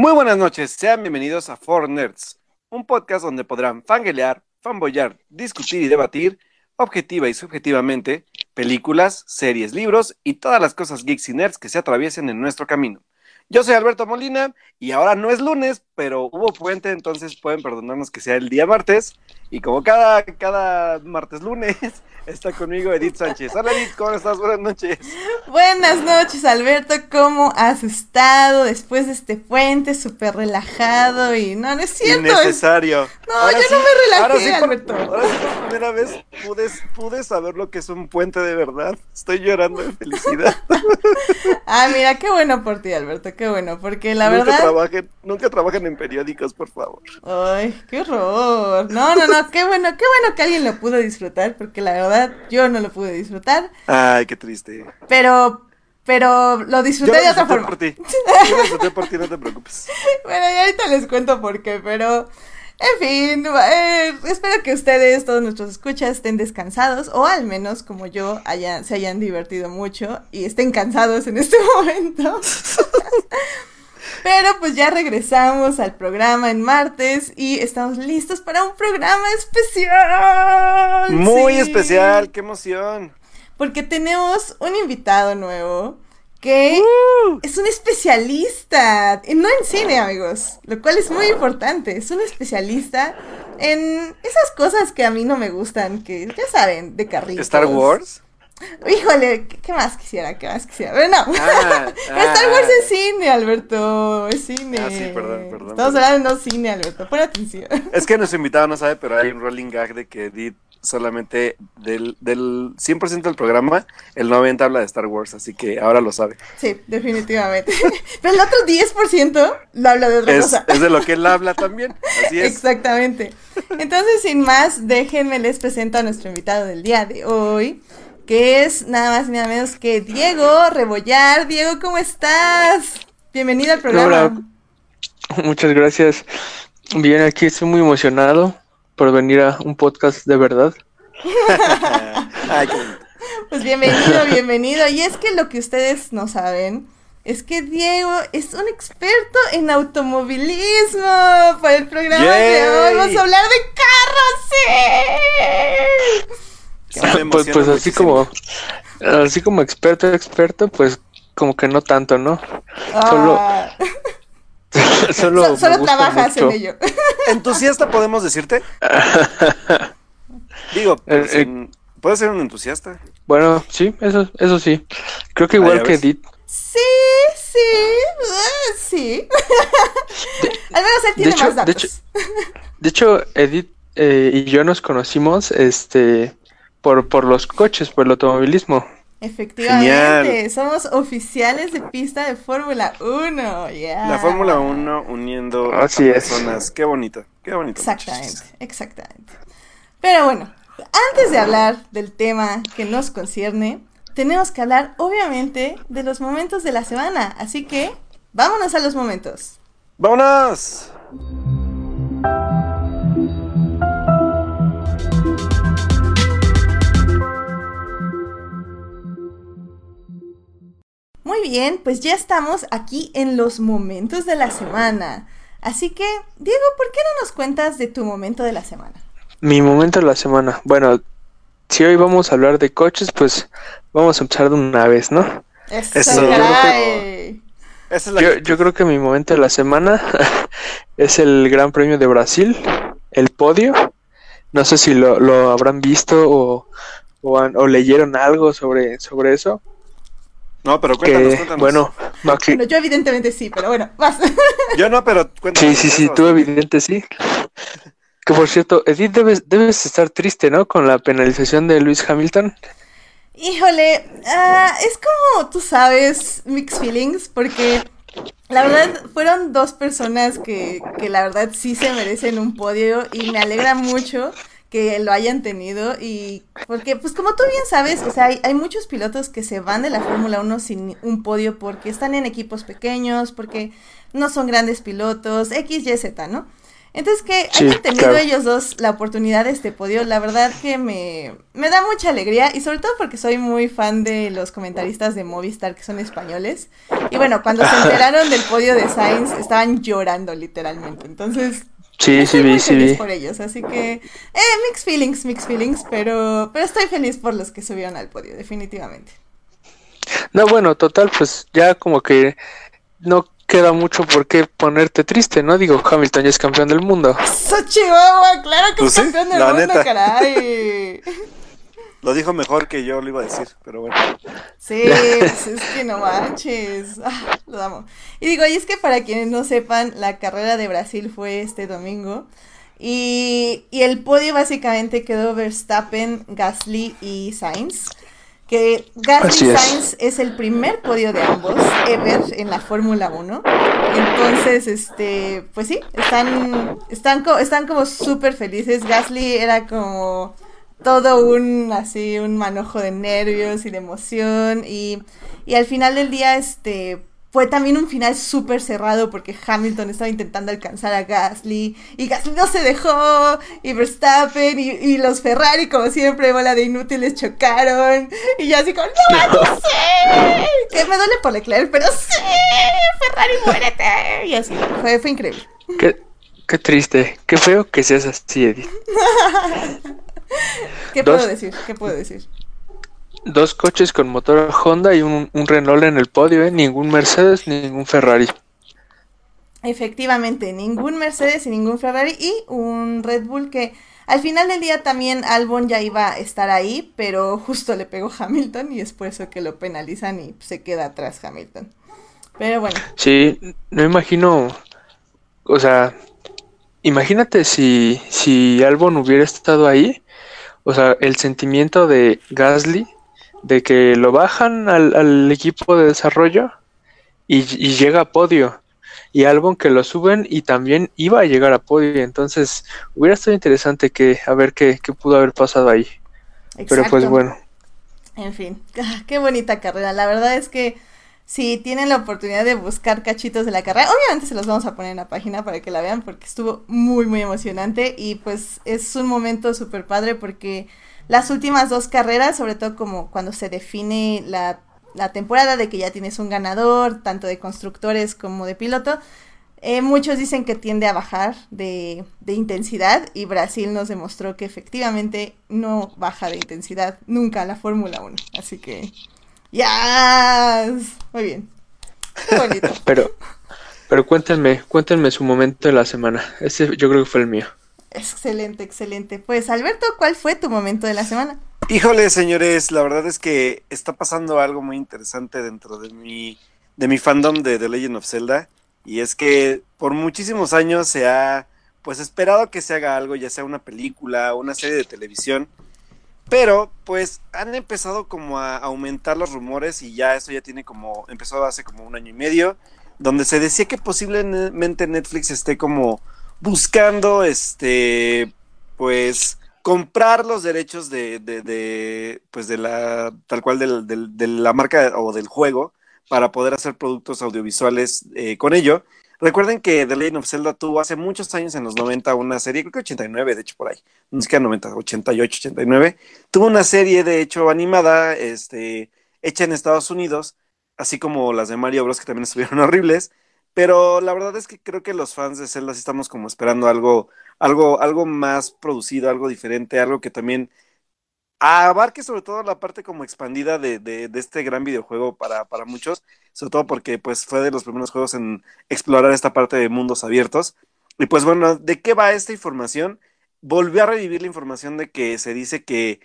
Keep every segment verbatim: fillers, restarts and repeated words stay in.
Muy buenas noches, sean bienvenidos a Four Nerds, un podcast donde podrán fangelear, fanboyar, discutir y debatir, objetiva y subjetivamente, películas, series, libros y todas las cosas geeks y nerds que se atraviesen en nuestro camino. Yo soy Alberto Molina y ahora no es lunes, pero hubo puente, entonces pueden perdonarnos que sea el día martes. Y como cada, cada martes lunes, está conmigo Edith Sánchez. Hola Edith, ¿cómo estás? Buenas noches. Buenas noches, Alberto, ¿cómo has estado después de este puente súper relajado? Y no, no es cierto. Innecesario. Es... No, ahora yo sí, no me relajé, ahora sí Alberto. Por, ahora sí por primera vez pude, pude saber lo que es un puente de verdad. Estoy llorando de felicidad. Ah, mira, qué bueno por ti, Alberto, qué bueno, porque la nunca verdad... Trabajen, nunca trabajen en periódicos, por favor. Ay, qué horror. No, no, no, qué bueno, qué bueno que alguien lo pudo disfrutar, porque la verdad yo no lo pude disfrutar. Ay, qué triste. Pero, pero lo disfruté yo de otra forma. Por ti. Yo lo disfruté por ti, no te preocupes. Bueno, y ahorita les cuento por qué, pero... En fin, eh, espero que ustedes, todos nuestros escuchas, estén descansados, o al menos, como yo, hayan, se hayan divertido mucho y estén cansados en este momento. Pero pues ya regresamos al programa en martes y estamos listos para un programa especial. Muy sí. especial, qué emoción. Porque tenemos un invitado nuevo que uh. es un especialista, no en cine, amigos, lo cual es muy importante. Es un especialista en esas cosas que a mí no me gustan, que ya saben, de carritos. ¿Star Wars? Híjole, ¿qué más quisiera? ¿Qué más quisiera? Pero no. Ah, Pero Star Wars es cine, Alberto. Es cine. Ah, sí, perdón, perdón. Estamos perdón. hablando de no cine, Alberto. Pon atención. Es que nuestro invitado no sabe, pero hay un rolling gag de que Edith solamente del, del cien por ciento del programa, el noventa por ciento habla de Star Wars, así que ahora lo sabe. Sí, definitivamente. Pero el otro diez por ciento lo habla de otra es, cosa. Es de lo que él habla también, así es. Exactamente. Entonces, sin más, déjenme les presento a nuestro invitado del día de hoy, que es nada más y nada menos que Diego Rebollar. Diego, ¿cómo estás? Bienvenido al programa. Hola, muchas gracias. Bien, aquí estoy muy emocionado por venir a un podcast de verdad. Ay, qué bonito. Pues bienvenido, bienvenido. Y es que lo que ustedes no saben es que Diego es un experto en automovilismo para el programa Yay. de hoy. Vamos a hablar de carros, sí. Pues, pues así como así como experto, experto, pues como que no tanto, ¿no? Ah. Solo solo, So, solo trabajas mucho. en ello. ¿Entusiasta podemos decirte? Digo, pues, Eh, eh. en- puedes ser un entusiasta. Bueno, sí, eso eso sí. Creo que igual Ah, ya que ves. Edith. Sí, sí, uh, sí. Al menos él tiene de hecho, más datos. de hecho, de hecho Edith eh, y yo nos conocimos este por por los coches, por el automovilismo. Efectivamente, Genial. somos oficiales de pista de Fórmula uno, yeah. La Fórmula uno uniendo Así a es. personas. Qué bonito, qué bonito. Exactamente, muchachos. exactamente. Pero bueno, antes de hablar del tema que nos concierne, tenemos que hablar obviamente de los momentos de la semana, así que vámonos a los momentos. ¡Vámonos! Muy bien, pues ya estamos aquí en los momentos de la semana. Así que, Diego, ¿por qué no nos cuentas de tu momento de la semana? Mi momento de la semana. Bueno, si hoy vamos a hablar de coches, pues vamos a empezar de una vez, ¿no? Eso, Eso. caray. Esa es la Yo, yo creo que mi momento de la semana es el Gran Premio de Brasil, el podio. No sé si lo, lo habrán visto o, o, han- o leyeron algo sobre, sobre eso. No, pero cuéntanos, Que, cuéntanos. bueno, Maxi- Bueno, yo evidentemente sí, pero bueno, vas. Yo no, pero cuéntanos. sí, sí, sí, eso. tú evidente sí. Que por cierto, Edith, debes, debes estar triste, ¿no? Con la penalización de Lewis Hamilton. Híjole, ah, es como, tú sabes, mixed feelings, porque la verdad fueron dos personas que, que la verdad sí se merecen un podio y me alegra mucho que lo hayan tenido y porque pues como tú bien sabes, o sea, hay, hay muchos pilotos que se van de la Fórmula uno sin un podio porque están en equipos pequeños, porque no son grandes pilotos, X, Y, Z, ¿no? Entonces que Sí, hayan tenido claro. ellos dos la oportunidad de este podio, la verdad que me, me da mucha alegría y sobre todo porque soy muy fan de los comentaristas de Movistar que son españoles. Y bueno, cuando se enteraron del podio de Sainz estaban llorando literalmente. Entonces Sí, sí estoy vi, muy sí feliz vi. por ellos, así que eh, mixed feelings, mixed feelings, pero, pero estoy feliz por los que subieron al podio, definitivamente. No, bueno, total, pues ya como que no queda mucho por qué ponerte triste, ¿no? Digo, Hamilton ya es campeón del mundo. ¡Eso, Chihuahua! ¡Claro que Pues es sí, campeón del la mundo, neta. caray! Lo dijo mejor que yo lo iba a decir, pero bueno. Sí, pues es que no manches. Ah, lo amo. Y digo, y es que para quienes no sepan, la carrera de Brasil fue este domingo. Y, y el podio básicamente quedó Verstappen, Gasly y Sainz. Que Gasly Así es. Sainz es el primer podio de ambos ever en la Fórmula uno. Entonces, este, pues sí, están, están, co- están como súper felices. Gasly era como todo un, así, un manojo de nervios y de emoción. Y, y al final del día, este, fue también un final súper cerrado porque Hamilton estaba intentando alcanzar a Gasly y Gasly no se dejó y Verstappen y, y los Ferrari como siempre, bola de inútiles, chocaron y yo así como, no manches, sí, que me duele por Leclerc, pero sí, Ferrari muérete y así, fue, fue increíble. Qué, qué triste, qué feo que seas así, Edith. ¿Qué puedo Dos, decir? ¿Qué puedo decir? dos coches con motor Honda y un, un Renault en el podio, ¿eh? Ningún Mercedes, ningún Ferrari. Efectivamente, ningún Mercedes y ningún Ferrari y un Red Bull que al final del día también Albon ya iba a estar ahí, pero justo le pegó Hamilton y es por eso que lo penalizan y se queda atrás Hamilton. Pero bueno, Sí, no imagino, o sea, imagínate si, si Albon hubiera estado ahí, o sea, el sentimiento de Gasly, de que lo bajan al, al equipo de desarrollo y, y llega a podio, y Albon que lo suben y también iba a llegar a podio, entonces hubiera estado interesante que a ver qué, qué pudo haber pasado ahí, pero pues exacto. bueno, En fin, ah, qué bonita carrera. La verdad es que si tienen la oportunidad de buscar cachitos de la carrera, obviamente se los vamos a poner en la página para que la vean porque estuvo muy muy emocionante y pues es un momento súper padre porque las últimas dos carreras, sobre todo como cuando se define la, la temporada de que ya tienes un ganador, tanto de constructores como de piloto, eh, muchos dicen que tiende a bajar de, de intensidad y Brasil nos demostró que efectivamente no baja de intensidad nunca la Fórmula uno. Así que, ¡ya! Muy bien, qué bonito. pero, pero cuéntenme, cuéntenme su momento de la semana, ese yo creo que fue el mío. Excelente, excelente. Pues Alberto, ¿cuál fue tu momento de la semana? Híjole, señores, la verdad es que está pasando algo muy interesante dentro de mi, de mi fandom de The Legend of Zelda. Y es que por muchísimos años se ha pues esperado que se haga algo, ya sea una película, una serie de televisión. Pero pues han empezado como a aumentar los rumores y ya eso ya tiene como, empezó hace como un año y medio, donde se decía que posiblemente Netflix esté como buscando este pues comprar los derechos de, de, de pues de la tal cual del, del, de la marca o del juego para poder hacer productos audiovisuales eh, con ello. Recuerden que The Legend of Zelda tuvo hace muchos años en los noventa una serie, creo que ochenta y nueve de hecho por ahí, no sé qué noventa, ochenta y ocho, ochenta y nueve, tuvo una serie de hecho animada este, hecha en Estados Unidos, así como las de Mario Bros que también estuvieron horribles, pero la verdad es que creo que los fans de Zelda sí estamos como esperando algo, algo, algo más producido, algo diferente, algo que también abarque sobre todo la parte como expandida de, de, de este gran videojuego para, para muchos, sobre todo porque pues fue de los primeros juegos en explorar esta parte de mundos abiertos. Y pues bueno, ¿de qué va esta información? Volvió a revivir la información de que se dice que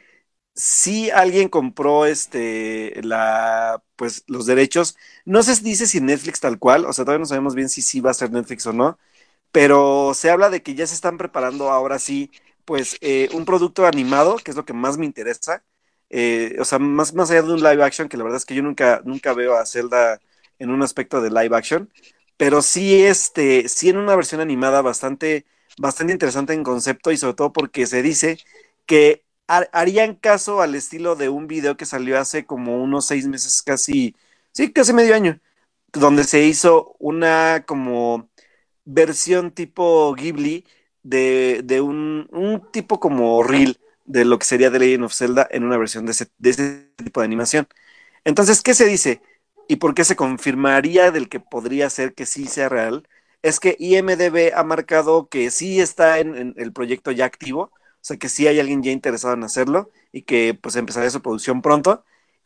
si alguien compró este la pues los derechos, no se dice si Netflix tal cual, o sea, todavía no sabemos bien si sí va a ser Netflix o no, pero se habla de que ya se están preparando ahora sí, pues eh, un producto animado, que es lo que más me interesa, eh, o sea, más, más allá de un live action, que la verdad es que yo nunca, nunca veo a Zelda en un aspecto de live action, pero sí, este, sí en una versión animada bastante, bastante interesante en concepto y sobre todo porque se dice que har- harían caso al estilo de un video que salió hace como unos seis meses, casi, sí, casi medio año, donde se hizo una como versión tipo Ghibli de, de un, un tipo como reel de lo que sería The Legend of Zelda en una versión de ese, de ese tipo de animación. Entonces, ¿qué se dice? ¿Y por qué se confirmaría del que podría ser que sí sea real? Es que I M D B ha marcado que sí está en, en el proyecto ya activo, o sea que sí hay alguien ya interesado en hacerlo y que pues empezaría su producción pronto.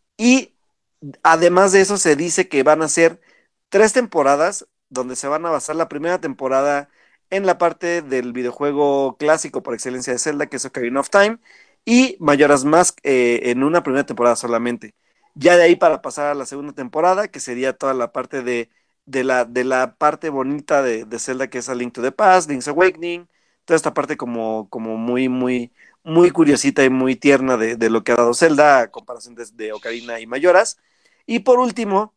Y además de eso se dice que van a ser tres temporadas donde se van a basar la primera temporada en la parte del videojuego clásico por excelencia de Zelda, que es Ocarina of Time, y Majora's Mask eh, en una primera temporada solamente. Ya de ahí para pasar a la segunda temporada, que sería toda la parte de, de, la, de la parte bonita de, de Zelda, que es A Link to the Past, Link's Awakening, toda esta parte como, como muy, muy, muy curiosita y muy tierna de, de lo que ha dado Zelda a comparación de, de Ocarina y Mayoras. Y por último,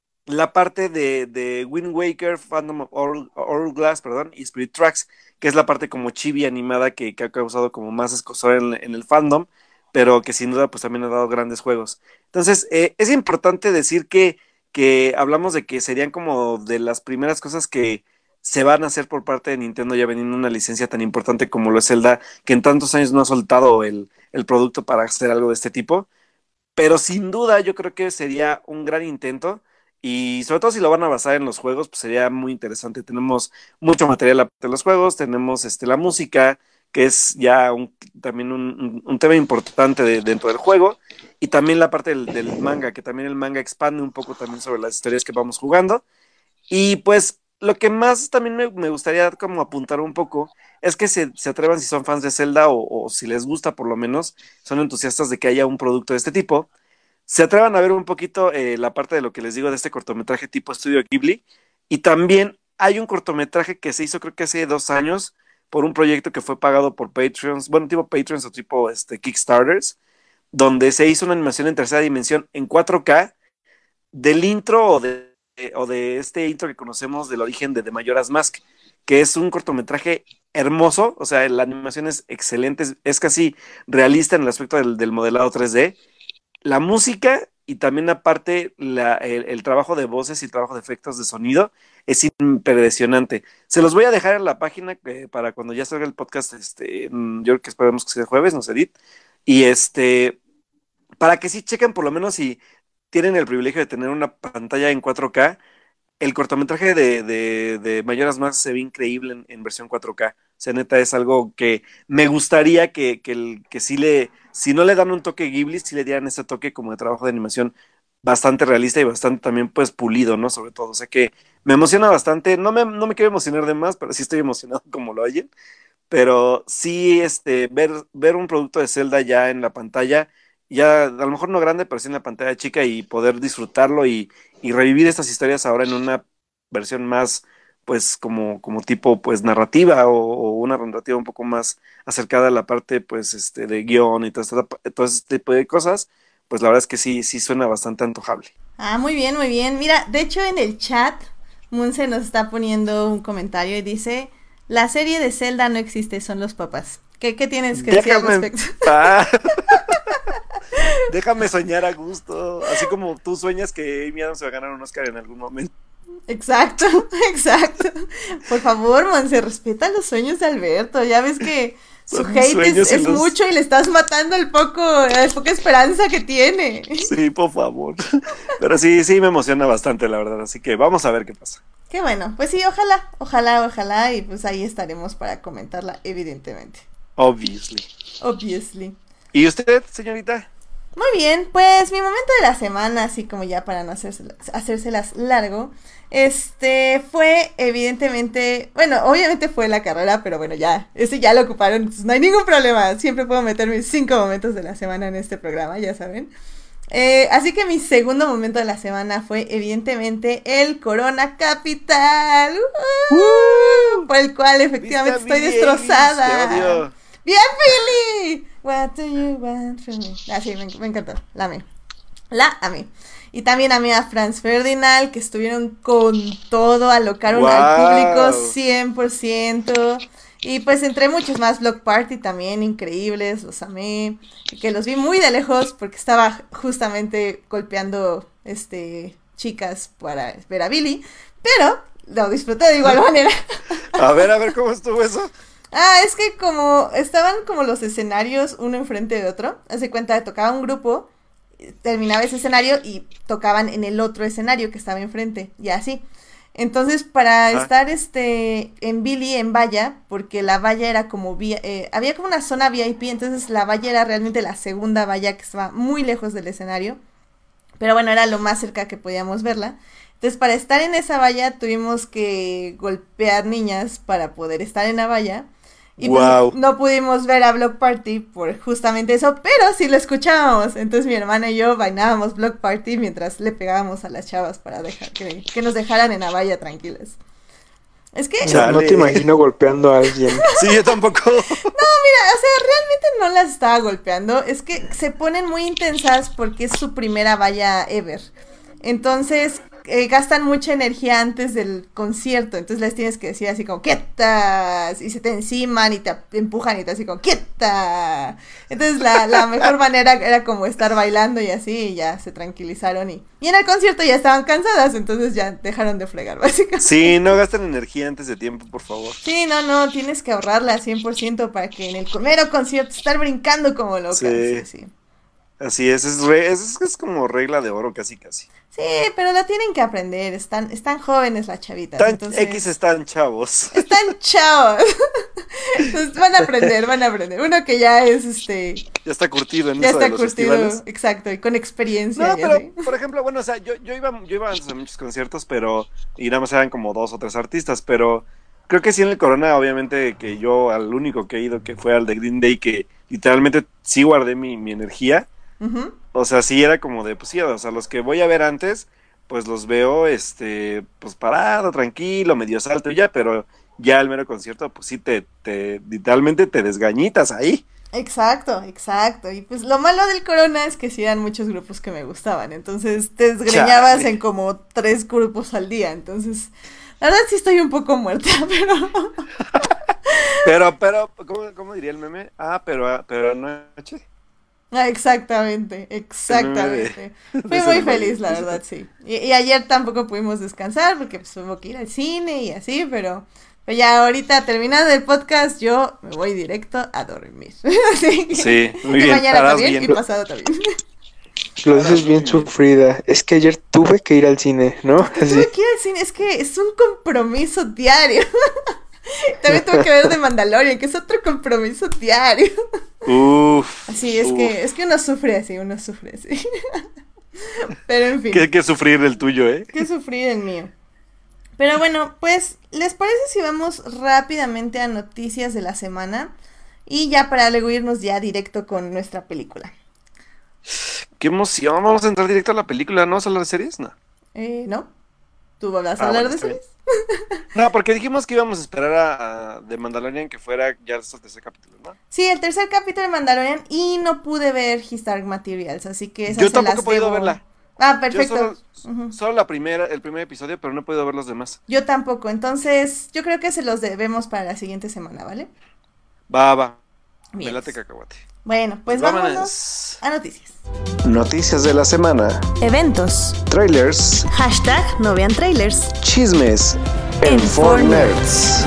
la parte de, de Wind Waker, Phantom of Hourglass, perdón, y Spirit Tracks, que es la parte como chibi animada que, que ha causado como más escozor en, en, el fandom, pero que sin duda pues también ha dado grandes juegos. Entonces, eh, es importante decir que, que hablamos de que serían como de las primeras cosas que se van a hacer por parte de Nintendo ya vendiendo una licencia tan importante como lo es Zelda, que en tantos años no ha soltado el, el producto para hacer algo de este tipo. Pero sin duda yo creo que sería un gran intento y sobre todo si lo van a basar en los juegos, pues sería muy interesante. Tenemos mucho material de los juegos, tenemos este, la música, que es ya un, también un, un, un tema importante de, dentro del juego, y también la parte del, del manga, que también el manga expande un poco también sobre las historias que vamos jugando. Y pues lo que más también me, me gustaría como apuntar un poco es que se, se atrevan si son fans de Zelda o, o si les gusta por lo menos, son entusiastas de que haya un producto de este tipo, se atrevan a ver un poquito eh, la parte de lo que les digo de este cortometraje tipo Estudio Ghibli. Y también hay un cortometraje que se hizo creo que hace dos años por un proyecto que fue pagado por Patreons, bueno, tipo Patreons o tipo este, Kickstarters, donde se hizo una animación en tercera dimensión en cuatro K del intro o de, o de este intro que conocemos del origen de The Majora's Mask, que es un cortometraje hermoso, o sea, la animación es excelente, es, es casi realista en el aspecto del, del modelado tres D. La música y también aparte la, el, el trabajo de voces y el trabajo de efectos de sonido es impresionante. Se los voy a dejar en la página eh, para cuando ya salga el podcast, este, yo creo que esperemos que sea el jueves, no sé, Edith, y este, para que sí chequen por lo menos si tienen el privilegio de tener una pantalla en cuatro K. El cortometraje de, de, de Majora's Mask se ve increíble en, en versión cuatro K. O sea, neta, es algo que me gustaría que, que, el, que sí le, si no le dan un toque Ghibli, sí le dieran ese toque como de trabajo de animación bastante realista y bastante también pues pulido, ¿no? Sobre todo, o sea que me emociona bastante, no me, no me quiero emocionar de más, pero sí estoy emocionado como lo oyen, pero sí, este, ver, ver un producto de Zelda ya en la pantalla, ya a lo mejor no grande, pero sí en la pantalla chica y poder disfrutarlo y, y revivir estas historias ahora en una versión más, pues como, como tipo, pues narrativa o, o una narrativa un poco más acercada a la parte, pues, este, de guión y todo este, todo este tipo de cosas, pues la verdad es que sí, sí suena bastante antojable. Ah, muy bien, muy bien. Mira, de hecho en el chat, Munse nos está poniendo un comentario y dice, la serie de Zelda no existe, son los papás. ¿Qué, qué tienes que decir al respecto? Déjame soñar a gusto, así como tú sueñas que Amy Adams se va a ganar un Oscar en algún momento. Exacto, exacto. Por favor, Monse, respeta los sueños de Alberto. Ya ves que su Son hate es, es los... mucho y le estás matando el poco, la poca esperanza que tiene. Sí, por favor. Pero sí, sí me emociona bastante, la verdad. Así que vamos a ver qué pasa. Qué bueno, pues sí, ojalá, ojalá, ojalá. Y pues ahí estaremos para comentarla, evidentemente. Obviously. Obviously. ¿Y usted, señorita? Muy bien, pues mi momento de la semana, así como ya para no hacérselas, hacérselas largo, este, fue evidentemente, bueno, obviamente fue la carrera, pero bueno, ya, ese ya lo ocuparon, entonces no hay ningún problema, siempre puedo meter mis cinco momentos de la semana en este programa, ya saben. Eh, así que mi segundo momento de la semana fue evidentemente el Corona Capital, uh-huh, uh, por el cual efectivamente estoy destrozada. Te odio. ¡Bien, Billy! What do you want from me? Ah, sí, me, me encantó. La amé. La amé. Y también amé a Franz Ferdinand, que estuvieron con todo, alocaron wow. al público cien por ciento. Y pues entre muchos más, Block Party también, increíbles, los amé. Que los vi muy de lejos porque estaba justamente golpeando este chicas para ver a Billy. Pero lo disfruté de igual manera. A ver, a ver, ¿cómo estuvo eso? Ah, es que como estaban como los escenarios uno enfrente de otro, hace cuenta, tocaba un grupo, terminaba ese escenario y tocaban en el otro escenario que estaba enfrente, y así. Entonces, para Ajá. estar este en Billy en valla, porque la valla era como vía, eh, había como una zona V I P, entonces la valla era realmente la segunda valla que estaba muy lejos del escenario, pero bueno, era lo más cerca que podíamos verla. Entonces, para estar en esa valla tuvimos que golpear niñas para poder estar en la valla. Y pues Wow. no pudimos ver a Block Party por justamente eso, pero sí lo escuchábamos. Entonces mi hermana y yo bailábamos Block Party mientras le pegábamos a las chavas para dejar que, que nos dejaran en la valla tranquilas. Es que, No, Chale. no te imagino golpeando a alguien. Sí, yo tampoco. o sea, realmente no las estaba golpeando. Es que se ponen muy intensas porque es su primera valla ever. Entonces, eh, gastan mucha energía antes del concierto. Entonces les tienes que decir así como, ¡quietas! Y se te enciman y te empujan y te así como, ¡quieta! Entonces la, la mejor manera era como estar bailando y así, y ya se tranquilizaron. Y, y en el concierto ya estaban cansadas, entonces ya dejaron de fregar, básicamente. Sí, no gasten energía antes de tiempo, por favor. Sí, no, no, tienes que ahorrarla cien por ciento para que en el primero concierto estar brincando como locas. Sí. Sí, sí. Así es, es, re- es, es como regla de oro casi casi. Sí, pero la tienen que aprender, están, están jóvenes las chavitas. Tan entonces... X están chavos. Están chavos. Entonces van a aprender, van a aprender. Uno que ya es este. Ya está curtido en Ya eso de está los curtido, festivales. exacto, y con experiencia. No, y pero, así. por ejemplo, bueno, o sea, yo, yo iba, yo iba antes a muchos conciertos, pero, y nada más eran como dos o tres artistas, pero creo que sí en el Corona, obviamente, que yo al único que he ido, que fue al de Green Day, que literalmente sí guardé mi, mi energía, Ujú. o sea, sí era como de, pues sí, o sea, los que voy a ver antes, pues los veo, este, pues parado, tranquilo, medio salto y ya, pero ya el mero concierto, pues sí te, te, literalmente te desgañitas ahí. Exacto, exacto. Y pues lo malo del Corona es que sí eran muchos grupos que me gustaban. Entonces te desgreñabas Chale. en como tres grupos al día. Entonces, la verdad sí estoy un poco muerta, pero. Pero, pero, ¿cómo, cómo diría el meme? Ah, pero, ah, pero anoche. Ah, exactamente, exactamente. de Fui ese muy de feliz, la Mario. verdad, sí. Y, y ayer tampoco pudimos descansar porque pues hubo que ir al cine y así, pero, pero ya ahorita terminado el podcast yo me voy directo a dormir. Así que- Sí, muy y bien, mañana harás también bien. y pasado también. Lo dices bien sufrida. Es que ayer tuve que ir al cine, ¿no? Así. Tuve que ir al cine, es que es un compromiso diario. También tuve que ver de Mandalorian, que es otro compromiso diario. Uf. Así es uf. que, es que uno sufre así, uno sufre así. Pero en fin. Que, que sufrir el tuyo, ¿eh? Que sufrir el mío. Pero bueno, pues, ¿les parece si vamos rápidamente a noticias de la semana? Y ya para luego irnos ya directo con nuestra película. Qué emoción. Vamos a entrar directo a la película, ¿no? ¿Vamos a hablar de series? No. Eh, ¿no? ¿Tú vas a Ah, hablar bueno, de está bien. series? No, porque dijimos que íbamos a esperar a, a The Mandalorian que fuera ya hasta ese capítulo, ¿no? Sí, el tercer capítulo de Mandalorian y no pude ver His Dark Materials, así que esas Yo se tampoco las he podido debo. verla. Ah, Yo perfecto. solo, Ujú. solo la primera, el primer episodio, pero no he podido ver los demás. Yo tampoco, entonces yo creo que se los debemos para la siguiente semana, ¿vale? Va, va. Me Bien. late cacahuate. Bueno, pues Vámonos. vámonos a noticias. Noticias de la semana. Eventos. Trailers. Hashtag no vean trailers. Chismes. En four nerds.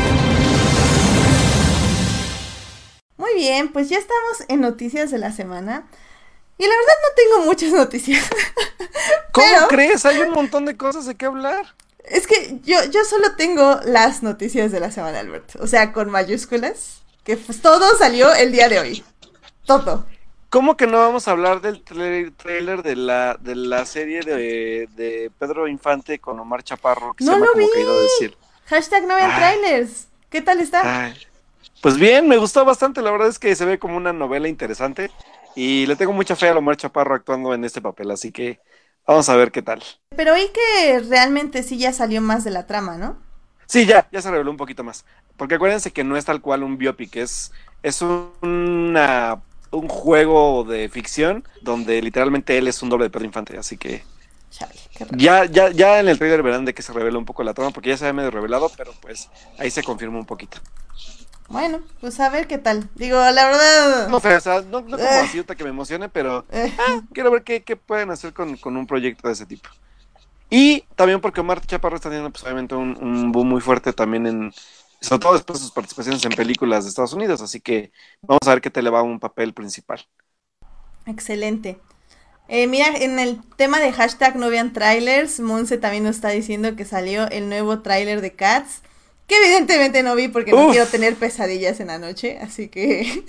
Muy bien, pues ya estamos en noticias de la semana. Y la verdad no tengo muchas noticias. ¿Cómo Pero- crees? Hay un montón de cosas de qué hablar. Es que yo, yo solo tengo las noticias de la semana, Alberto. O sea, con mayúsculas. Que pues, todo salió el día de hoy. Todo. ¿Cómo que no vamos a hablar del tra- trailer de la, de la serie de, de Pedro Infante con Omar Chaparro? Que No se llama lo como vi. Caído del Cielo. Hashtag no vean Ay. trailers. ¿Qué tal está? Ay, pues bien, me gustó bastante. La verdad es que se ve como una novela interesante. Y le tengo mucha fe a Omar Chaparro actuando en este papel. Así que vamos a ver qué tal. Pero oí que realmente sí ya salió más de la trama, ¿no? Sí, ya, ya se reveló un poquito más. Porque acuérdense que no es tal cual un biopic, es, es un- una, un juego de ficción donde literalmente él es un doble de Pedro Infante, así que Chale, qué raro. ya, ya, ya en el trailer verán de que se revela un poco la trama, porque ya se había medio revelado, pero pues ahí se confirma un poquito. Bueno, pues a ver qué tal. Digo, la verdad. No, pero, o sea, no, no como Eh. así ahorita que me emocione, pero eh, quiero ver qué, qué pueden hacer con, con un proyecto de ese tipo. Y también porque Omar Chaparro está teniendo pues obviamente un, un boom muy fuerte también en sobre todo después de sus participaciones en películas de Estados Unidos, así que vamos a ver qué te le va un papel principal. Excelente. Eh, mira, en el tema de hashtag no vean trailers, Monse también nos está diciendo que salió el nuevo tráiler de Cats, que evidentemente no vi porque no Uf. quiero tener pesadillas en la noche, así que...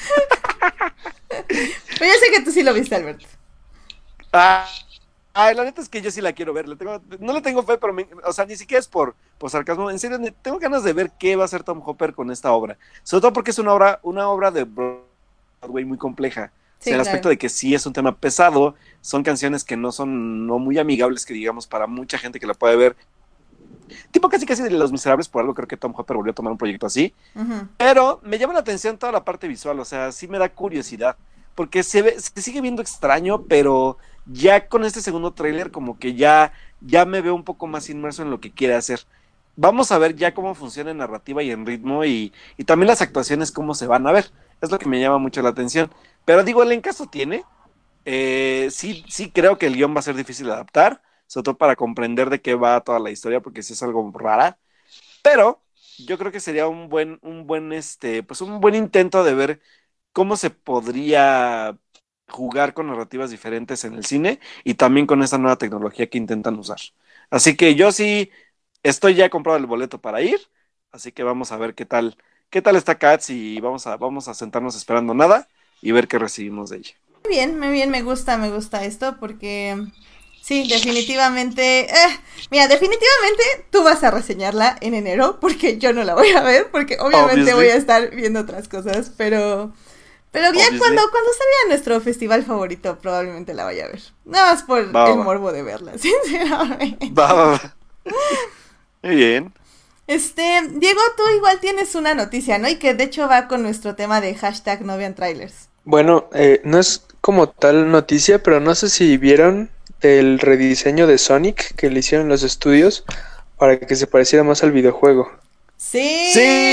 Pero yo sé que tú sí lo viste, Alberto. Ah, ay, la neta es que yo sí la quiero ver. Le tengo, no le tengo fe, pero me, o sea, ni siquiera es por, por sarcasmo. En serio, tengo ganas de ver qué va a hacer Tom Hopper con esta obra. Sobre todo porque es una obra, una obra de Broadway muy compleja. Sí, o sea, el claro. aspecto de que sí es un tema pesado, son canciones que no son no muy amigables, que digamos, para mucha gente que la puede ver. Tipo casi casi de Los Miserables, por algo creo que Tom Hopper volvió a tomar un proyecto así. Uh-huh. Pero me llama la atención toda la parte visual, o sea, sí me da curiosidad. Porque se ve, se sigue viendo extraño, pero ya con este segundo tráiler como que ya, ya me veo un poco más inmerso en lo que quiere hacer. Vamos a ver ya cómo funciona en narrativa y en ritmo y, y también las actuaciones cómo se van a ver. Es lo que me llama mucho la atención. Pero digo, el encaso tiene. Eh, sí, sí creo que el guión va a ser difícil de adaptar, sobre todo para comprender de qué va toda la historia, porque sí es algo rara. Pero yo creo que sería un buen, un buen, este, pues un buen intento de ver cómo se podría jugar con narrativas diferentes en el cine y también con esta nueva tecnología que intentan usar. Así que yo sí estoy ya comprado el boleto para ir, así que vamos a ver qué tal, qué tal está Cats y vamos a, vamos a sentarnos esperando nada y ver qué recibimos de ella. Muy bien, muy bien, me gusta, me gusta esto porque sí, definitivamente, eh, mira, definitivamente tú vas a reseñarla en enero porque yo no la voy a ver porque obviamente Obviously. voy a estar viendo otras cosas, pero pero ya Obviously. cuando cuando salga nuestro festival favorito probablemente la vaya a ver, nada más por Va, el va. morbo de verla, sinceramente. Va, va, va. Muy bien. Este, Diego, tú igual tienes una noticia, ¿no? Y que de hecho va con nuestro tema de hashtag no vean trailers. Bueno, eh, no es como tal noticia, pero no sé si vieron el rediseño de Sonic que le hicieron los estudios para que se pareciera más al videojuego. Sí.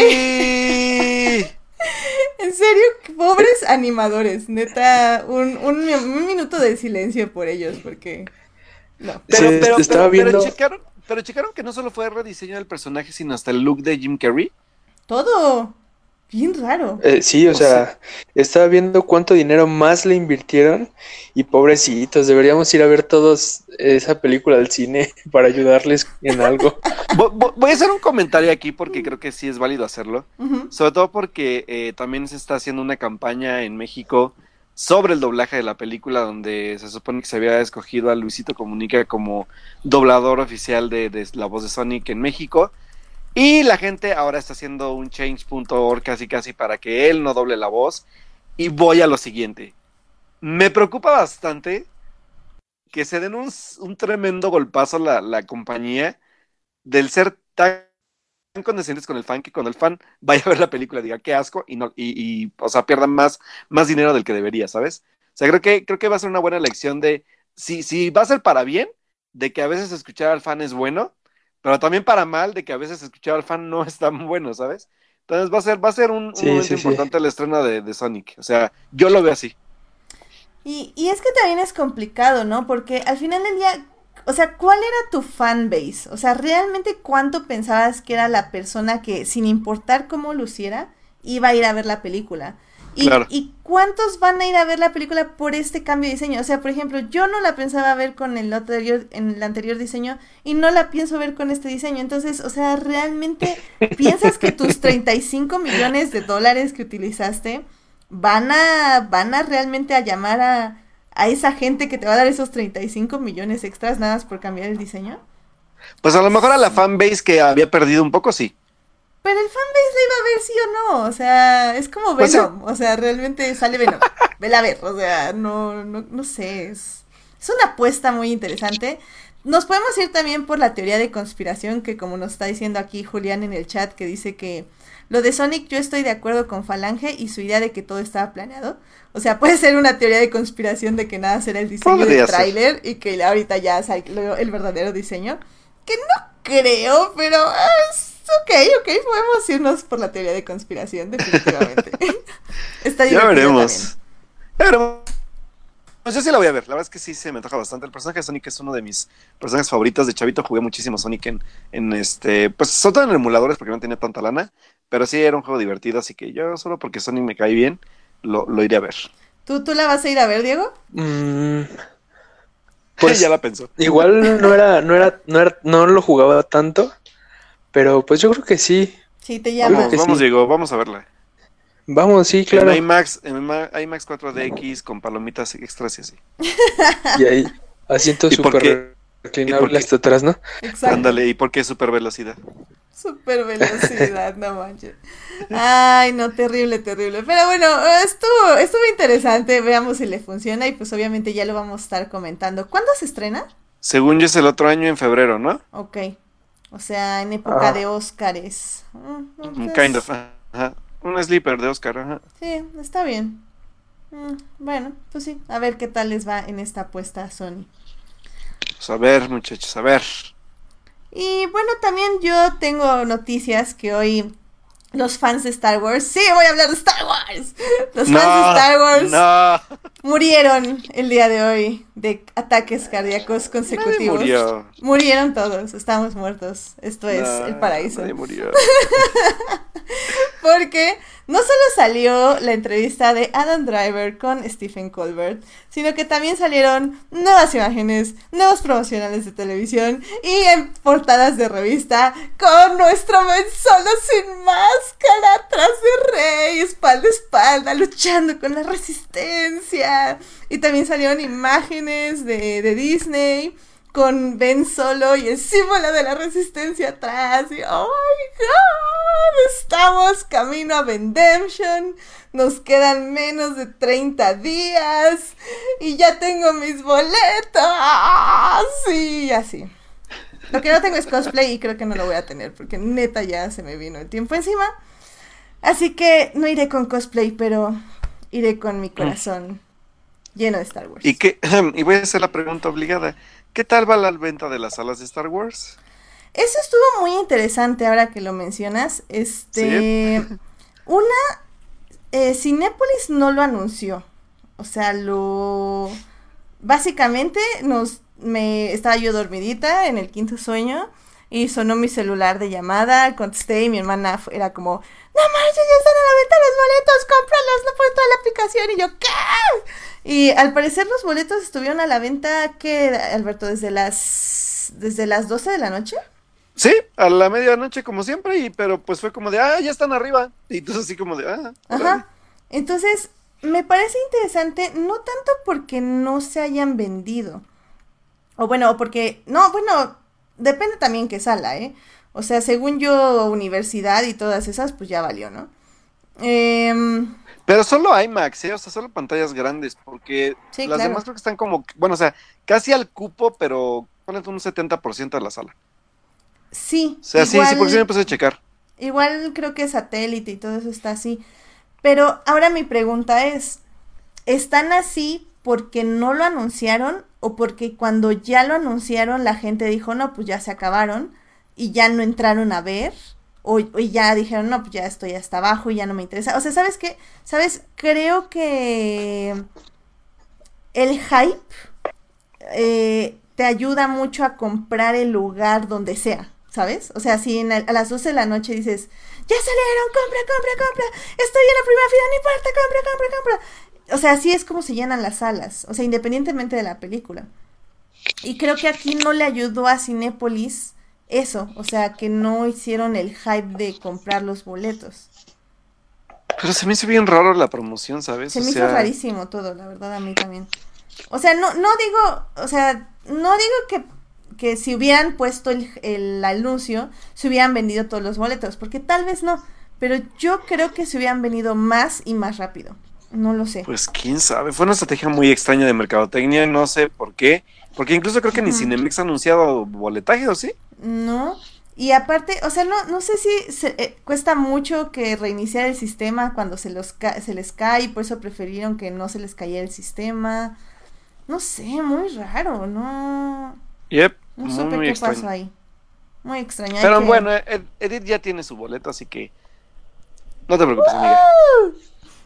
¡Sí! En serio, pobres animadores, neta, un, un, un minuto de silencio por ellos, porque no. Pero, Sí, pero, estaba pero, pero viendo- checaron, pero checaron que no solo fue el rediseño del personaje, sino hasta el look de Jim Carrey. Todo bien raro. Eh, sí, o O sea, estaba viendo cuánto dinero más le invirtieron y pobrecitos, deberíamos ir a ver todos esa película al cine para ayudarles en algo. Vo- vo- Voy a hacer un comentario aquí porque creo que sí es válido hacerlo. Ujú. Sobre todo porque eh, también se está haciendo una campaña en México sobre el doblaje de la película, donde se supone que se había escogido a Luisito Comunica como doblador oficial de, de la voz de Sonic en México. Y la gente ahora está haciendo un change punto org casi casi para que él no doble la voz. Y voy a lo siguiente. Me preocupa bastante que se den un, un tremendo golpazo la, la compañía del ser tan condescendientes con el fan que cuando el fan vaya a ver la película diga qué asco y no y, y o sea pierdan más, más dinero del que debería, ¿sabes? O sea, creo que creo que va a ser una buena lección de si, si va a ser para bien, de que a veces escuchar al fan es bueno, pero también para mal, de que a veces escuchar al fan no es tan bueno, ¿sabes? Entonces va a ser, va a ser un, un Sí, momento sí, sí. importante el estreno de, de Sonic. O sea, yo lo veo así. Y, y es que también es complicado, ¿no? Porque al final del día, o sea, ¿cuál era tu fanbase? O sea, ¿realmente cuánto pensabas que era la persona que, sin importar cómo luciera, iba a ir a ver la película? Y, Claro. ¿Y cuántos van a ir a ver la película por este cambio de diseño? O sea, por ejemplo, yo no la pensaba ver con el anterior, en el anterior diseño y no la pienso ver con este diseño. Entonces, o sea, ¿realmente piensas que tus treinta y cinco millones de dólares que utilizaste van a, van a realmente a llamar a, a esa gente que te va a dar esos treinta y cinco millones extras nada más por cambiar el diseño? Pues a lo mejor a la fanbase que había perdido un poco, sí. Pero el fanbase la iba a ver sí o no, o sea, es como Pues Venom, o sea, realmente sale Venom, vela a ver, o sea, no, no, no sé, es, es una apuesta muy interesante. Nos podemos ir también por la teoría de conspiración, que como nos está diciendo aquí Julián en el chat, que dice que lo de Sonic yo estoy de acuerdo con Falange y su idea de que todo estaba planeado. O sea, puede ser una teoría de conspiración de que nada será el diseño Podría del ser. tráiler y que ahorita ya salió el verdadero diseño, que no creo, pero es ok, ok, podemos irnos por la teoría de conspiración, definitivamente. Está Ya divertido veremos. Ya veremos yo sí la voy a ver. La verdad es que sí se me antoja bastante. El personaje de Sonic es uno de mis personajes favoritos. De chavito jugué muchísimo Sonic en, en este, pues sobre todo en emuladores porque no tenía tanta lana. Pero sí era un juego divertido, así que yo solo porque Sonic me cae bien, lo, lo iré a ver. ¿Tú, ¿Tú la vas a ir a ver, Diego? Mm, pues ya la pensó. Igual no era, no era, no era, no lo jugaba tanto, pero pues yo creo que sí. Sí, te llama. Vamos, vamos sí. Diego, vamos a verla. Vamos, sí, claro. En IMAX, en IMAX cuatro D X con palomitas extras y así. Y ahí, asiento ¿Y por qué? súper reclinable hasta atrás, ¿no? Exacto. Ándale, ¿y por qué super velocidad? Super velocidad, no manches. Ay, no, terrible, terrible. Pero bueno, estuvo, estuvo interesante. Veamos si le funciona y pues obviamente ya lo vamos a estar comentando. ¿Cuándo se estrena? Según yo es el otro año en febrero, ¿no? Ok. O sea, en época Ah. de Óscares. Mm, entonces, Kind of, ajá. Un sleeper de Oscar, ajá. Sí, está bien. Mm, bueno, pues sí, a ver qué tal les va en esta apuesta a Sony. Pues a ver, muchachos, a ver. Y bueno, también yo tengo noticias que hoy los fans de Star Wars, sí, voy a hablar de Star Wars. Los No, fans de Star Wars no. murieron el día de hoy de ataques cardíacos consecutivos. Nadie murió. Murieron todos, estamos muertos. Esto es No, el paraíso. nadie murió. Porque no solo salió la entrevista de Adam Driver con Stephen Colbert, sino que también salieron nuevas imágenes, nuevos promocionales de televisión y en portadas de revista con nuestro Ben Solo sin máscara atrás de Rey, espalda a espalda, luchando con la resistencia. Y también salieron imágenes de, de Disney con Ben Solo y el símbolo de la resistencia atrás. Y oh my god, estamos camino a Vendemption. Nos quedan menos de treinta días y ya tengo mis boletos. Sí, así. Lo que no tengo es cosplay y creo que no lo voy a tener porque neta ya se me vino el tiempo encima. Así que no iré con cosplay, pero iré con mi corazón lleno de Star Wars. ¿Y qué? Y voy a hacer la pregunta obligada. ¿Qué tal va la venta de las salas de Star Wars? Eso estuvo muy interesante ahora que lo mencionas. Este, Sí. una, eh, Cinépolis no lo anunció. O sea, lo, básicamente nos, me, estaba yo dormidita en el quinto sueño y sonó mi celular de llamada, contesté y mi hermana fu- era como, no manches, ya están a la venta los boletos, cómpralos, no puedo entrar a la aplicación. Y yo, ¿qué? Y al parecer los boletos estuvieron a la venta, ¿qué, Alberto? Desde las, desde las doce de la noche. Sí, a la medianoche como siempre, y pero pues fue como de, ah, ya están arriba. Y entonces así como de, ah. Ajá. Entonces, me parece interesante, no tanto porque no se hayan vendido. O bueno, porque, no, bueno, depende también qué sala, ¿eh? O sea, según yo, universidad y todas esas, pues ya valió, ¿no? Eh, Pero solo IMAX, ¿eh? O sea, solo pantallas grandes, porque Sí, las claro. demás creo que están como, bueno, o sea, casi al cupo, pero ponen un setenta por ciento de la sala. sí, O sea, sí, igual, sí, porque sí me empecé a checar. igual creo que satélite y todo eso está así. Pero ahora mi pregunta es, ¿están así porque no lo anunciaron o porque cuando ya lo anunciaron la gente dijo, no, pues ya se acabaron y ya no entraron a ver? O, o ya dijeron, no, pues ya estoy hasta abajo y ya no me interesa. O sea, ¿sabes qué? ¿Sabes? Creo que el hype eh, te ayuda mucho a comprar el lugar donde sea, ¿sabes? O sea, si en el- a las doce de la noche dices, ya salieron, compra, compra, compra, estoy en la primera fila, no importa, compra, compra, compra. O sea, así es como se llenan las salas, o sea, independientemente de la película. Y creo que aquí no le ayudó a Cinépolis eso, o sea, que no hicieron el hype de comprar los boletos. Pero se me hizo bien raro la promoción, ¿sabes? Se O me hizo sea, rarísimo todo, la verdad, a mí también. O sea, no, no digo, o sea, no digo que, que si hubieran puesto el, el anuncio, se hubieran vendido todos los boletos, porque tal vez no, pero yo creo que se hubieran vendido más y más rápido. No lo sé. Pues quién sabe, fue una estrategia muy extraña de mercadotecnia, no sé por qué, porque incluso creo que ni Ujú. Cinemex ha anunciado boletaje, ¿o sí? No. Y aparte, o sea, no, no sé si se, eh, cuesta mucho que reiniciar el sistema cuando se, los ca- se les cae, y por eso prefirieron que no se les cayera el sistema. No sé, muy raro, no, Yep, no muy, supe muy qué extraño. pasó ahí. Muy extraño. hay Pero que- bueno, Ed- Edith ya tiene su boleto, así que no te preocupes, amiga.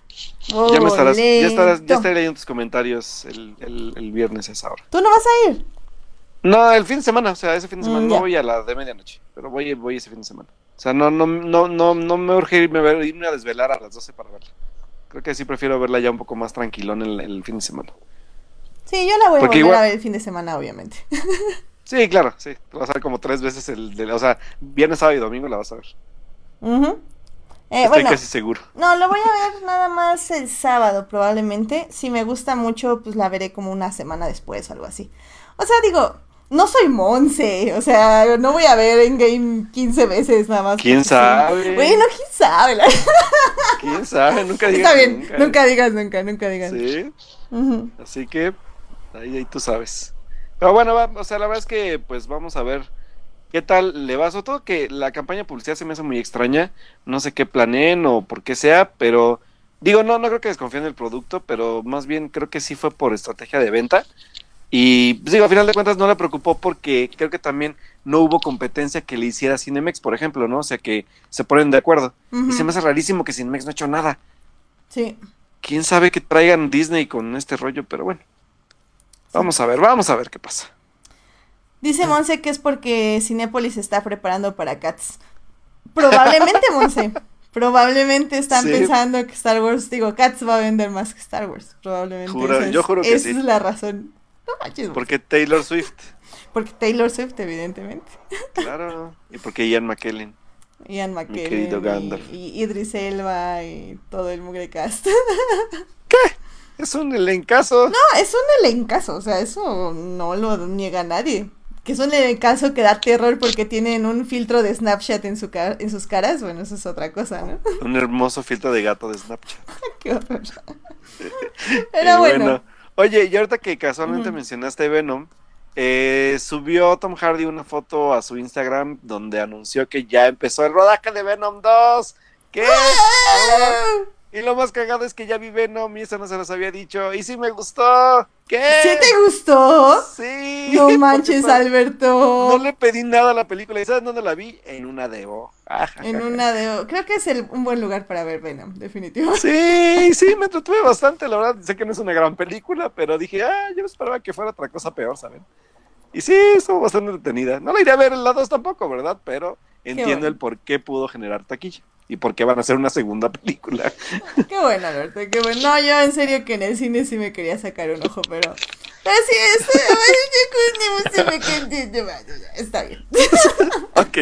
Ya me estarás, ya estarás, ya Boleto. estaré leyendo tus comentarios el, el, el viernes a esa hora. ¿Tú no vas a ir? No, el fin de semana, o sea, ese fin de semana Mm, no ya. voy a la de medianoche, pero voy, voy ese fin de semana. O sea, no, no, no, no, no me urge irme a ver, irme a desvelar a las doce para verla. Creo que sí prefiero verla ya un poco más tranquilón en el, el fin de semana. Sí, yo la voy a Porque volver igual- a ver el fin de semana, obviamente. Sí, claro, sí. Vas a ver como tres veces el, de, o sea, viernes, sábado y domingo la vas a ver. Ujú. Eh, Estoy bueno, casi seguro. no, lo voy a ver nada más el sábado, probablemente. Si me gusta mucho, pues la veré como una semana después o algo así. O sea, digo, no soy Monse, o sea, no voy a ver Endgame quince veces nada más. ¿Quién porque sí. sabe? Bueno, quién sabe. la- ¿Quién sabe? Nunca digas Está bien, nunca. nunca digas nunca, nunca digas. Sí, Ujú. así que ahí, ahí tú sabes. Pero bueno, va, o sea, la verdad es que pues vamos a ver qué tal le va. Sobre todo que la campaña de publicidad se me hace muy extraña. No sé qué planeen o por qué sea, pero digo, no, no creo que desconfíen del producto, pero más bien creo que sí fue por estrategia de venta. Y pues, digo, a final de cuentas no le preocupó porque creo que también no hubo competencia que le hiciera Cinemex, por ejemplo, ¿no? O sea, que se ponen de acuerdo. Ujú. Y se me hace rarísimo que Cinemex no ha hecho nada. Sí. Quién sabe que traigan Disney con este rollo, pero bueno. Vamos a ver, vamos a ver qué pasa. Dice Monse que es porque Cinépolis se está preparando para Cats. Probablemente, Monse. Probablemente están Sí. pensando que Star Wars, digo, Cats va a vender más que Star Wars. Probablemente. Juro- esa es- yo juro que esa sí. es la razón. No manches, Monse. Porque Taylor Swift, Porque Taylor Swift, evidentemente. claro. Y porque Ian McKellen. Ian querido McKellen Gandalf. y, y Idris Elba y todo el mugre cast. Es un elencazo. No, es un elencazo, o sea, eso no lo niega nadie. Que es un elencazo que da terror porque tienen un filtro de Snapchat en, su ca- en sus caras, bueno, eso es otra cosa, ¿no? Un hermoso filtro de gato de Snapchat. Qué horror. Eh, Pero bueno. Oye, y ahorita que casualmente Ujú. mencionaste Venom, eh, subió Tom Hardy una foto a su Instagram donde anunció que ya empezó el rodaje de Venom dos. ¿Qué? ¡Ah! Y lo más cagado es que ya vi Venom y eso no se los había dicho. Y sí me gustó. ¿Qué? ¿Sí te gustó? Sí. No porque manches, no- Alberto. No le pedí nada a la película. ¿Y sabes dónde la vi? En una Devo. En una de... Creo que es el- un buen lugar para ver Venom, definitivo. Sí, sí, me entretuve bastante, la verdad. Sé que no es una gran película, pero dije, ah, yo esperaba que fuera otra cosa peor, ¿saben? Y sí, estuvo bastante entretenida. No la iré a ver en la dos tampoco, ¿verdad? Pero entiendo bueno. el por qué pudo generar taquilla. Y por qué van a hacer una segunda película. Qué bueno, Alberto, qué bueno. No, yo en serio que en el cine sí me quería sacar un ojo, pero... Pero sí, este... Está bien. Ok.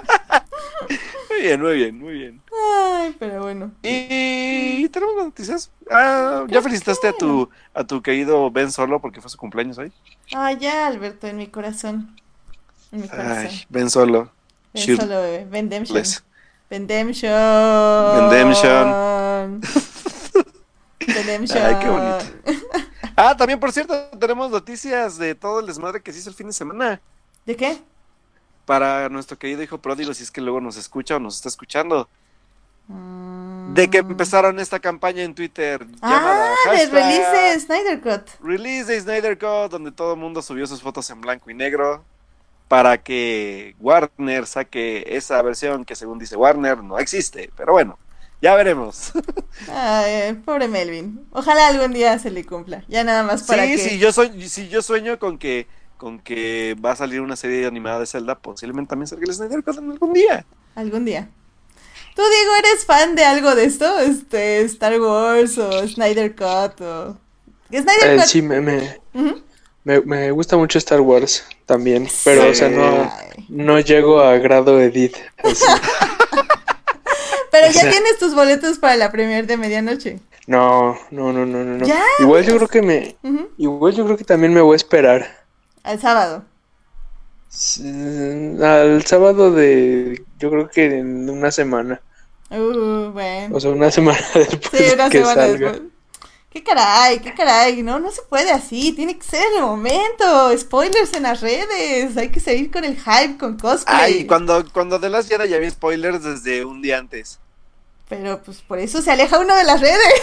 Muy bien, muy bien, muy bien. Ay, pero bueno. Y tenemos más noticias. Ah, ¿ya felicitaste a tu, a tu querido Ben Solo porque fue su cumpleaños hoy? Ah, ya, Alberto, en mi corazón. En mi corazón. Ay, Ben Solo. Ven Shoot. solo, bebé. Vendemption. Bless. Vendemption. Vendemption. Vendemption. Ay, qué bonito. Ah, también, por cierto, tenemos noticias de todo el desmadre que se hizo el fin de semana. ¿De qué? Para nuestro querido hijo pródigo, si es que luego nos escucha o nos está escuchando. Mm. De que empezaron esta campaña en Twitter llamada Ah, de hashtag release de Snyder Cut. Release de Snyder Cut, donde todo el mundo subió sus fotos en blanco y negro para que Warner saque esa versión que según dice Warner no existe. Pero bueno, ya veremos. Ay, pobre Melvin. Ojalá algún día se le cumpla. Ya nada más para Sí, que... sí, yo soy, si yo sueño con que con que va a salir una serie animada de Zelda, posiblemente también salga el Snyder Cut en algún día. Algún día. ¿Tú, Diego, eres fan de algo de esto? Este, Star Wars o Snyder Cut o... Snyder Eh, Cut... sí, me, me, Ujú. me, me gusta mucho Star Wars también, pero Sí. o sea, no, Ay. no llego a grado Edith. Así. Pero o ya sea- tienes tus boletos para la premier de medianoche. No, no, no, no, no, no. Ya, Igual yo creo que me, Ujú. igual yo creo que también me voy a esperar. Al sábado. S- Al sábado de, yo creo que en una semana, Uh, bueno. o sea, una semana después Sí, una de que semana salga. después. Qué caray, qué caray. No, no se puede así. Tiene que ser en el momento. Spoilers en las redes. Hay que seguir con el hype, con cosplay. Ay, cuando, cuando The Last Jedi ya había spoilers desde un día antes. Pero pues por eso se aleja uno de las redes.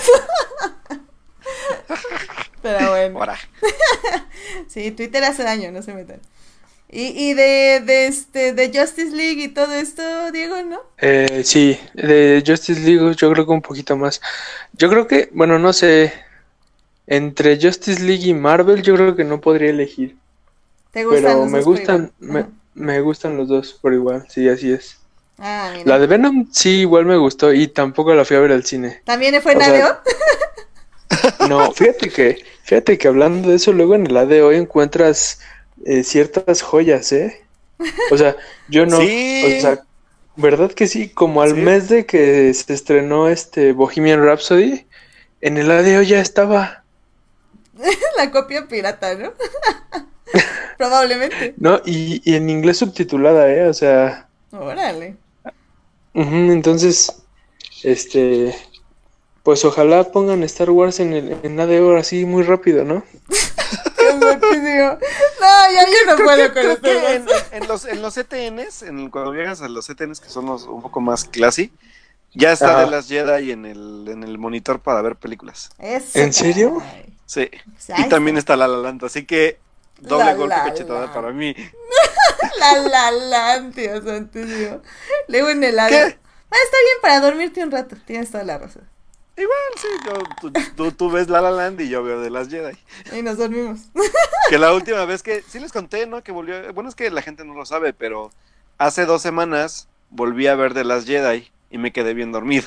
Pero bueno. Ahora. Sí, Twitter hace daño, no se metan. Y, y de, de este, de Justice League y todo esto, Diego, ¿no? Eh, sí, de Justice League yo creo que un poquito más. Yo creo que, bueno, no sé, entre Justice League y Marvel yo creo que no podría elegir. ¿Te gustan Pero los me dos por gustan, igual? me, Ajá. me gustan los dos por igual, sí, así es. Ah, mira. La de Venom sí igual me gustó y tampoco la fui a ver al cine. ¿También fue en O sea, A D O? no, fíjate que, fíjate que hablando de eso, luego en el A D O encuentras eh, ciertas joyas, ¿eh? O sea, yo no, Sí. o sea, ¿verdad que sí? Como al Sí. mes de que se estrenó este Bohemian Rhapsody, en el A D O ya estaba, La copia pirata, ¿no? Probablemente. ¿no? Y, y en inglés subtitulada, ¿eh? O sea, Órale. ujú, entonces, este, pues ojalá pongan Star Wars en el en A D O así muy rápido, ¿no? Dios santísimo. No, ya yo no Creo puedo que, con creo esto. que en, en los, en los C T Ns, en, cuando llegas a los C T Ns que son los un poco más classy, ya está Ajá. de las Jedi en el, en el monitor para ver películas. Eso, ¿En serio? caray. Sí. Pues ahí Y también está. está La La Land, así que doble La golpe La cachetada Land. para mí. La la la, Dios santísimo. Luego en el lado. ¿Qué? Ah, está bien para dormirte un rato. Tienes toda la razón. Igual, sí, yo, tú, tú, tú ves La La Land y yo veo de las Jedi. Y nos dormimos. Que la última vez que, sí les conté, ¿no? Que volvió, bueno, es que la gente no lo sabe, pero hace dos semanas volví a ver de las Jedi y me quedé bien dormido.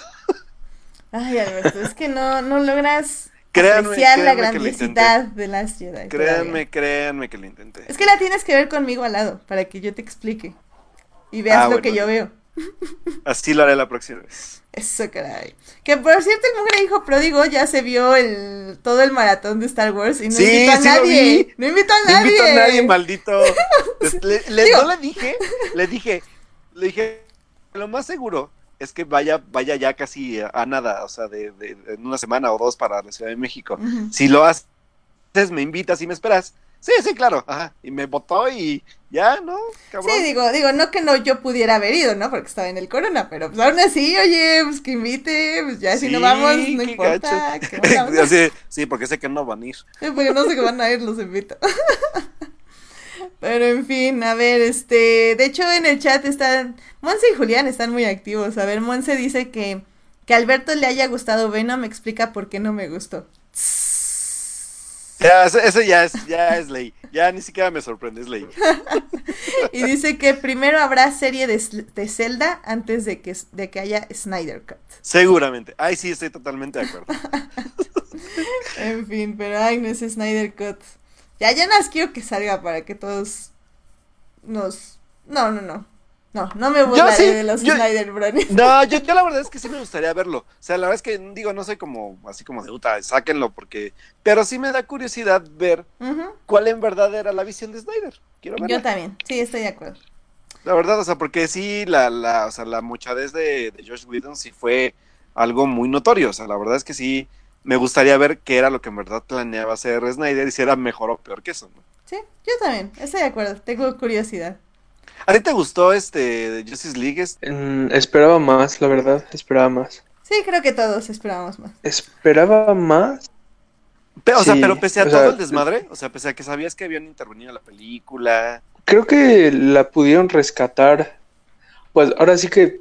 Ay, Alberto, es que no, no logras Créanme, apreciar la créanme que lo grandiosidad de las Jedi. Créanme, todavía. créanme que lo intenté. Es que la tienes que ver conmigo al lado, para que yo te explique. Y veas Ah, lo bueno. que yo veo. Así lo haré la próxima vez. Eso, caray. Que por cierto, el Mugre Hijo Pródigo ya se vio el todo el maratón de Star Wars y no Sí, invitó a sí lo nadie. vi. No invitó a No nadie. invito a nadie, maldito. Le, le- Digo- no le dije, le dije, le dije, lo más seguro es que vaya, vaya ya casi a, a nada, o sea, de, de, de en una semana o dos para la Ciudad de México. Ujú. Si lo haces, me invitas y me esperas. Sí, sí, claro. Ajá. Y me votó y ya, ¿no? Cabrón. Sí, digo, digo, no que no yo pudiera haber ido, ¿no? Porque estaba en el corona, pero pues aún así, oye, pues que invite, pues ya si no Sí, vamos, no qué importa. gacho. Que vamos. Así, sí, porque sé que no van a ir. Sí, porque no sé que van a ir, los invito. Pero en fin, a ver, este, de hecho en el chat están, Monse y Julián están muy activos. A ver, Monse dice que que a Alberto le haya gustado Venom, me explica por qué no me gustó. Ya, eso, eso ya es, ya es ley. Ya ni siquiera me sorprende, es ley. Y dice que primero habrá serie de, de Zelda antes de que, de que haya Snyder Cut. Seguramente. Ay, sí, estoy totalmente de acuerdo. En fin, pero ay, no es Snyder Cut. Ya, ya no las quiero que salga para que todos nos... No, no, no. No, no me burlaré sí, de los yo- Snyder Bronies. No, yo, yo la verdad es que sí me gustaría verlo. O sea, la verdad es que, digo, no soy como, así como de Uta, sáquenlo porque... Pero sí me da curiosidad ver Ujú. cuál en verdad era la visión de Snyder. Quiero verla. Yo también, sí, estoy de acuerdo. La verdad, o sea, porque sí, la, la, o sea, la muchadez de, de Josh Whedon sí fue algo muy notorio. O sea, la verdad es que sí me gustaría ver qué era lo que en verdad planeaba hacer Snyder y si era mejor o peor que eso, ¿no? Sí, yo también, estoy de acuerdo, tengo curiosidad. ¿A ti te gustó este de Justice League? Este? Mm, esperaba más, la verdad, esperaba más. Sí, creo que todos esperábamos más. Esperaba más. Pe- o sea, Sí, pero pese a o todo sea, el desmadre, o sea, pese a que sabías que habían intervenido en la película. Creo que la pudieron rescatar. Pues ahora sí que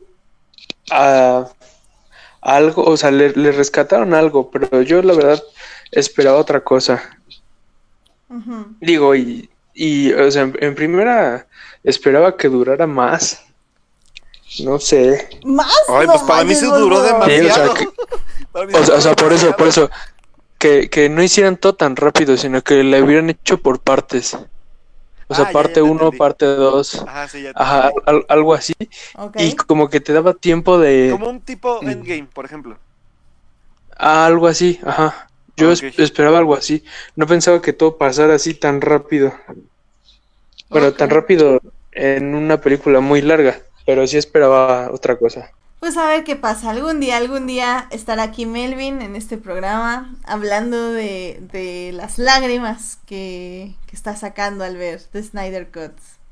a algo, o sea, le, le rescataron algo, pero yo la verdad esperaba otra cosa. Ujú. Digo, y, y o sea, en, en primera esperaba que durara más. No sé. ¿Más? Ay, No pues para mí sí manches, duró no. demasiado. Sí, o sea, Para mí O sí sea, o duró sea, por eso, demasiado. por eso, que, que no hicieran todo tan rápido, sino que la hubieran hecho por partes. O sea, Ah, ya, ya parte te uno, entendí. parte dos, Ajá, sí, ya te ajá, entendí. al- algo así. Ok. Y como que te daba tiempo de... Como un tipo Mm. Endgame, por ejemplo. Ah, algo así, ajá. Yo es- Ok. esperaba algo así. No pensaba que todo pasara así tan rápido. Bueno, Ok. tan rápido en una película muy larga. Pero sí esperaba otra cosa. Pues a ver qué pasa. Algún día, algún día estará aquí Melvin en este programa hablando de, de las lágrimas que, que está sacando al ver The Snyder Cut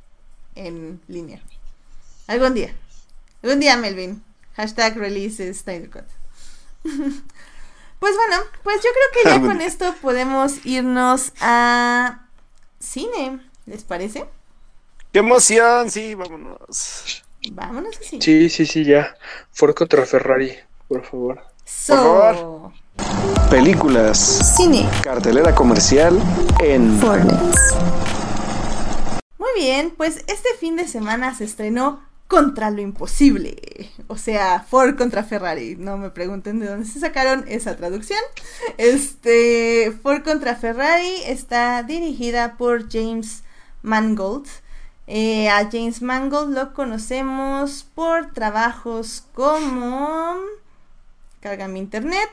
en línea. Algún día. Algún día, Melvin. Hashtag release Snyder Cut. Pues bueno, pues yo creo que ya Algún con día. esto podemos irnos a cine. ¿Les parece? ¡Qué emoción! Sí, vámonos. Vámonos así. Sí, sí, sí, ya. Ford contra Ferrari, por favor. So, Por favor. Películas. Cine. Cartelera comercial en Fornex. Muy bien, pues este fin de semana se estrenó Contra lo Imposible, o sea, Ford contra Ferrari. No me pregunten de dónde se sacaron esa traducción. Este, Ford contra Ferrari está dirigida por James Mangold. Eh, a James Mangold lo conocemos por trabajos como Carga mi internet.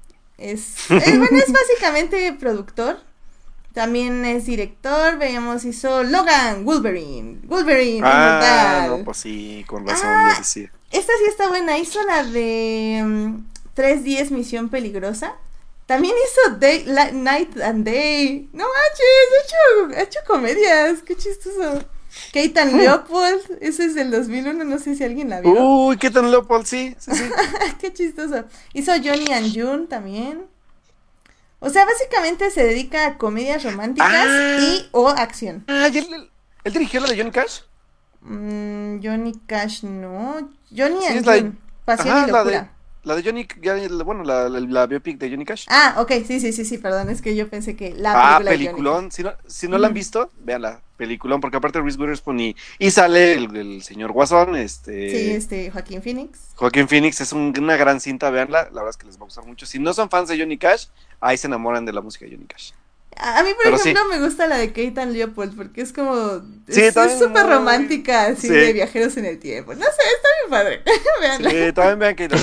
Es, eh, bueno, es básicamente productor. También es director. Veamos, hizo Logan, Wolverine. Wolverine, Ah, inmortal. no, pues sí, con razón, Ah, ya decía. Esta sí está buena. Hizo la de um, tres diez Misión Peligrosa. También hizo Day, la, Night and Day. No manches, ha hecho, ha hecho comedias. Qué chistoso. Keitan Leopold, ese es del dos mil uno, no sé si alguien la vio. Uy, ¿qué tan Leopold? Sí, sí, sí. Qué chistoso. Hizo Johnny and June también. O sea, básicamente se dedica a comedias románticas Ah. y o acción. Ah, ¿y él, él dirigió la de Johnny Cash? Mm, Johnny Cash no. Johnny Sí, and es la de- June, Pasión Ajá, y la Locura. de, la de Johnny, ya, bueno, la, la, la biopic de Johnny Cash. Ah, ok, sí, sí, sí, sí, perdón, es que yo pensé que la Ah, película de Johnny peliculón. Si no, si no Ujú. la han visto, véanla. Peliculón, porque aparte Reese Witherspoon y, y sale el, el señor Guasón, este... Cash. Sí, este, Joaquín Phoenix. Joaquín Phoenix, es un- una gran cinta, véanla. La verdad es que les va a gustar mucho. Si no son fans de Johnny Cash, ahí se enamoran de la música de Johnny Cash. A a mí, por Pero ejemplo, sí. me gusta la de Keitan Leopold porque es como. Sí, Es también es súper muy- romántica, así sí. de viajeros en el tiempo. No sé, está bien padre. Veanla. Sí, también vean que...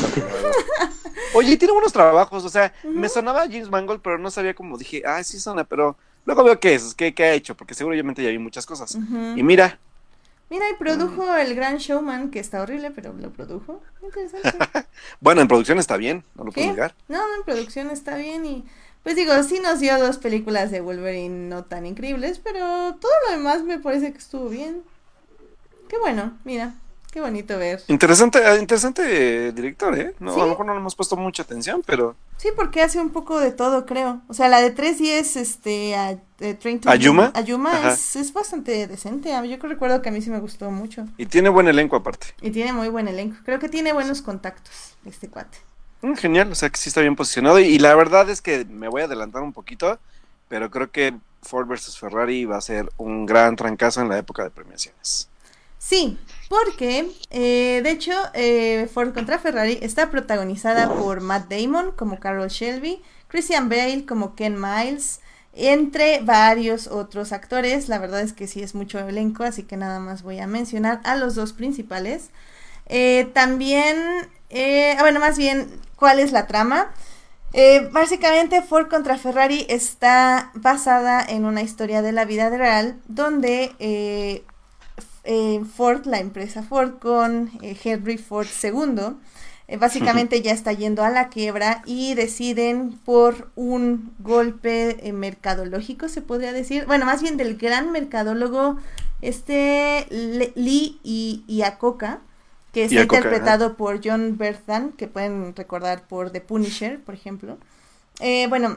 Oye, y tiene buenos trabajos, o sea, Ujú. me sonaba James Mangold, pero no sabía cómo dije, ah, sí suena, pero luego veo qué es, qué, qué ha hecho, porque seguramente ya vi muchas cosas. Ujú. Y mira, Mira, y produjo El Gran Showman, que está horrible, pero lo produjo. Interesante. bueno, en producción está bien, no lo puedo ¿Qué? negar. No, en producción está bien y. Pues digo, sí nos dio dos películas de Wolverine no tan increíbles, pero todo lo demás me parece que estuvo bien. Qué bueno, mira, qué bonito ver. Interesante, eh, interesante eh, director, ¿eh? No, Sí. a lo mejor no le hemos puesto mucha atención, pero... Sí, porque hace un poco de todo, creo. O sea, la de tres diez, este, a, de Train to ¿Ayuma? Ayuma Ajá. es, es bastante decente. A- Yo que recuerdo que a mí sí me gustó mucho. Y tiene buen elenco aparte. Y tiene muy buen elenco. Creo que tiene buenos contactos, este cuate. Mm, genial, o sea que sí está bien posicionado. Y, y la verdad es que me voy a adelantar un poquito, pero creo que Ford versus Ferrari va a ser un gran trancazo en la época de premiaciones. Sí, porque, eh, de hecho, eh, Ford contra Ferrari está protagonizada por Matt Damon como Carroll Shelby, Christian Bale como Ken Miles, entre varios otros actores. La verdad es que sí es mucho elenco, así que nada más voy a mencionar a los dos principales. Eh, también, eh, bueno, más bien, ¿cuál es la trama? Eh, básicamente Ford contra Ferrari está basada en una historia de la vida real donde eh, eh, Ford, la empresa Ford con eh, Henry Ford segundo, eh, básicamente ya está yendo a la quiebra y deciden por un golpe eh, mercadológico, se podría decir, bueno, más bien del gran mercadólogo este Le- Lee y Iacocca, que está Iacocca, interpretado ajá. por John Berthan, que pueden recordar por The Punisher, por ejemplo. Eh, bueno,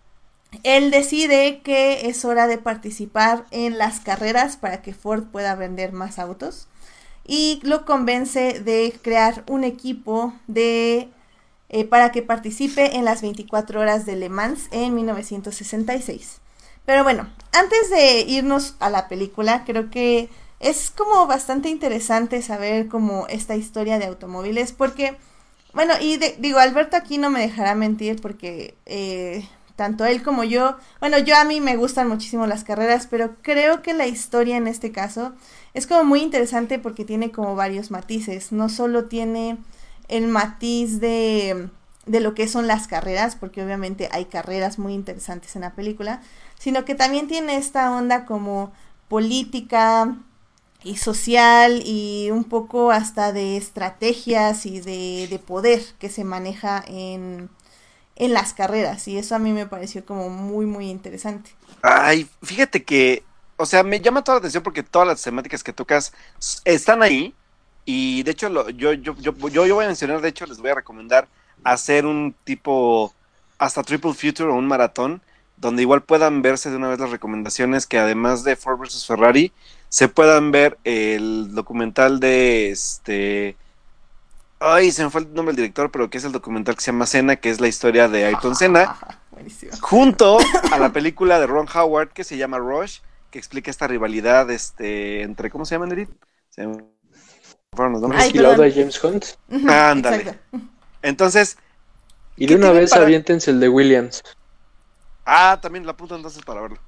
él decide que es hora de participar en las carreras para que Ford pueda vender más autos y lo convence de crear un equipo de eh, para que participe en las veinticuatro horas de Le Mans en mil novecientos sesenta y seis. Pero bueno, antes de irnos a la película, creo que es como bastante interesante saber como esta historia de automóviles porque, bueno, y de, digo, Alberto aquí no me dejará mentir porque eh, tanto él como yo, bueno, yo a mí me gustan muchísimo las carreras, pero creo que la historia en este caso es como muy interesante porque tiene como varios matices, no solo tiene el matiz de, de lo que son las carreras, porque obviamente hay carreras muy interesantes en la película, sino que también tiene esta onda como política y social y un poco hasta de estrategias y de, de poder que se maneja en, en las carreras, y eso a mí me pareció como muy muy interesante. Ay, fíjate que, o sea, me llama toda la atención porque todas las temáticas que tocas s- están ahí y de hecho lo, yo, yo, yo, yo, yo voy a mencionar, de hecho les voy a recomendar hacer un tipo hasta Triple Future o un maratón donde igual puedan verse de una vez las recomendaciones que además de Ford versus Ferrari se puedan ver el documental de este... Ay, se me fue el nombre del director, pero que es el documental que se llama Senna, que es la historia de Ayrton Senna, junto a la película de Ron Howard que se llama Rush, que explica esta rivalidad este entre, ¿cómo se llama, Nerit? Se me fueron los nombres. ¿Y de James Hunt? Uh-huh, ándale. Exacto. Entonces... Y de una vez para... aviéntense el de Williams. Ah, también la apunto entonces para verlo.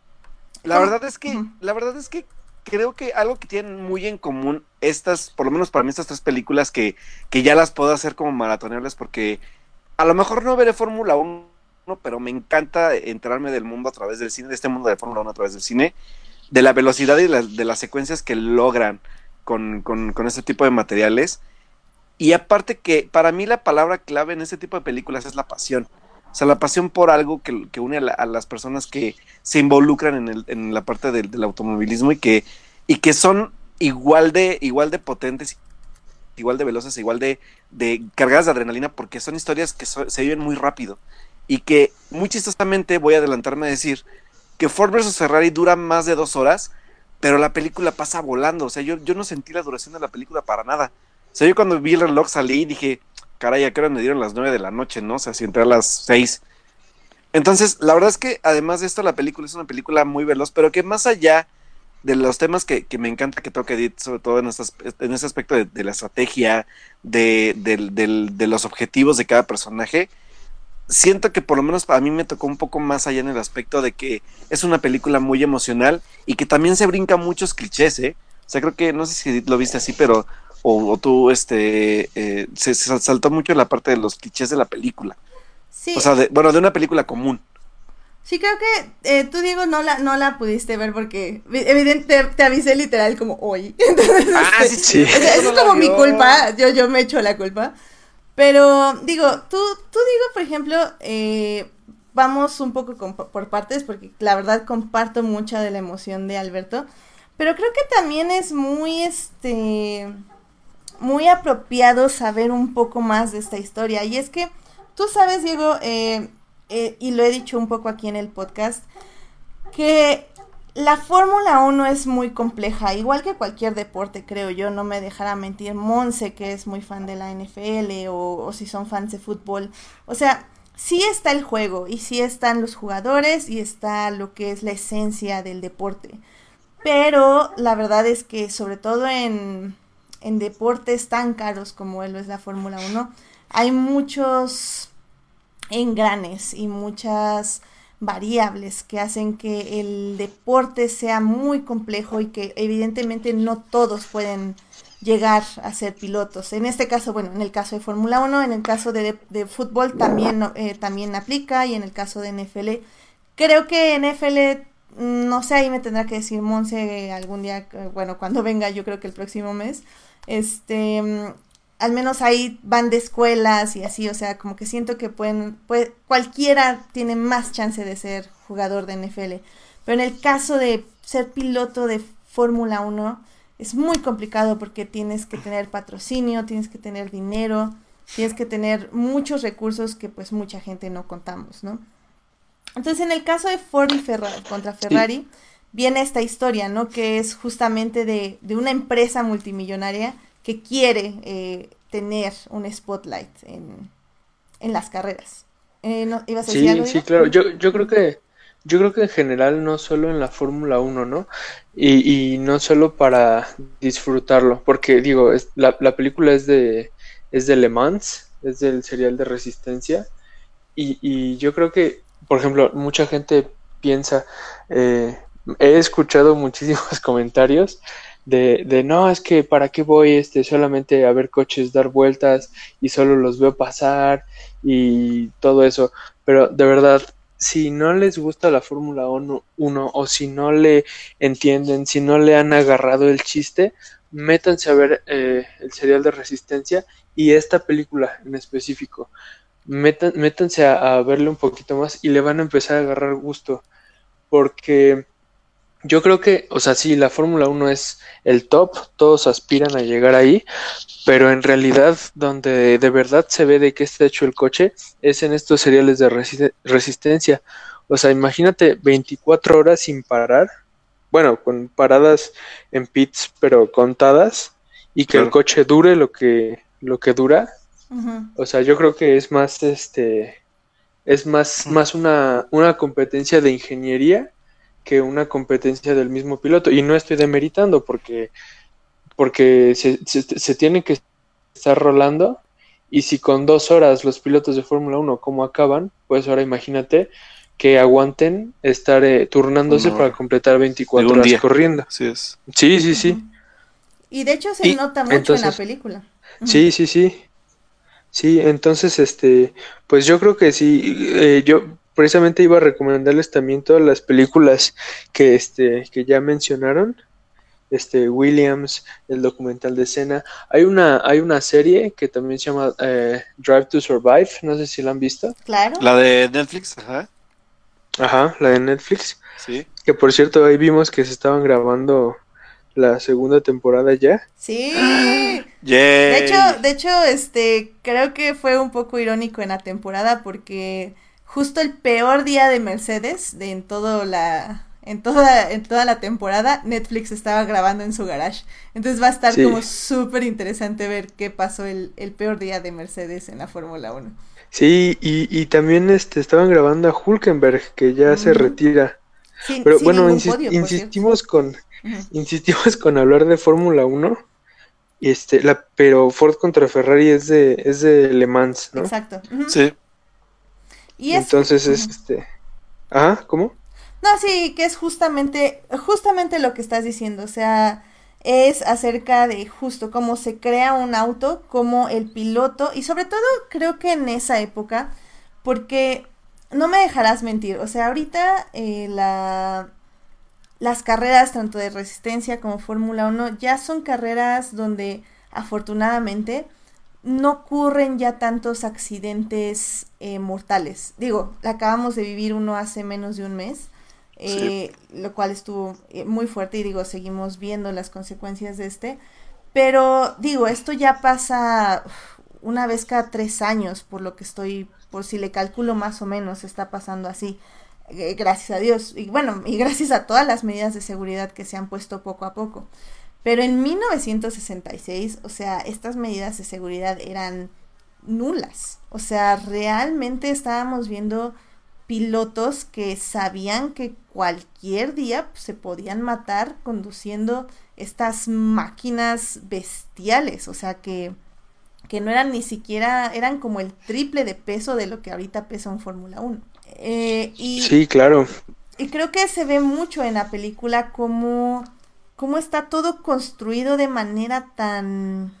La ¿Cómo? verdad es que, uh-huh. la verdad es que creo que algo que tienen muy en común estas, por lo menos para mí, estas tres películas que, que ya las puedo hacer como maratoneables, porque a lo mejor no veré Fórmula uno, pero me encanta enterarme del mundo a través del cine, de este mundo de Fórmula uno a través del cine, de la velocidad y la, de las secuencias que logran con, con, con este tipo de materiales. Y aparte que para mí la palabra clave en este tipo de películas es la pasión. O sea, la pasión por algo que, que une a, la, a las personas que se involucran en, el, en la parte del, del automovilismo y que, y que son igual de, igual de potentes, igual de veloces, igual de, de cargadas de adrenalina, porque son historias que so, se viven muy rápido. Y que muy chistosamente voy a adelantarme a decir que Ford versus Ferrari dura más de dos horas, pero la película pasa volando. O sea, yo, yo no sentí la duración de la película para nada. O sea, yo cuando vi el reloj salí y dije... Caray, ¿a qué hora me dieron las nueve de la noche, no? O sea, si entré a las seis. Entonces, la verdad es que, además de esto, la película es una película muy veloz, pero que más allá de los temas que, que me encanta que toque Edith, sobre todo en, estas, en ese aspecto de, de la estrategia, de, de, de, de los objetivos de cada personaje, siento que por lo menos para mí me tocó un poco más allá en el aspecto de que es una película muy emocional y que también se brinca muchos clichés, ¿eh? O sea, creo que, no sé si Edith lo viste así, pero... O, o tú, este, eh, se, se saltó mucho la parte de los clichés de la película. Sí. O sea, de, bueno, de una película común. Sí, creo que eh, tú, Diego, no la, no la pudiste ver porque, evidente, te, te avisé literal como hoy. Entonces, ah, sí, sí. O sea, es no como mi culpa, yo, yo me echo la culpa. Pero, digo, tú, tú Diego, por ejemplo, eh, vamos un poco con, por partes, porque la verdad comparto mucha de la emoción de Alberto. Pero creo que también es muy, este... muy apropiado saber un poco más de esta historia, y es que tú sabes, Diego, eh, eh, y lo he dicho un poco aquí en el podcast, que la Fórmula uno es muy compleja, igual que cualquier deporte, creo yo, no me dejará mentir Monse, que es muy fan de la N F L, o, o si son fans de fútbol, o sea, sí está el juego, y sí están los jugadores, y está lo que es la esencia del deporte, pero la verdad es que sobre todo en... en deportes tan caros como lo es la Fórmula uno, hay muchos engranes y muchas variables que hacen que el deporte sea muy complejo y que evidentemente no todos pueden llegar a ser pilotos. En este caso, bueno, en el caso de Fórmula uno, en el caso de, de, de fútbol también, eh, también aplica, y en el caso de N F L, creo que N F L, no sé, ahí me tendrá que decir Monse algún día, bueno, cuando venga, yo creo que el próximo mes, este, al menos ahí van de escuelas y así, o sea, como que siento que pueden, puede, cualquiera tiene más chance de ser jugador de N F L, pero en el caso de ser piloto de Fórmula uno es muy complicado porque tienes que tener patrocinio, tienes que tener dinero, tienes que tener muchos recursos que pues mucha gente no contamos, ¿no? Entonces, en el caso de Ford y Ferrari, contra Ferrari, sí, viene esta historia, ¿no? Que es justamente de, de una empresa multimillonaria que quiere eh, tener un spotlight en, en las carreras. Eh, ¿no? ¿Ibas a decir sí, algo? Sí, claro. Yo, yo creo que yo creo que en general no solo en la Fórmula uno, ¿no? Y, y no solo para disfrutarlo, porque digo, es, la, la película es de es de Le Mans, es del serial de Resistencia, y, y yo creo que, por ejemplo, mucha gente piensa, eh, he escuchado muchísimos comentarios de, de no, es que para qué voy este solamente a ver coches dar vueltas y solo los veo pasar y todo eso, pero de verdad, si no les gusta la Fórmula uno o si no le entienden, si no le han agarrado el chiste, métanse a ver eh, el serial de Resistencia y esta película en específico. Metan, métanse a, a verle un poquito más y le van a empezar a agarrar gusto, porque yo creo que, o sea, sí, la Fórmula uno es el top, todos aspiran a llegar ahí, pero en realidad donde de verdad se ve de qué está hecho el coche es en estos seriales de resist- resistencia. O sea, imagínate veinticuatro horas sin parar bueno, con paradas en pits, pero contadas, y que Claro. el coche dure lo que, lo que dura. Ujú. O sea, yo creo que es más, este, es más, más una, una competencia de ingeniería que una competencia del mismo piloto. Y no estoy demeritando porque, porque se, se, se tiene que estar rolando. Y si con dos horas los pilotos de Fórmula uno cómo acaban, pues ahora imagínate que aguanten estar eh, turnándose Una para hora. completar veinticuatro De un horas día. corriendo. Así es. Sí, sí, sí. Ujú. Y de hecho se Y nota mucho en la entonces, película. Ujú. sí, sí, sí. Sí, entonces, este, pues yo creo que sí, eh, yo precisamente iba a recomendarles también todas las películas que, este, que ya mencionaron, este, Williams, el documental de Senna. Hay una, hay una serie que también se llama eh, Drive to Survive, no sé si la han visto. Claro. La de Netflix, ajá, Ajá, la de Netflix. sí. Que por cierto, ahí vimos que se estaban grabando la segunda temporada ya. Sí. De hecho, Yay. de hecho, este, creo que fue un poco irónico en la temporada porque justo el peor día de Mercedes de en todo la en toda en toda la temporada Netflix estaba grabando en su garage. Entonces va a estar Sí. como súper interesante ver qué pasó el, el peor día de Mercedes en la Fórmula uno. Sí, y, y también este, estaban grabando a Hulkenberg, que ya se Ujú. retira. Sin, Pero sin bueno, ningún insis- podio, por cierto. insistimos con, Ujú. insistimos con hablar de Fórmula uno, este, la, pero Ford contra Ferrari es de, es de Le Mans, ¿no? Exacto. Ujú. Sí. Y es Entonces es ujú. este, ah, ¿cómo? No, sí, que es justamente, justamente lo que estás diciendo, o sea, es acerca de justo cómo se crea un auto, cómo el piloto, y sobre todo creo que en esa época, porque no me dejarás mentir, o sea, ahorita eh, la, las carreras tanto de resistencia como Fórmula uno ya son carreras donde afortunadamente no ocurren ya tantos accidentes eh, mortales. Digo, acabamos de vivir uno hace menos de un mes, Sí. eh, lo cual estuvo eh, muy fuerte y digo, seguimos viendo las consecuencias de este. Pero digo, esto ya pasa uf, una vez cada tres años, por lo que estoy, por si le calculo más o menos, está pasando así. Eh, gracias a Dios. Y bueno, y gracias a todas las medidas de seguridad que se han puesto poco a poco. Pero en mil novecientos sesenta y seis, o sea, estas medidas de seguridad eran nulas. O sea, realmente estábamos viendo pilotos que sabían que cualquier día pues, se podían matar conduciendo estas máquinas bestiales. O sea, que, que no eran ni siquiera, eran como el triple de peso de lo que ahorita pesa un Fórmula uno. Eh, y, Sí, claro. y creo que se ve mucho en la película como cómo está todo construido de manera tan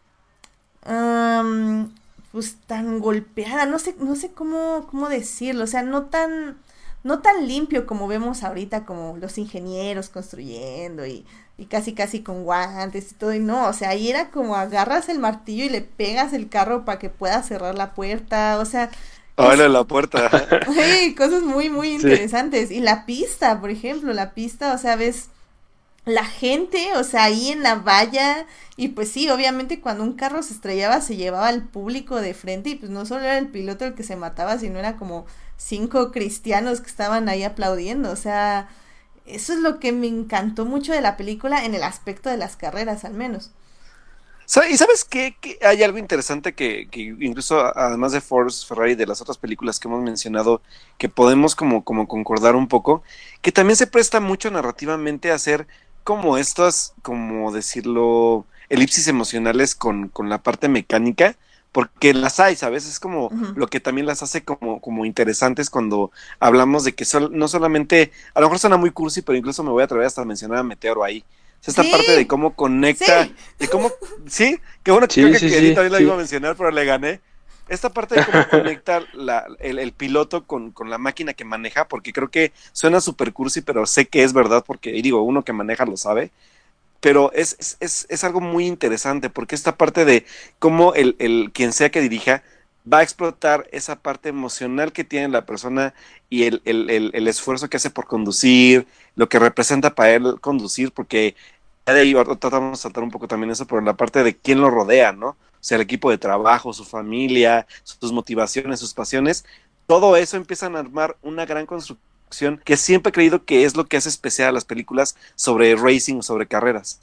um, pues tan golpeada, no sé, no sé cómo, cómo decirlo, o sea, no tan, no tan limpio como vemos ahorita, como los ingenieros construyendo y, y casi casi con guantes y todo, y no, o sea, ahí era como agarras el martillo y le pegas el carro para que pueda cerrar la puerta, o sea, Ahora cos- la puerta. hey, cosas muy, muy Sí. interesantes. Y la pista, por ejemplo, la pista, o sea, ves la gente, o sea, ahí en la valla, y pues sí, obviamente cuando un carro se estrellaba se llevaba al público de frente y pues no solo era el piloto el que se mataba, sino era como cinco cristianos que estaban ahí aplaudiendo, o sea, eso es lo que me encantó mucho de la película en el aspecto de las carreras al menos. Sa- ¿Y sabes qué? Que hay algo interesante que, que incluso a- además de Ford, Ferrari, de las otras películas que hemos mencionado, que podemos como, como concordar un poco, que también se presta mucho narrativamente a hacer como estas, como decirlo, elipsis emocionales con, con la parte mecánica, porque las hay, ¿sabes? Es como Ujú. lo que también las hace como, como interesantes cuando hablamos de que sol- no solamente, a lo mejor suena muy cursi, pero incluso me voy a atrever hasta a mencionar a Meteoro ahí. Es esta parte de Sí, cómo conecta, sí, de cómo, sí, qué bueno que creo Sí, que sí, Kelly sí, también la sí. iba a mencionar, pero le gané. Esta parte de cómo conecta la, el, el piloto con, con la máquina que maneja, porque creo que suena super cursi, pero sé que es verdad, porque y digo, uno que maneja lo sabe, pero es, es, es, es algo muy interesante, porque esta parte de cómo el, el quien sea que dirija va a explotar esa parte emocional que tiene la persona y el, el, el, el esfuerzo que hace por conducir, lo que representa para él conducir, porque ya de ahí ahora tratamos de saltar un poco también eso por la parte de quién lo rodea, ¿no? O sea, el equipo de trabajo, su familia, sus motivaciones, sus pasiones, todo eso empiezan a armar una gran construcción conexiones que siempre he creído que es lo que hace especial a las películas sobre racing o sobre carreras.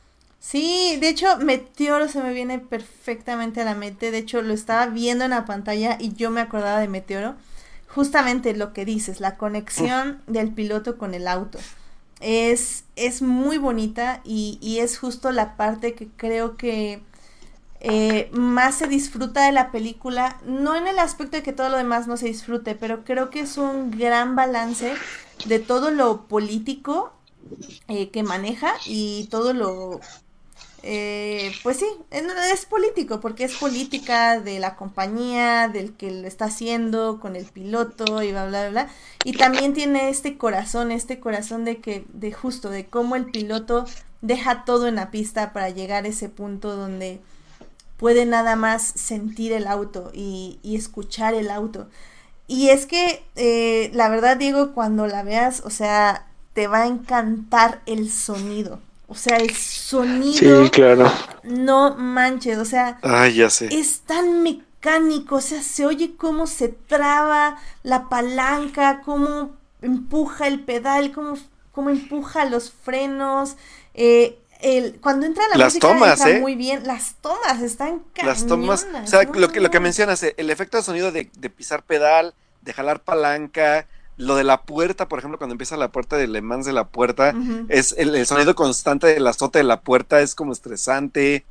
Sí, de hecho, Meteoro se me viene perfectamente a la mente. De hecho, lo estaba viendo en la pantalla y yo me acordaba de Meteoro. Justamente lo que dices, la conexión Uf. del piloto con el auto. Es, es muy bonita y, y es justo la parte que creo que eh, más se disfruta de la película. No en el aspecto de que todo lo demás no se disfrute, pero creo que es un gran balance de todo lo político eh, que maneja y todo lo... Eh, pues sí, es político, porque es política de la compañía, del que lo está haciendo, con el piloto y bla, bla, bla. Y también tiene este corazón, este corazón de que, de justo, de cómo el piloto deja todo en la pista para llegar a ese punto donde puede nada más sentir el auto y, y escuchar el auto. Y es que, eh, la verdad, Diego, cuando la veas, o sea, te va a encantar el sonido. O sea, el sonido, sí, claro. No manches, o sea, Ay, ya sé. Es tan mecánico, o sea, se oye cómo se traba la palanca, cómo empuja el pedal, cómo, cómo empuja los frenos, eh, el, cuando entra la las música tomas, entra ¿eh? muy bien, las tomas están cañonas. Las tomas, o sea, no, lo que, no. lo que mencionas, el efecto de sonido de, de pisar pedal, de jalar palanca, lo de la puerta, por ejemplo, cuando empieza la puerta de Le Mans de la puerta, uh-huh. es el, el sonido constante del azote de la puerta, es como estresante.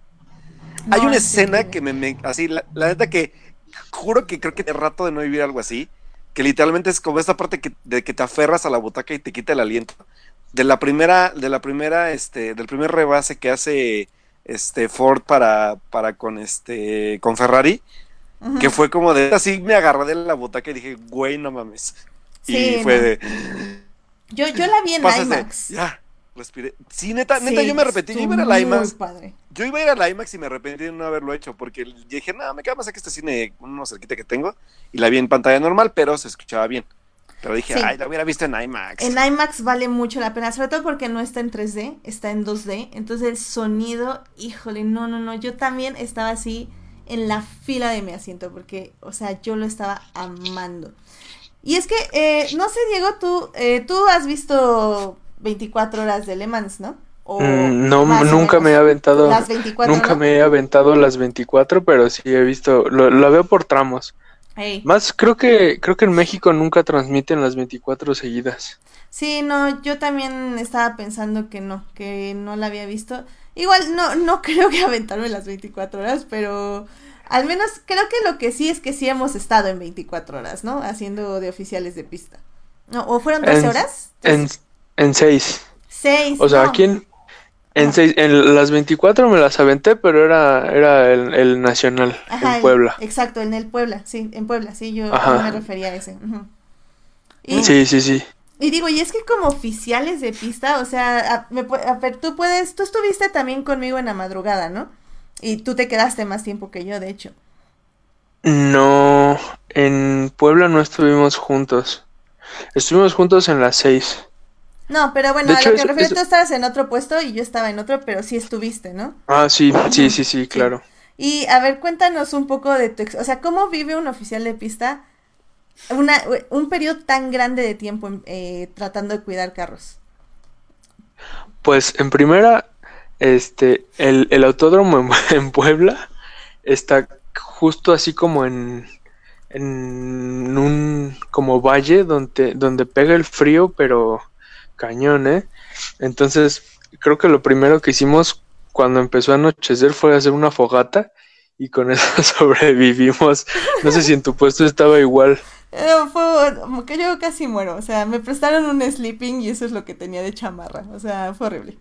No, Hay una escena sí, que me, me así, la, la neta que juro que creo que de rato de no vivir algo así, que literalmente es como esta parte que, de que te aferras a la butaca y te quita el aliento. De la primera, de la primera, este, del primer rebase que hace este Ford para, para con este, con Ferrari, uh-huh. que fue como de, así me agarré de la butaca y dije, güey, no mames. Sí, y fue no. de... Yo, yo la vi en IMAX. De, ya, respiré. Sí, neta, sí, neta, yo me arrepentí. Yo iba a ir a la IMAX. Padre. Yo iba a ir a la IMAX y me arrepentí de no haberlo hecho, porque dije, nada, me queda más aquí este cine, uno cerquita que tengo, y la vi en pantalla normal, pero se escuchaba bien. Pero dije, sí. ay, la hubiera visto en IMAX. En IMAX vale mucho la pena, sobre todo porque no está en tres D, está en dos D. Entonces el sonido, híjole, no, no, no. Yo también estaba así en la fila de mi asiento, porque, o sea, yo lo estaba amando. Y es que, eh, no sé, Diego, tú, eh, tú has visto veinticuatro horas de Le Mans, ¿no? O mm, no, nunca me he aventado. Las veinticuatro, nunca ¿no? me he aventado las veinticuatro, pero sí he visto, lo, lo veo por tramos. Hey. Más creo que creo que en México nunca transmiten las veinticuatro seguidas. Sí, no, yo también estaba pensando que no, que no la había visto. Igual no no creo que aventarme las veinticuatro horas, pero al menos creo que lo que sí es que sí hemos estado en veinticuatro horas, ¿no? Haciendo de oficiales de pista. No, ¿o fueron doce horas? En, en seis. Seis. O sea, no. aquí en, en, seis, en las veinticuatro me las aventé, pero era era el, el nacional, Ajá, en Puebla. El, exacto, en el Puebla, sí, en Puebla, sí, yo, yo me refería a ese. Uh-huh. Y, sí, sí, sí. Y digo, y es que como oficiales de pista, o sea, a, me, a ver, tú puedes, tú estuviste también conmigo en la madrugada, ¿no? Y tú te quedaste más tiempo que yo, de hecho. No, en Puebla no estuvimos juntos. Estuvimos juntos en las seis. No, pero bueno, de a hecho, lo que eso, refiero, eso... tú estabas en otro puesto y yo estaba en otro, pero sí estuviste, ¿no? Ah, sí, sí, sí, sí, claro. Y a ver, cuéntanos un poco de tu, o sea, ¿cómo vive un oficial de pista una, un periodo tan grande de tiempo eh, tratando de cuidar carros? Pues en primera, este, el, el autódromo en, en Puebla está justo así como en, en un como valle donde, donde pega el frío, pero cañón, ¿eh? Entonces, creo que lo primero que hicimos cuando empezó a anochecer fue hacer una fogata y con eso sobrevivimos. No sé si en tu puesto estaba igual. Eh, fue que yo casi muero, o sea, me prestaron un sleeping y eso es lo que tenía de chamarra, o sea, fue horrible.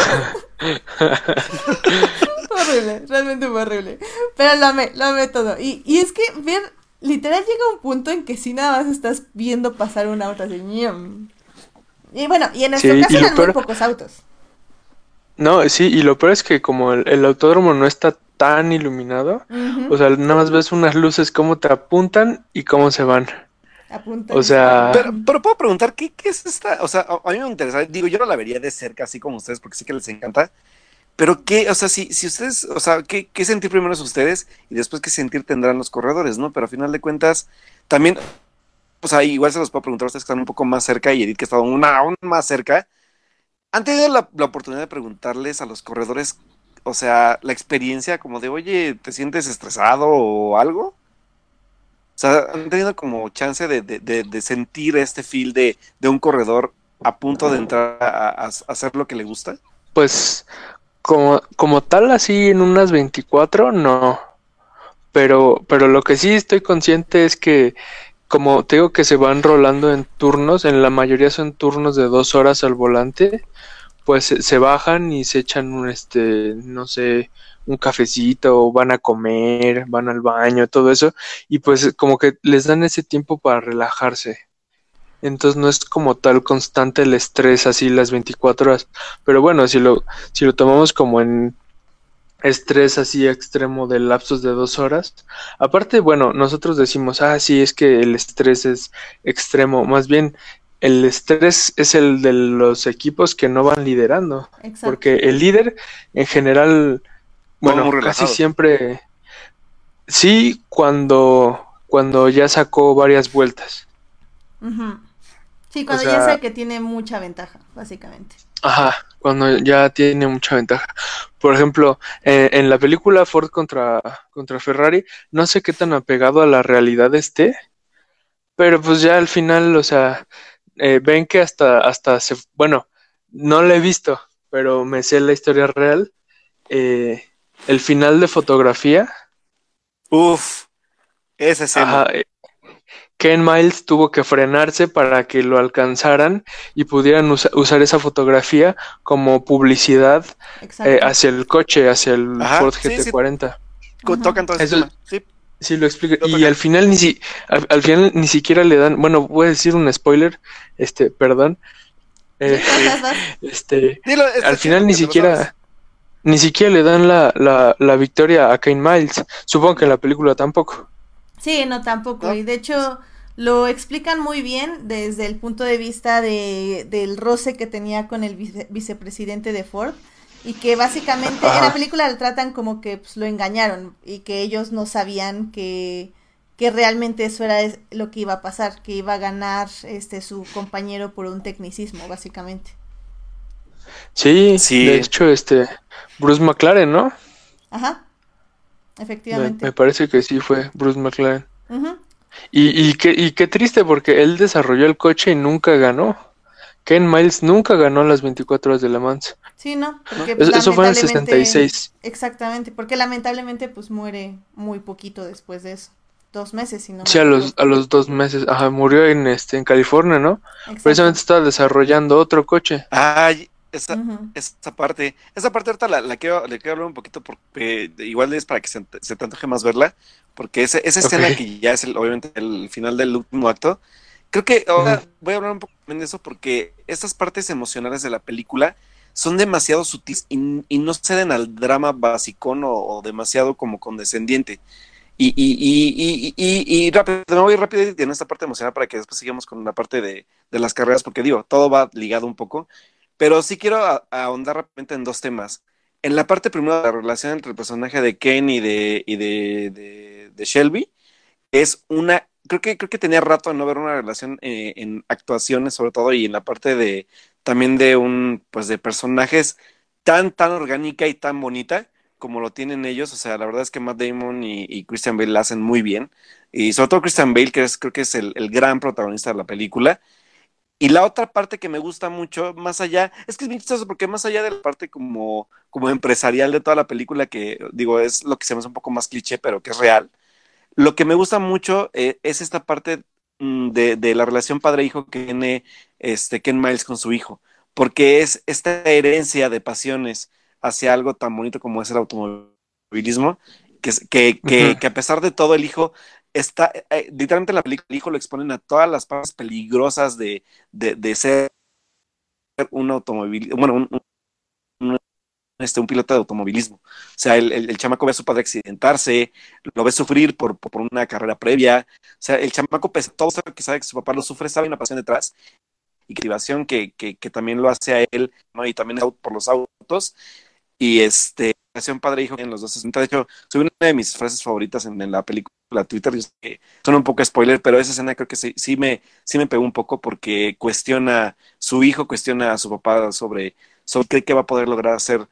Fue horrible, realmente fue horrible. Pero lo amé, lo amé todo. Y, y es que ver, literal llega un punto en que sí nada más estás viendo pasar un auto así. ¡Ñam! Y bueno, y en nuestro sí, caso eran peor... muy pocos autos. No, sí, y lo peor es que como el, el autódromo no está tan iluminado, uh-huh. o sea, nada más ves unas luces cómo te apuntan y cómo se van. Apuntan. O sea... Pero, pero puedo preguntar, ¿qué, ¿qué es esta? O sea, a mí me interesa, digo, yo no la vería de cerca así como ustedes porque sé que les encanta, pero qué, o sea, si, si ustedes, o sea, ¿qué, qué sentir primero es ustedes y después qué sentir tendrán los corredores, ¿no? Pero a final de cuentas, también... pues ahí igual se los puedo preguntar a ustedes que están un poco más cerca y Edith que está aún, aún más cerca. ¿Han tenido la, la oportunidad de preguntarles a los corredores, o sea, la experiencia como de, oye, ¿te sientes estresado o algo? O sea, ¿han tenido como chance de, de, de, de sentir este feel de, de un corredor a punto de entrar a, a, a hacer lo que le gusta? Pues como, como tal, así en unas veinticuatro, no. Pero, pero lo que sí estoy consciente es que, como te digo que se van rolando en turnos, en la mayoría son turnos de dos horas al volante, pues se, se bajan y se echan un, este, no sé, un cafecito, o van a comer, van al baño, todo eso, y pues como que les dan ese tiempo para relajarse. Entonces no es como tal constante el estrés así las veinticuatro horas. Pero bueno, si lo, si lo tomamos como en estrés así extremo de lapsos de dos horas. Aparte, bueno, nosotros decimos, ah, sí, es que el estrés es extremo. Más bien, el estrés es el de los equipos que no van liderando. Exacto. Porque el líder, en general, bueno, muy casi relajado. siempre, sí, cuando, cuando ya sacó varias vueltas. Ujú. Sí, cuando O sea, ya sé que tiene mucha ventaja, básicamente. Ajá, cuando ya tiene mucha ventaja. Por ejemplo, eh, en la película Ford contra, contra Ferrari, no sé qué tan apegado a la realidad esté, pero pues ya al final, o sea, eh, ven que hasta, hasta se, bueno, no la he visto, pero me sé la historia real. Eh, el final de fotografía, Uf, esa escena. ajá, eh, Ken Miles tuvo que frenarse para que lo alcanzaran y pudieran usa- usar esa fotografía como publicidad eh, Exacto. hacia el coche, hacia el Ajá, Ford sí, G T sí, cuarenta. co- Ujú. tocan todo ese Eso tema. Sí, sí lo explica. lo Y tocan. al final ni si, al, al final ni siquiera le dan, bueno, voy a decir un spoiler, este, perdón, Sí, eh, vas, Sí. vas, vas. este, Dilo, está al chido final ni porque te lo sabes. siquiera, ni siquiera le dan la, la, la victoria a Kane Miles. Supongo que en No, la película tampoco. Sí, no, tampoco. no. Y de hecho lo explican muy bien desde el punto de vista de, del roce que tenía con el vice- vicepresidente de Ford. Y que básicamente en la Ajá. película lo tratan como que pues, lo engañaron y que ellos no sabían que, que realmente eso era es- lo que iba a pasar, que iba a ganar este su compañero por un tecnicismo, básicamente. Sí, de Sí, hecho, este, Bruce McLaren, ¿no? Ajá, Me, me efectivamente. parece que sí fue Bruce McLaren. Ujú. Y, y, qué, y qué triste porque él desarrolló el coche y nunca ganó. Ken Miles nunca ganó las veinticuatro horas de Le Mans. Sí, no, ¿no? porque pues Eso, eso fue en el sesenta y lamentablemente, seis. exactamente, porque lamentablemente pues muere muy poquito después de eso. Dos meses, si no me Sí, a los, equivoco. a los dos meses. Ajá, murió en, este, en California, ¿no? Exacto. Precisamente estaba desarrollando otro coche. Ay, esa, Ujú. esa parte, esa parte ahorita la, la quiero, le quiero hablar un poquito porque eh, igual es para que se, se te antoje más verla, porque ese, esa Ok. escena que ya es el, obviamente el final del último acto, creo que Ujú. ahora voy a hablar un poco también de eso porque estas partes emocionales de la película son demasiado sutiles y, y no ceden al drama basicón o, o demasiado como condescendiente. Y, y, y, y, y, y rápido, me voy rápido en esta parte emocional para que después sigamos con la parte de, de las carreras, porque digo, todo va ligado un poco, pero sí quiero a- ahondar rápidamente en dos temas. En la parte primero de la relación entre el personaje de Ken y de, y de, de, de Shelby, es una, creo que, creo que tenía rato de no ver una relación eh, en actuaciones sobre todo y en la parte de también de un, pues de personajes tan, tan orgánica y tan bonita como lo tienen ellos, o sea, la verdad es que Matt Damon y, y Christian Bale la hacen muy bien, y sobre todo Christian Bale, que es, creo que es el, el gran protagonista de la película, y la otra parte que me gusta mucho, más allá, es que es bien chistoso porque más allá de la parte como, como empresarial de toda la película, que digo, es lo que se me hace un poco más cliché, pero que es real, lo que me gusta mucho eh, es esta parte mm, de, de la relación padre-hijo que tiene este, Ken Miles con su hijo, porque es esta herencia de pasiones hacia algo tan bonito como es el automovilismo, que, es- que, Ujú. que, que a pesar de todo el hijo está, eh, literalmente en la película el hijo lo exponen a todas las partes peligrosas de, de, de ser un automovilista, bueno, un, un, este, un piloto de automovilismo. O sea, el, el, el chamaco ve a su padre accidentarse, lo ve sufrir por, por, por una carrera previa. O sea, el chamaco, pese a todo sabe que sabe que su papá lo sufre, sabe una pasión detrás y que, que, que, que también lo hace a él, ¿no? Y también por los autos. Y este relación padre-hijo en los dos sesenta. De hecho, soy una de mis frases favoritas en, en la película Twitter. Yo sé que son un poco spoiler, pero esa escena creo que sí, sí, me, sí me pegó un poco porque cuestiona su hijo, cuestiona a su papá sobre, sobre qué, qué va a poder lograr hacer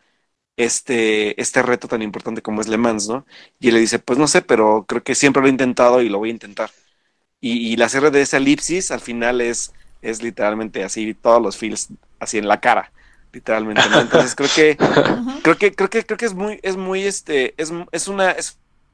este, este reto tan importante como es Le Mans, ¿no? Y él le dice, pues no sé, pero creo que siempre lo he intentado y lo voy a intentar. Y, y la cierre de esa elipsis al final es, es literalmente así, todos los feels así en la cara, literalmente, ¿no? Entonces creo que Ujú. creo que creo que creo que es muy es muy este es, es una es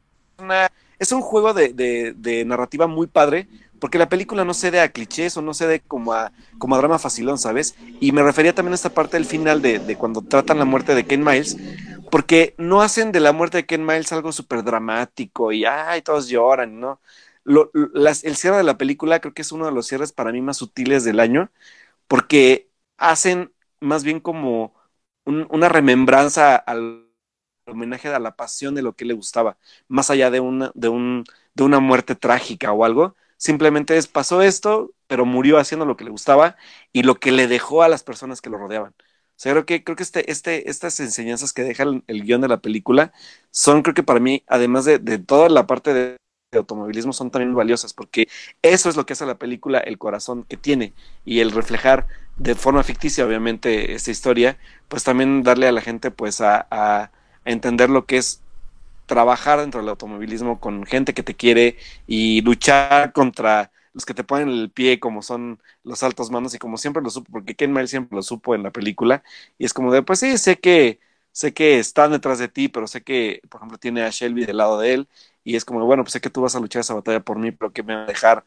una es un juego de, de, de narrativa muy padre, porque la película no cede a clichés o no cede como a como a drama facilón, ¿sabes? Y me refería también a esta parte del final de, de cuando tratan la muerte de Ken Miles, porque no hacen de la muerte de Ken Miles algo súper dramático y ay, todos lloran, ¿no? Lo, las, el cierre de la película creo que es uno de los cierres para mí más sutiles del año, porque hacen más bien como un, una remembranza al homenaje a la pasión de lo que le gustaba, más allá de una, de un, de una muerte trágica o algo. Simplemente es, pasó esto, pero murió haciendo lo que le gustaba y lo que le dejó a las personas que lo rodeaban. O sea, creo que, creo que este, este, estas enseñanzas que deja el, el guión de la película son, creo que para mí, además de, de toda la parte de, de automovilismo, son también valiosas, porque eso es lo que hace la película, el corazón que tiene, y el reflejar de forma ficticia, obviamente, esta historia, pues también darle a la gente, pues, a, a, a entender lo que es trabajar dentro del automovilismo con gente que te quiere y luchar contra los que te ponen el pie, como son los altos mandos, y como siempre lo supo, porque Ken Miles siempre lo supo en la película, y es como de, pues sí, sé que sé que están detrás de ti, pero sé que, por ejemplo, tiene a Shelby del lado de él, y es como, bueno, pues sé que tú vas a luchar esa batalla por mí, pero que me va a dejar,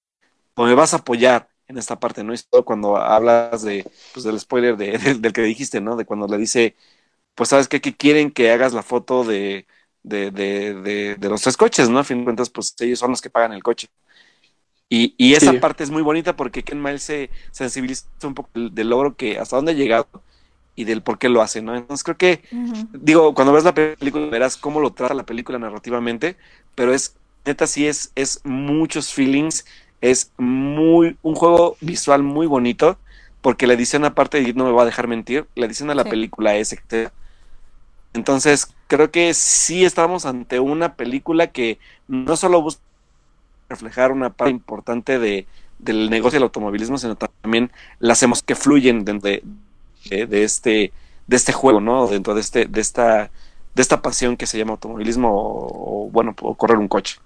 o me vas a apoyar en esta parte, ¿no? Y todo cuando hablas de, pues del spoiler de, de, del que dijiste, ¿no? De cuando le dice, pues sabes qué, que quieren que hagas la foto de, de, de, de, de los tres coches, ¿no? A fin de cuentas, pues ellos son los que pagan el coche. Y, y esa Sí, parte es muy bonita porque Ken Miles se sensibiliza un poco del, del logro que, hasta dónde ha llegado y del por qué lo hace, ¿no? Entonces creo que, Ujú. digo, cuando ves la película verás cómo lo trata la película narrativamente, pero es, neta, sí es, es muchos feelings, es muy, un juego visual muy bonito, porque la edición aparte, y no me va a dejar mentir, la edición de la Sí. película es excelente. Entonces, creo que sí estamos ante una película que no solo busca reflejar una parte importante de, del negocio del automovilismo, sino también las emociones que fluyen dentro de, de, de este de este juego, ¿no? Dentro de este de esta de esta pasión que se llama automovilismo o, o bueno, o correr un coche.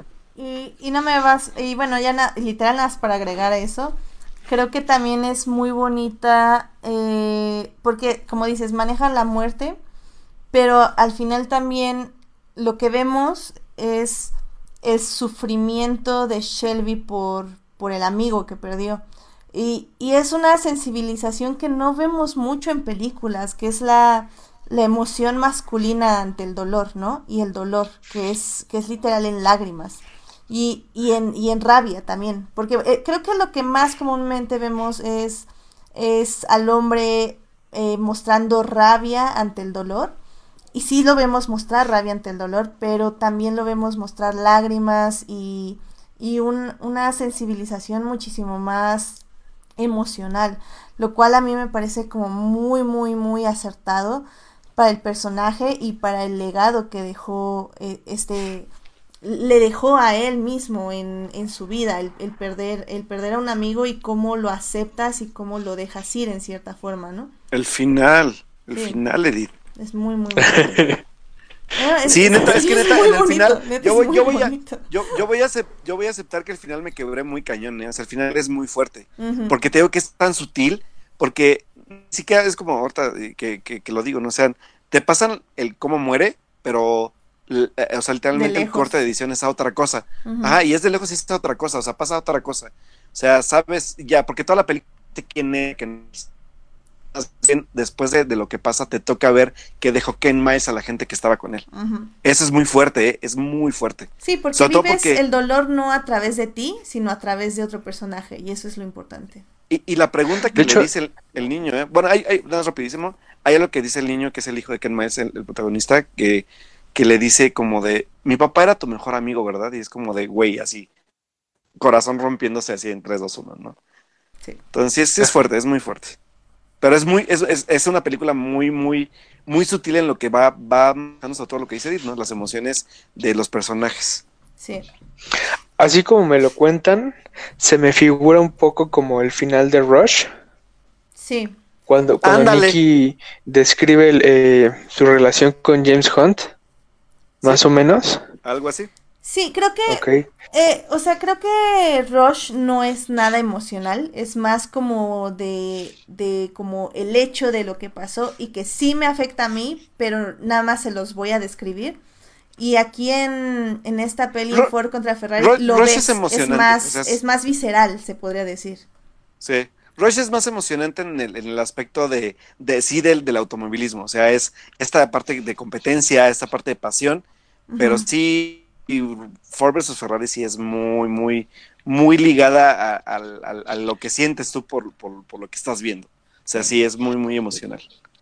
Y, y no me vas, y bueno, ya na- literal nada más para agregar a eso, creo que también es muy bonita, eh, porque como dices, manejan la muerte, pero al final también lo que vemos es el sufrimiento de Shelby por, por el amigo que perdió. Y, y es una sensibilización que no vemos mucho en películas, que es la, la emoción masculina ante el dolor, ¿no? Y el dolor, que es, que es literal en lágrimas. Y, y, en, y en rabia también. Porque eh, creo que lo que más comúnmente vemos es, es al hombre eh, mostrando rabia ante el dolor. Y sí lo vemos mostrar rabia ante el dolor, pero también lo vemos mostrar lágrimas y, y un, una sensibilización muchísimo más emocional, lo cual a mí me parece como muy, muy, muy acertado para el personaje y para el legado que dejó eh, este le dejó a él mismo en, en su vida, el, el perder el perder a un amigo y cómo lo aceptas y cómo lo dejas ir en cierta forma, ¿no? El final, el Sí, final, Edith. es muy, muy bonito. Bueno, es, Sí, es neta, que es sí, que es neta, muy en el bonito, final, neta yo es voy, muy yo voy a, bonito. yo, yo voy a acep- yo voy a aceptar que el final me quebré muy cañón, ¿eh? O sea, el final es muy fuerte. Ujú. Porque te digo que es tan sutil, porque sí que es como ahorita eh, que, que, que lo digo, ¿no? O sea, te pasan el cómo muere, pero, l- eh, o sea, De literalmente el corte de lejos. edición es a otra cosa. Ujú. Ajá, y es de lejos y es a otra cosa, o sea, pasa a otra cosa. O sea, sabes, ya, porque toda la película, quién es, que no es- después de, de lo que pasa, te toca ver que dejó Ken Miles a la gente que estaba con él. Ujú. Eso es muy fuerte, ¿eh? Es muy fuerte. Sí, porque Sobre todo vives porque, el dolor no a través de ti, sino a través de otro personaje, y eso es lo importante. y, y la pregunta de que le hecho, dice el, el niño, ¿eh? Bueno, hay, hay, nada más rapidísimo, hay algo que dice el niño, que es el hijo de Ken Miles, el, el protagonista, que, que le dice como de, mi papá era tu mejor amigo, ¿verdad? Y es como de, güey, así, corazón rompiéndose así en tres dos uno, ¿no? Sí. Entonces sí es, sí es fuerte, es muy fuerte. Pero es muy, es, es, es una película muy, muy, muy sutil en lo que va, va manejando todo lo que dice Edith, ¿no? Las emociones de los personajes. Sí. Así como me lo cuentan, se me figura un poco como el final de Rush. Sí. Cuando, cuando Ándale. Nicky describe el, eh, su relación con James Hunt, más Sí. o menos. Algo así. Sí, creo que, Ok. eh, o sea, creo que Rush no es nada emocional, es más como de, de como el hecho de lo que pasó y que sí me afecta a mí, pero nada más se los voy a describir. Y aquí en, en esta peli Ru- Ford contra Ferrari Ru- lo Rush ves, es es emocionante, más, o sea, es- es más visceral, se podría decir. Sí. Rush es más emocionante en el, en el aspecto de, de sí del, del automovilismo. O sea, es esta parte de competencia, esta parte de pasión, pero Ujú. sí, y Ford versus Ferrari sí es muy, muy, muy ligada a, al- al- a lo que sientes tú por, por, por lo que estás viendo. O sea, Sí. sí es muy, muy emocional.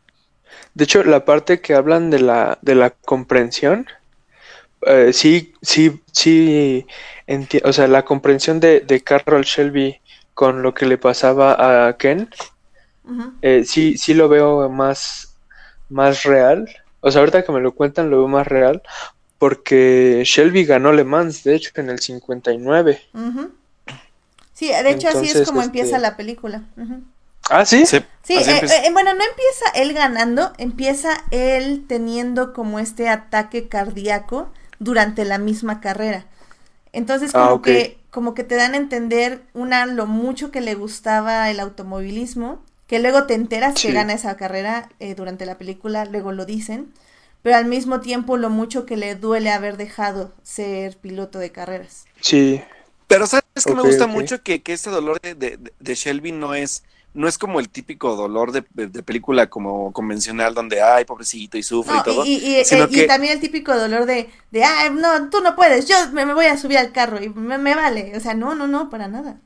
De hecho, la parte que hablan de la, de la comprensión, eh, sí, sí, sí, enti- o sea, la comprensión de, de Carroll Shelby con lo que le pasaba a Ken, Ujú. eh, sí, sí lo veo más, más real. O sea, ahorita que me lo cuentan lo veo más real, porque Shelby ganó Le Mans, de hecho, en el cincuenta y nueve. Ujú. Sí, de hecho así es Entonces, como empieza este... la película. Ujú. Ah, ¿sí? Sí, Sí, así eh, empieza. eh, bueno, no empieza él ganando, empieza él teniendo como este ataque cardíaco durante la misma carrera. Entonces Ah, como ok. que, como que te dan a entender una lo mucho que le gustaba el automovilismo, que luego te enteras que Sí, gana esa carrera eh, durante la película, luego lo dicen, pero al mismo tiempo lo mucho que le duele haber dejado ser piloto de carreras. sí, Pero ¿sabes qué me ok, gusta ok. mucho? Que, que este dolor de, de, de Shelby no es, no es como el típico dolor de, de, de película como convencional donde, ay, pobrecito, y sufre y No, y, todo, y, y, eh, sino y que, también el típico dolor de, de, ay, no, tú no puedes, yo me, me voy a subir al carro y me, me vale. O sea, no, no, no, para nada.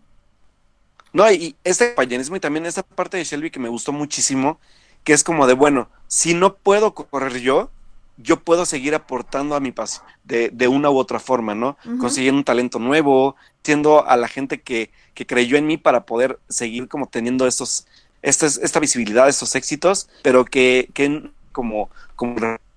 no, y este compañerismo y también esta parte de Shelby que me gustó muchísimo, que es como de, bueno, si no puedo correr yo, yo puedo seguir aportando a mi pasión de, de una u otra forma, ¿no? Ujú. Consiguiendo un talento nuevo, siendo a la gente que, que creyó en mí para poder seguir como teniendo estos, estos, esta visibilidad, estos éxitos, pero que, que como, como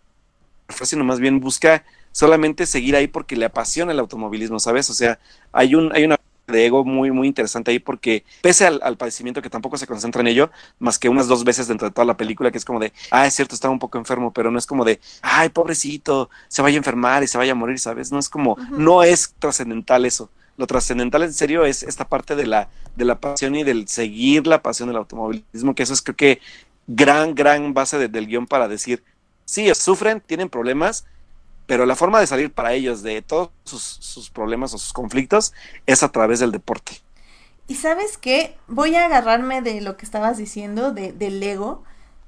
sino más bien busca solamente seguir ahí porque le apasiona el automovilismo, ¿sabes? O sea, hay un, hay una de ego muy, muy interesante ahí porque pese al, al padecimiento que tampoco se concentra en ello, más que unas dos veces dentro de toda la película, que es como de, ah, es cierto, estaba un poco enfermo, pero no es como de, ay, pobrecito, se vaya a enfermar y se vaya a morir, ¿sabes? No es como, Ujú. no es trascendental eso. Lo trascendental en serio es esta parte de la, de la pasión y del seguir la pasión del automovilismo, que eso es creo que gran, gran base de, del guión para decir, sí, sufren, tienen problemas, pero la forma de salir para ellos de todos sus, sus problemas o sus conflictos es a través del deporte. Y sabes qué, voy a agarrarme de lo que estabas diciendo, de, del ego.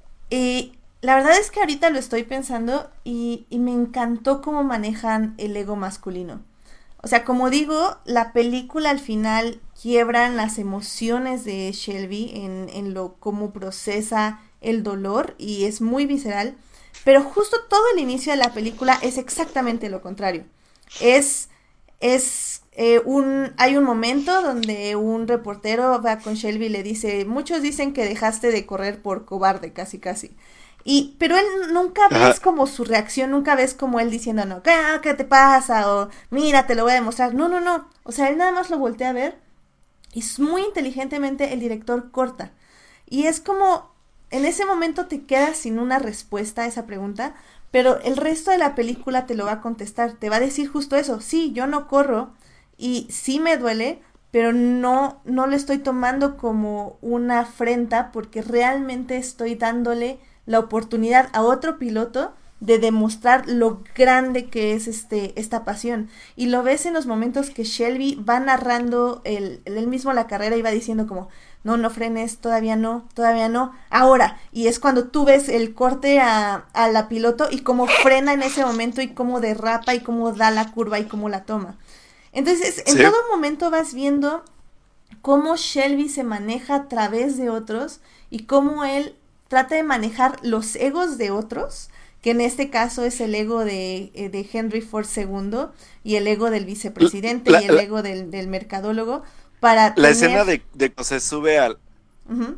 Y la verdad es que ahorita lo estoy pensando y, y me encantó cómo manejan el ego masculino. O sea, como digo, la película al final quiebran las emociones de Shelby en, en lo cómo procesa el dolor y es muy visceral, pero justo todo el inicio de la película es exactamente lo contrario. Es, es eh, un, hay un momento donde un reportero va con Shelby y le dice, muchos dicen que dejaste de correr por cobarde, casi casi. Y, pero él nunca ves Ajá. como su reacción, nunca ves como él diciendo, no, ¿qué, qué te pasa? O mira, te lo voy a demostrar. No, no, no. O sea, él nada más lo voltea a ver y muy inteligentemente el director corta. Y es como, en ese momento te quedas sin una respuesta a esa pregunta, pero el resto de la película te lo va a contestar. Te va a decir justo eso. Sí, yo no corro y sí me duele, pero no, no lo estoy tomando como una afrenta porque realmente estoy dándole la oportunidad a otro piloto de demostrar lo grande que es este esta pasión. Y lo ves en los momentos que Shelby va narrando el, el mismo la carrera y va diciendo como, no, no frenes, todavía no, todavía no, ahora. Y es cuando tú ves el corte a, a la piloto y cómo frena en ese momento y cómo derrapa y cómo da la curva y cómo la toma. Entonces, en Sí. todo momento vas viendo cómo Shelby se maneja a través de otros y cómo él trata de manejar los egos de otros, que en este caso es el ego de, de Henry Ford segundo y el ego del vicepresidente La, y el la, ego del, del mercadólogo, para la tener... escena de, de que se sube al, Uh-huh.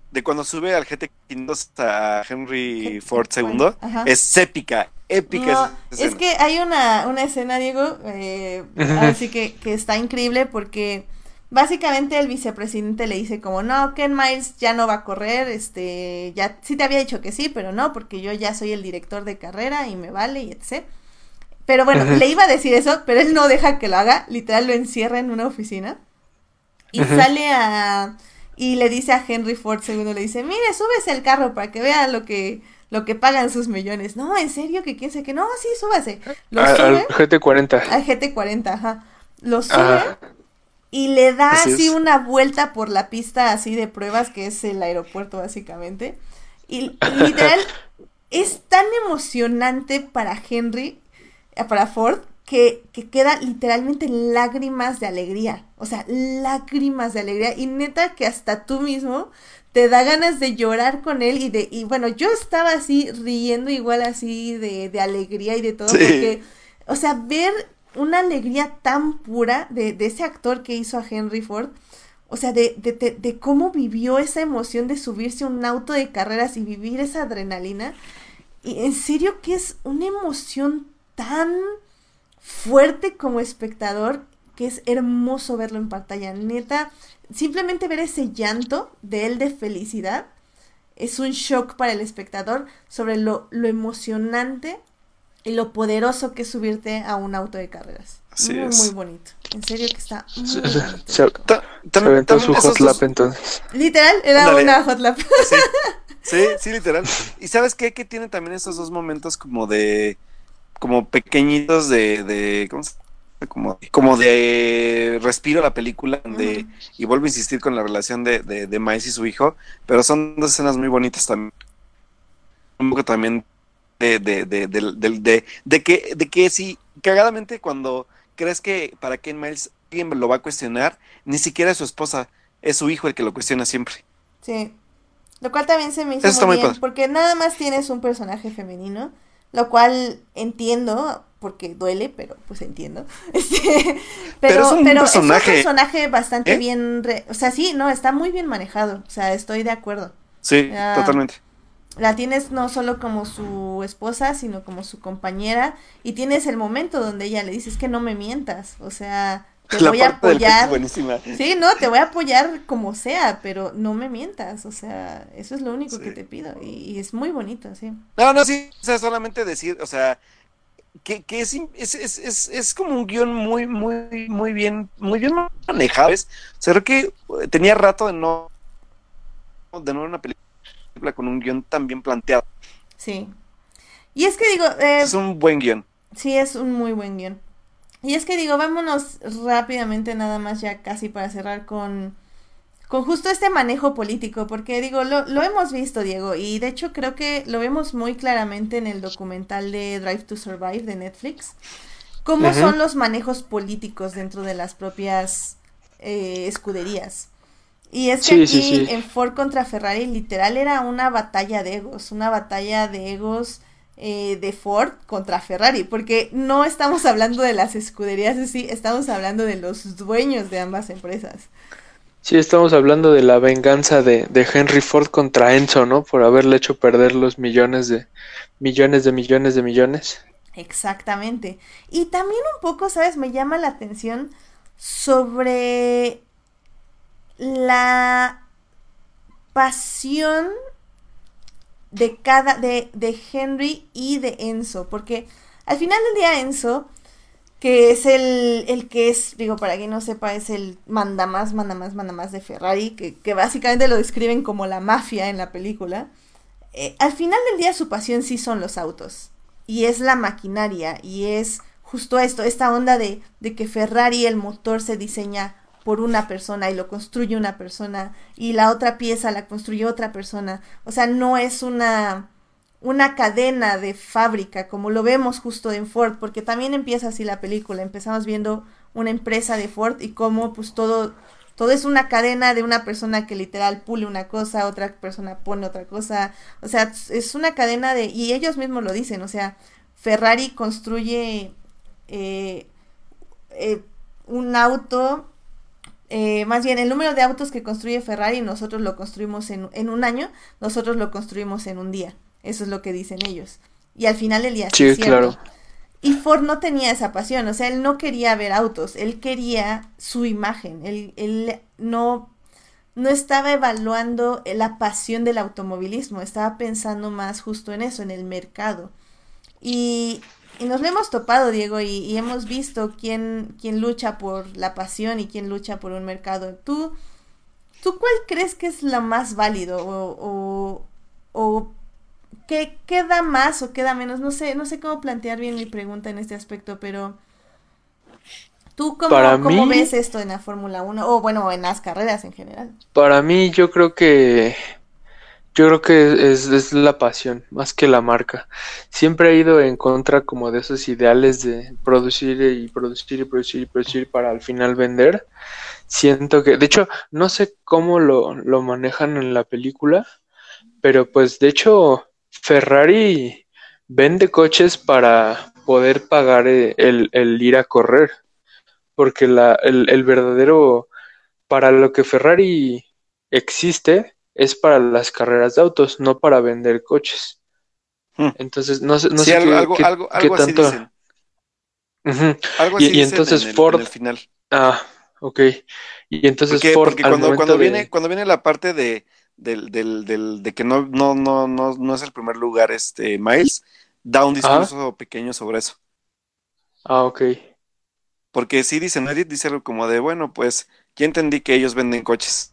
de cuando sube al G T quinientos a Henry G- Ford bueno, segundo, ajá. es épica, épica No, esa es escena. que hay una, una escena, Diego, eh, así que, que está increíble porque básicamente el vicepresidente le dice como, no, Ken Miles ya no va a correr, este, ya sí te había dicho que sí, pero no, porque yo ya soy el director de carrera y me vale y etcétera. Pero bueno, Ujú. le iba a decir eso, pero él no deja que lo haga, literal lo encierra en una oficina y Ujú. sale a... y le dice a Henry Ford segundo, le dice, mire, súbese al carro para que vea lo que, lo que pagan sus millones. No, en serio, que quién sabe que no, sí, súbase. Lo Al, sube al G T cuarenta. al G T cuarenta, ajá. Lo sube Ajá. y le da Así así es. una vuelta por la pista así de pruebas, que es el aeropuerto básicamente. Y literal, es tan emocionante para Henry, eh, para Ford, que, que queda literalmente en lágrimas de alegría. O sea, lágrimas de alegría. Y neta que hasta tú mismo te da ganas de llorar con él. Y de, y bueno, yo estaba así riendo igual así de, de alegría y de todo. Sí. Porque, o sea, ver una alegría tan pura de, de ese actor que hizo a Henry Ford. O sea, de, de, de, de cómo vivió esa emoción de subirse a un auto de carreras y vivir esa adrenalina. Y en serio que es una emoción tan fuerte como espectador que es hermoso verlo en pantalla. Neta, simplemente ver ese llanto de él de felicidad es un shock para el espectador sobre lo, lo emocionante y lo poderoso que es subirte a un auto de carreras. Así muy, es. muy bonito. En serio que está muy Se, bonito. se- Ta- se tam- aventó también su esos hot lap dos- entonces. Literal, era Ándale. una hot lap. Sí, sí, sí, literal. ¿Y sabes qué? Que tiene también esos dos momentos como de, como pequeñitos de, de, ¿cómo se llama? Como, como de respiro a la película, de, Ujú. y vuelvo a insistir con la relación de, de, de Miles y su hijo, pero son dos escenas muy bonitas también. Un poco también de, de, de, de, de, de, de que, de que si cagadamente cuando crees que para Ken Miles alguien lo va a cuestionar, ni siquiera es su esposa, es su hijo el que lo cuestiona siempre. Sí. Lo cual también se me hizo Eso está muy muy bien, padre. porque nada más tienes un personaje femenino, lo cual entiendo, porque duele, pero pues entiendo. Este, Pero es pero, un pero personaje, es un personaje bastante ¿eh? bien, re- o sea, sí, no, está muy bien manejado, o sea, estoy de acuerdo. Sí, Ya, totalmente. la tienes no solo como su esposa, sino como su compañera, y tienes el momento donde ella le dice, es que no me mientas, o sea, te La voy a parte del pecho es apoyar. buenísima. Sí, no, te voy a apoyar como sea, pero no me mientas, o sea, eso es lo único que Sí. te pido y, y es muy bonito, sí. No, no, sí, o sea, solamente decir, o sea, que, que es, im- es, es, es, es como un guión muy, muy, muy bien, muy bien manejado, ¿ves? O sea, creo que eh, tenía rato de no, de no ver una película con un guión tan bien planteado. Sí. Y es que digo, eh, Es un buen guión. sí, es un muy buen guión. Y es que digo, vámonos rápidamente nada más ya casi para cerrar con, con justo este manejo político, porque digo, lo, lo hemos visto, Diego, y de hecho creo que lo vemos muy claramente en el documental de Drive to Survive de Netflix, cómo Ujú. son los manejos políticos dentro de las propias eh, escuderías. Y es que Sí, aquí sí, sí. en Ford contra Ferrari literal era una batalla de egos, una batalla de egos eh, de Ford contra Ferrari, porque no estamos hablando de las escuderías así, estamos hablando de los dueños de ambas empresas. Sí, estamos hablando de la venganza de, de Henry Ford contra Enzo, ¿no? Por haberle hecho perder los millones de millones de millones de millones. Exactamente. Y también un poco, ¿sabes? Me llama la atención sobre la pasión de cada, de, de Henry y de Enzo, porque al final del día Enzo, que es el, el que es, digo, para quien no sepa, es el manda más, manda más, manda más de Ferrari, que, que básicamente lo describen como la mafia en la película. Eh, al final del día su pasión sí son los autos, y es la maquinaria, y es justo esto, esta onda de, de que Ferrari, el motor se diseña por una persona y lo construye una persona y la otra pieza la construye otra persona. O sea, no es una, una cadena de fábrica como lo vemos justo en Ford, porque también empieza así la película. Empezamos viendo una empresa de Ford y cómo pues todo, todo es una cadena de una persona que literal pule una cosa, otra persona pone otra cosa. O sea, es una cadena de... Y ellos mismos lo dicen, o sea, Ferrari construye eh, eh, un auto eh, más bien el número de autos que construye Ferrari, nosotros lo construimos en, en un año, nosotros lo construimos en un día. Eso es lo que dicen ellos. Y al final del día sí Sí, es cierto. claro. Y Ford no tenía esa pasión, o sea, él no quería ver autos, él quería su imagen, él, él no, no estaba evaluando la pasión del automovilismo, estaba pensando más justo en eso, en el mercado. Y, y nos lo hemos topado, Diego, y, y hemos visto quién, quién lucha por la pasión y quién lucha por un mercado. ¿Tú, tú cuál crees que es lo más válido? O, o, o ¿qué, qué da más o qué da menos? No sé, no sé cómo plantear bien mi pregunta en este aspecto, pero ¿tú Para cómo, cómo ves mí, esto en la Fórmula Uno? O bueno, en las carreras en general. para mí yo creo que yo creo que es, es la pasión más que la marca. Siempre he ido en contra como de esos ideales de producir y producir y producir y producir para al final vender. Siento que, de hecho, no sé cómo lo, lo manejan en la película, pero pues de hecho Ferrari vende coches para poder pagar eh, el, el ir a correr, porque la, el, el verdadero, para lo que Ferrari existe, es para las carreras de autos, no para vender coches. Hmm. Entonces, no sé, no Sí, sé algo, qué, algo, qué, algo, qué algo así tanto. dicen. Ujú. Algo así Y, y dicen en entonces el, en Ford, el final. ah, ok. Y entonces Porque, Ford porque al cuando, momento cuando viene, de, cuando viene la parte de, del, del, del, de que no, no, no, no, no es el primer lugar, este, Miles, da un ah, discurso pequeño sobre eso. ah, ok. Porque sí dicen, Edith dice algo como de, bueno, pues, ya entendí que ellos venden coches.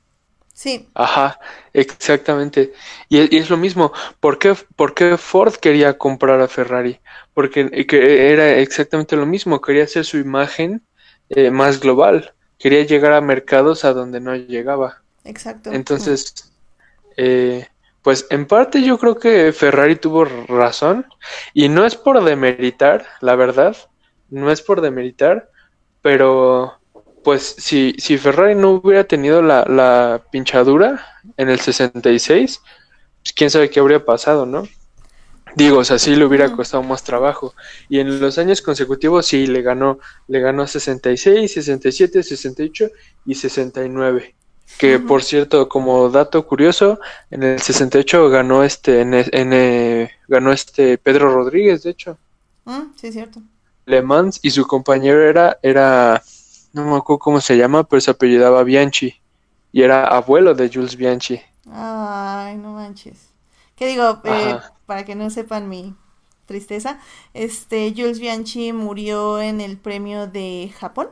Sí, Ajá, exactamente. Y, es y es lo mismo. ¿Por qué, por qué Ford quería comprar a Ferrari? Porque eh, que era exactamente lo mismo. Quería hacer su imagen eh, más global. Quería llegar a mercados a donde no llegaba. exacto. Entonces, eh, pues en parte yo creo que Ferrari tuvo razón. Y no es por demeritar, la verdad. No es por demeritar, pero pues si, si Ferrari no hubiera tenido la, la pinchadura en el sesenta y seis, pues quién sabe qué habría pasado, ¿no? Digo, o sea, sí le hubiera Ujú, costado más trabajo. Y en los años consecutivos sí le ganó, le ganó sesenta y seis, sesenta y siete, sesenta y ocho y sesenta y nueve. Que ujú. por cierto, como dato curioso, en el sesenta y ocho ganó este, en, en, eh, ganó este Pedro Rodríguez, de hecho. Mm, sí, es cierto. Le Mans y su compañero era, era, no me acuerdo cómo se llama, pero se apellidaba Bianchi y era abuelo de Jules Bianchi. Ay, no manches. ¿Qué digo? Eh, Ajá, para que no sepan mi tristeza, este, Jules Bianchi murió en el premio de Japón,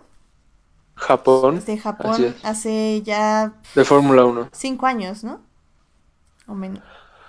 Japón, de así Japón es, hace ya de Fórmula Uno. cinco años, ¿no? O menos,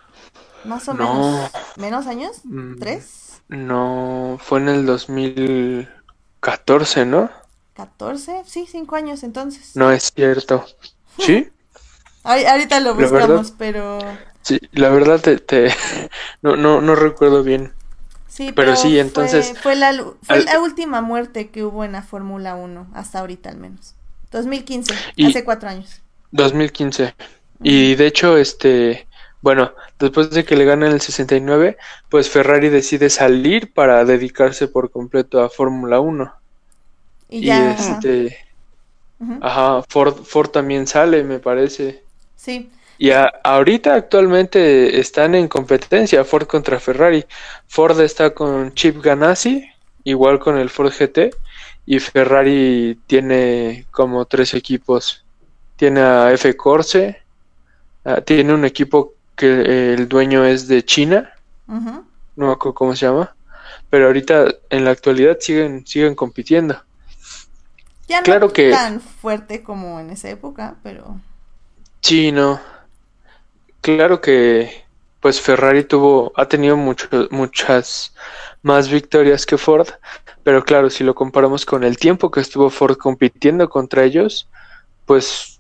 más o No, menos, ¿menos años? mm, ¿Tres? no, fue en el dos mil catorce, ¿no? ¿Catorce? Sí, cinco años entonces. No es cierto. ¿Sí? Ahori- Ahorita lo La verdad, buscamos, pero sí, la verdad te, te no, no, no recuerdo bien. sí, Pero pero sí, entonces, fue, fue la, lu- fue al- la última muerte que hubo en la Fórmula Uno, hasta ahorita al menos. dos mil quince, y hace cuatro años. dos mil quince. Ujú. Y de hecho, este, bueno, después de que le ganan el sesenta y nueve, pues Ferrari decide salir para dedicarse por completo a Fórmula Uno. Y Y ya, ajá. este, Ujú. ajá, Ford, Ford también sale, me parece. Sí, Y a- ahorita actualmente están en competencia Ford contra Ferrari. Ford está con Chip Ganassi, igual con el Ford G T, y Ferrari tiene como tres equipos. Tiene a F Corse, ah, tiene un equipo que eh, el dueño es de China, ujú. no me acuerdo cómo se llama, pero ahorita en la actualidad siguen, siguen compitiendo. Ya no Claro que tan fuerte como en esa época, pero sí, no, claro que pues Ferrari tuvo, ha tenido mucho, muchas más victorias que Ford, pero claro, si lo comparamos con el tiempo que estuvo Ford compitiendo contra ellos, pues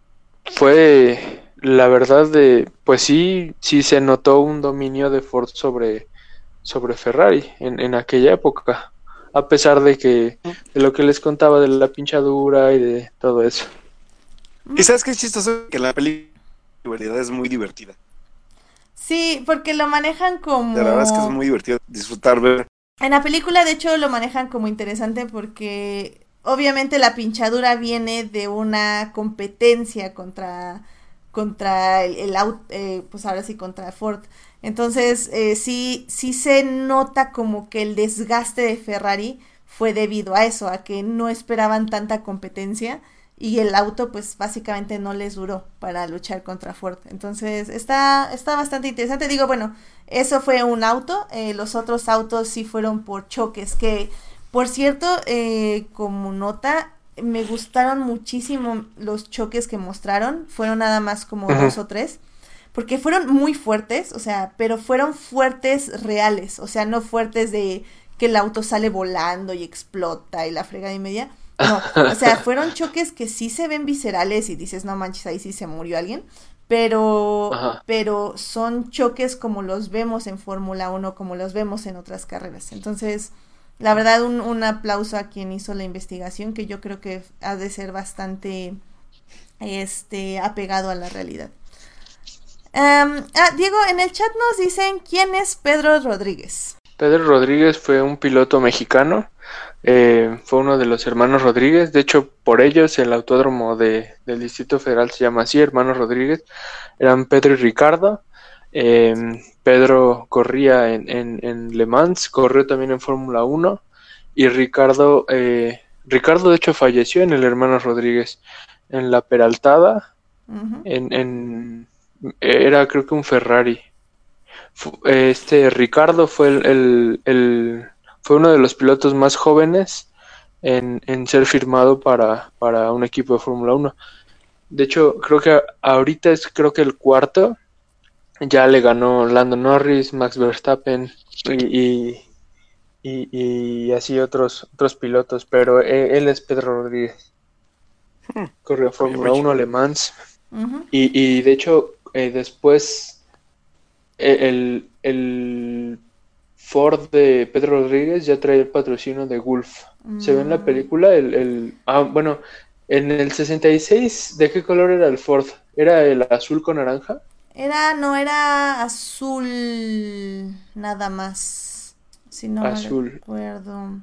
fue la verdad de, pues sí, sí se notó un dominio de Ford sobre sobre Ferrari en, en aquella época, a pesar de que de lo que les contaba de la pinchadura y de todo eso. Y mm, sabes qué es chistoso que la película en realidad es muy divertida. sí, porque lo manejan De la verdad es que es como... muy divertido disfrutar ver. En la película, de hecho, lo manejan como interesante porque obviamente la pinchadura viene de una competencia contra, contra el, el auto, eh, pues ahora sí contra Ford. Entonces, eh, sí, sí se nota como que el desgaste de Ferrari fue debido a eso, a que no esperaban tanta competencia y el auto pues básicamente no les duró para luchar contra Ford. Entonces está, está bastante interesante. Digo, bueno, eso fue un auto, eh, los otros autos sí fueron por choques, que por cierto, eh, como nota, me gustaron muchísimo los choques que mostraron, fueron nada más como uh-huh. dos o tres. Porque fueron muy fuertes, o sea, pero fueron fuertes reales, o sea, no fuertes de que el auto sale volando y explota y la fregada y media. No, o sea, fueron choques que sí se ven viscerales y dices, no manches, ahí sí se murió alguien, pero, Ajá. pero son choques como los vemos en Fórmula uno, como los vemos en otras carreras. Entonces, la verdad, un, un aplauso a quien hizo la investigación, que yo creo que ha de ser bastante este, apegado a la realidad. Um, ah, Diego, en el chat nos dicen quién es Pedro Rodríguez. Pedro Rodríguez fue un piloto mexicano, eh, fue uno de los hermanos Rodríguez, de hecho por ellos el autódromo de, del Distrito Federal se llama así, Hermanos Rodríguez, eran Pedro y Ricardo. eh, Pedro corría en, en, en Le Mans, corrió también en Fórmula uno y Ricardo, eh, Ricardo de hecho falleció en el Hermanos Rodríguez, en la Peraltada, uh-huh. en... en era creo que un Ferrari. Este Ricardo fue el, el, el fue uno de los pilotos más jóvenes en, en ser firmado para, para un equipo de Fórmula uno. De hecho, creo que ahorita es creo que el cuarto. Ya le ganó Lando Norris, Max Verstappen y, y, y, y así otros otros pilotos, pero él, él es Pedro Rodríguez. Hmm. Corrió Fórmula uno, Le Mans. Uh-huh. Y, y de hecho Eh, después el, el Ford de Pedro Rodríguez ya trae el patrocinio de Gulf. Mm. Se ve en la película el, el ah bueno, en el sesenta y seis, ¿de qué color era el Ford? ¿Era el azul con naranja? Era, no, era azul nada más. Si no azul. Me recuerdo.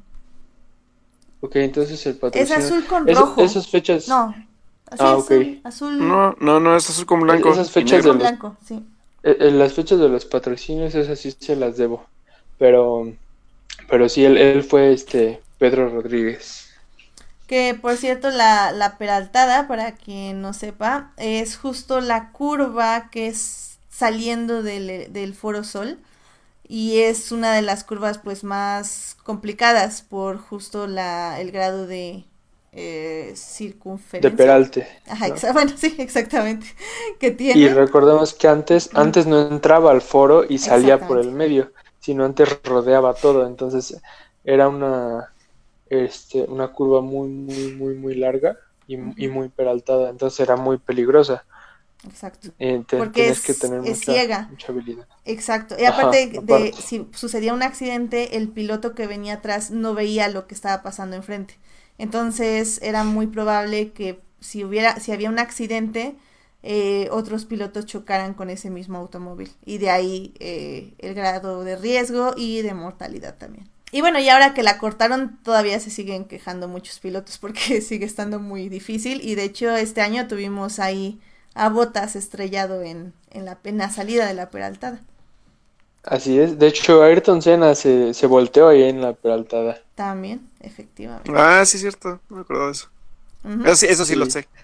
Ok, entonces el patrocinio es azul con es, rojo. Esas fechas. No. Así ah, azul, okay. azul. No, no, no, es azul con blanco. Esas fechas de los, blanco, sí. eh, las fechas de los patrocinios, esas sí se las debo. Pero, pero sí, él, él fue este Pedro Rodríguez. Que por cierto, la, la Peraltada, para quien no sepa, es justo la curva que es saliendo del, del Foro Sol. Y es una de las curvas pues más complicadas por justo la el grado de Eh, circunferencia. De Peralte. Ajá, ¿no? exa- bueno, sí, exactamente. Que tiene. Y recordemos que antes, mm. antes no entraba al foro y salía por el medio, sino antes rodeaba todo, entonces era una este una curva muy, muy, muy, muy larga y, uh-huh. y muy peraltada, entonces era muy peligrosa. Exacto. Eh, te, Porque tienes es, que tener es mucha, ciega. mucha habilidad. Exacto. Y aparte, Ajá, de aparte. si sucedía un accidente, el piloto que venía atrás no veía lo que estaba pasando enfrente. Entonces era muy probable que si hubiera, si había un accidente, eh, otros pilotos chocaran con ese mismo automóvil. Y de ahí eh, el grado de riesgo y de mortalidad también. Y bueno, y ahora que la cortaron, todavía se siguen quejando muchos pilotos porque sigue estando muy difícil. Y de hecho, este año tuvimos ahí a Bottas estrellado en, en, la, en la salida de la Peraltada. Así es, de hecho Ayrton Senna se, se volteó ahí en la Peraltada. También, efectivamente. Ah, sí es cierto, no me acuerdo de eso. Uh-huh. Eso, sí, eso sí, sí lo sé.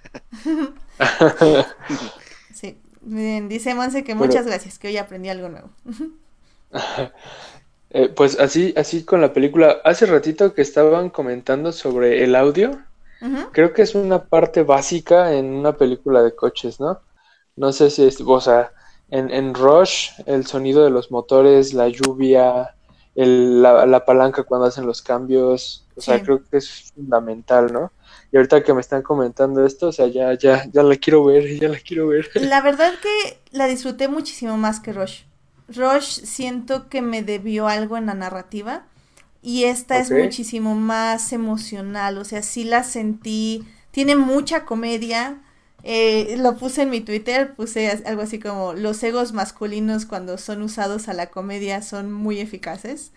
Sí, bien, dice Monse que muchas Pero... gracias, que hoy aprendí algo nuevo. eh, pues así, así con la película, hace ratito que estaban comentando sobre el audio, uh-huh. Creo que es una parte básica en una película de coches, ¿no? No sé si es, o sea... En, en Rush, el sonido de los motores, la lluvia, el, la, la palanca cuando hacen los cambios, o sea, sí. Creo que es fundamental, ¿no? Y ahorita que me están comentando esto, o sea, ya, ya, ya la quiero ver, ya la quiero ver. La verdad que la disfruté muchísimo más que Rush. Rush siento que me debió algo en la narrativa y esta okay. Es muchísimo más emocional, o sea, sí la sentí, tiene mucha comedia. Eh, lo puse en mi Twitter, puse algo así como los egos masculinos cuando son usados a la comedia son muy eficaces.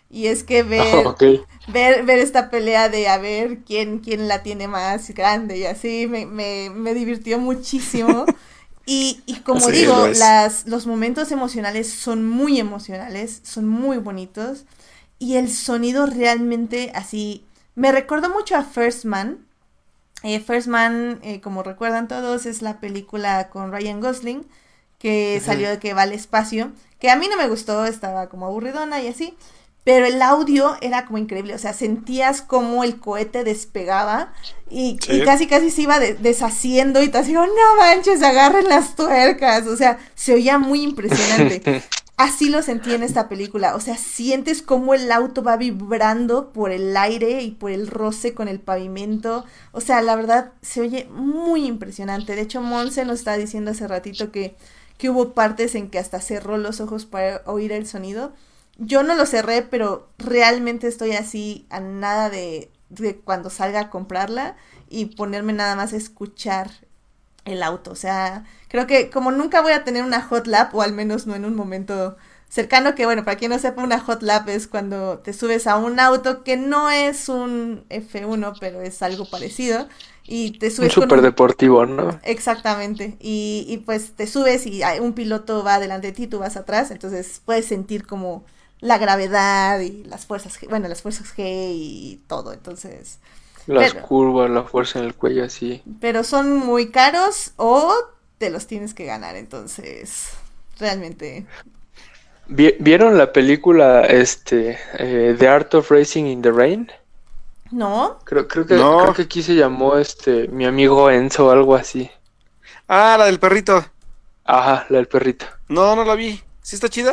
Y es que ver, Oh, ok. ver, ver esta pelea de a ver quién, quién la tiene más grande y así me, me, me divirtió muchísimo. Y, y como Sí, digo, lo es. las, los momentos emocionales son muy emocionales, son muy bonitos. Y el sonido realmente así, me recordó mucho a First Man. Eh, First Man, eh, como recuerdan todos, es la película con Ryan Gosling, que Ujú. salió de que va al espacio, que a mí no me gustó, estaba como aburridona y así, pero el audio era como increíble, o sea, sentías como el cohete despegaba y, y Sí. casi casi se iba de- deshaciendo y te hacía, no manches, agarren las tuercas, o sea, se oía muy impresionante. Así lo sentí en esta película, o sea, sientes como el auto va vibrando por el aire y por el roce con el pavimento, o sea, la verdad se oye muy impresionante. De hecho, Monse nos estaba diciendo hace ratito que, que hubo partes en que hasta cerró los ojos para oír el sonido. Yo no lo cerré, pero realmente estoy así a nada de, de cuando salga a comprarla y ponerme nada más a escuchar el auto. O sea, creo que como nunca voy a tener una hot lap, o al menos no en un momento cercano, que bueno, para quien no sepa, una hot lap es cuando te subes a un auto que no es un F uno, pero es algo parecido, y te Un subes con súper un... deportivo, ¿no? Exactamente, y, y pues te subes y hay un piloto va delante de ti, tú vas atrás, entonces puedes sentir como la gravedad y las fuerzas G, bueno, las fuerzas G y todo, entonces, Las pero, curvas, la fuerza en el cuello, así. pero son muy caros o te los tienes que ganar, entonces, realmente, Vi- ¿Vieron la película este eh, The Art of Racing in the Rain? ¿no? Creo, creo que, creo No. que aquí se llamó este mi amigo Enzo o algo así. Ah, la del perrito. Ajá, la del perrito. No, no la vi. ¿Sí está chida?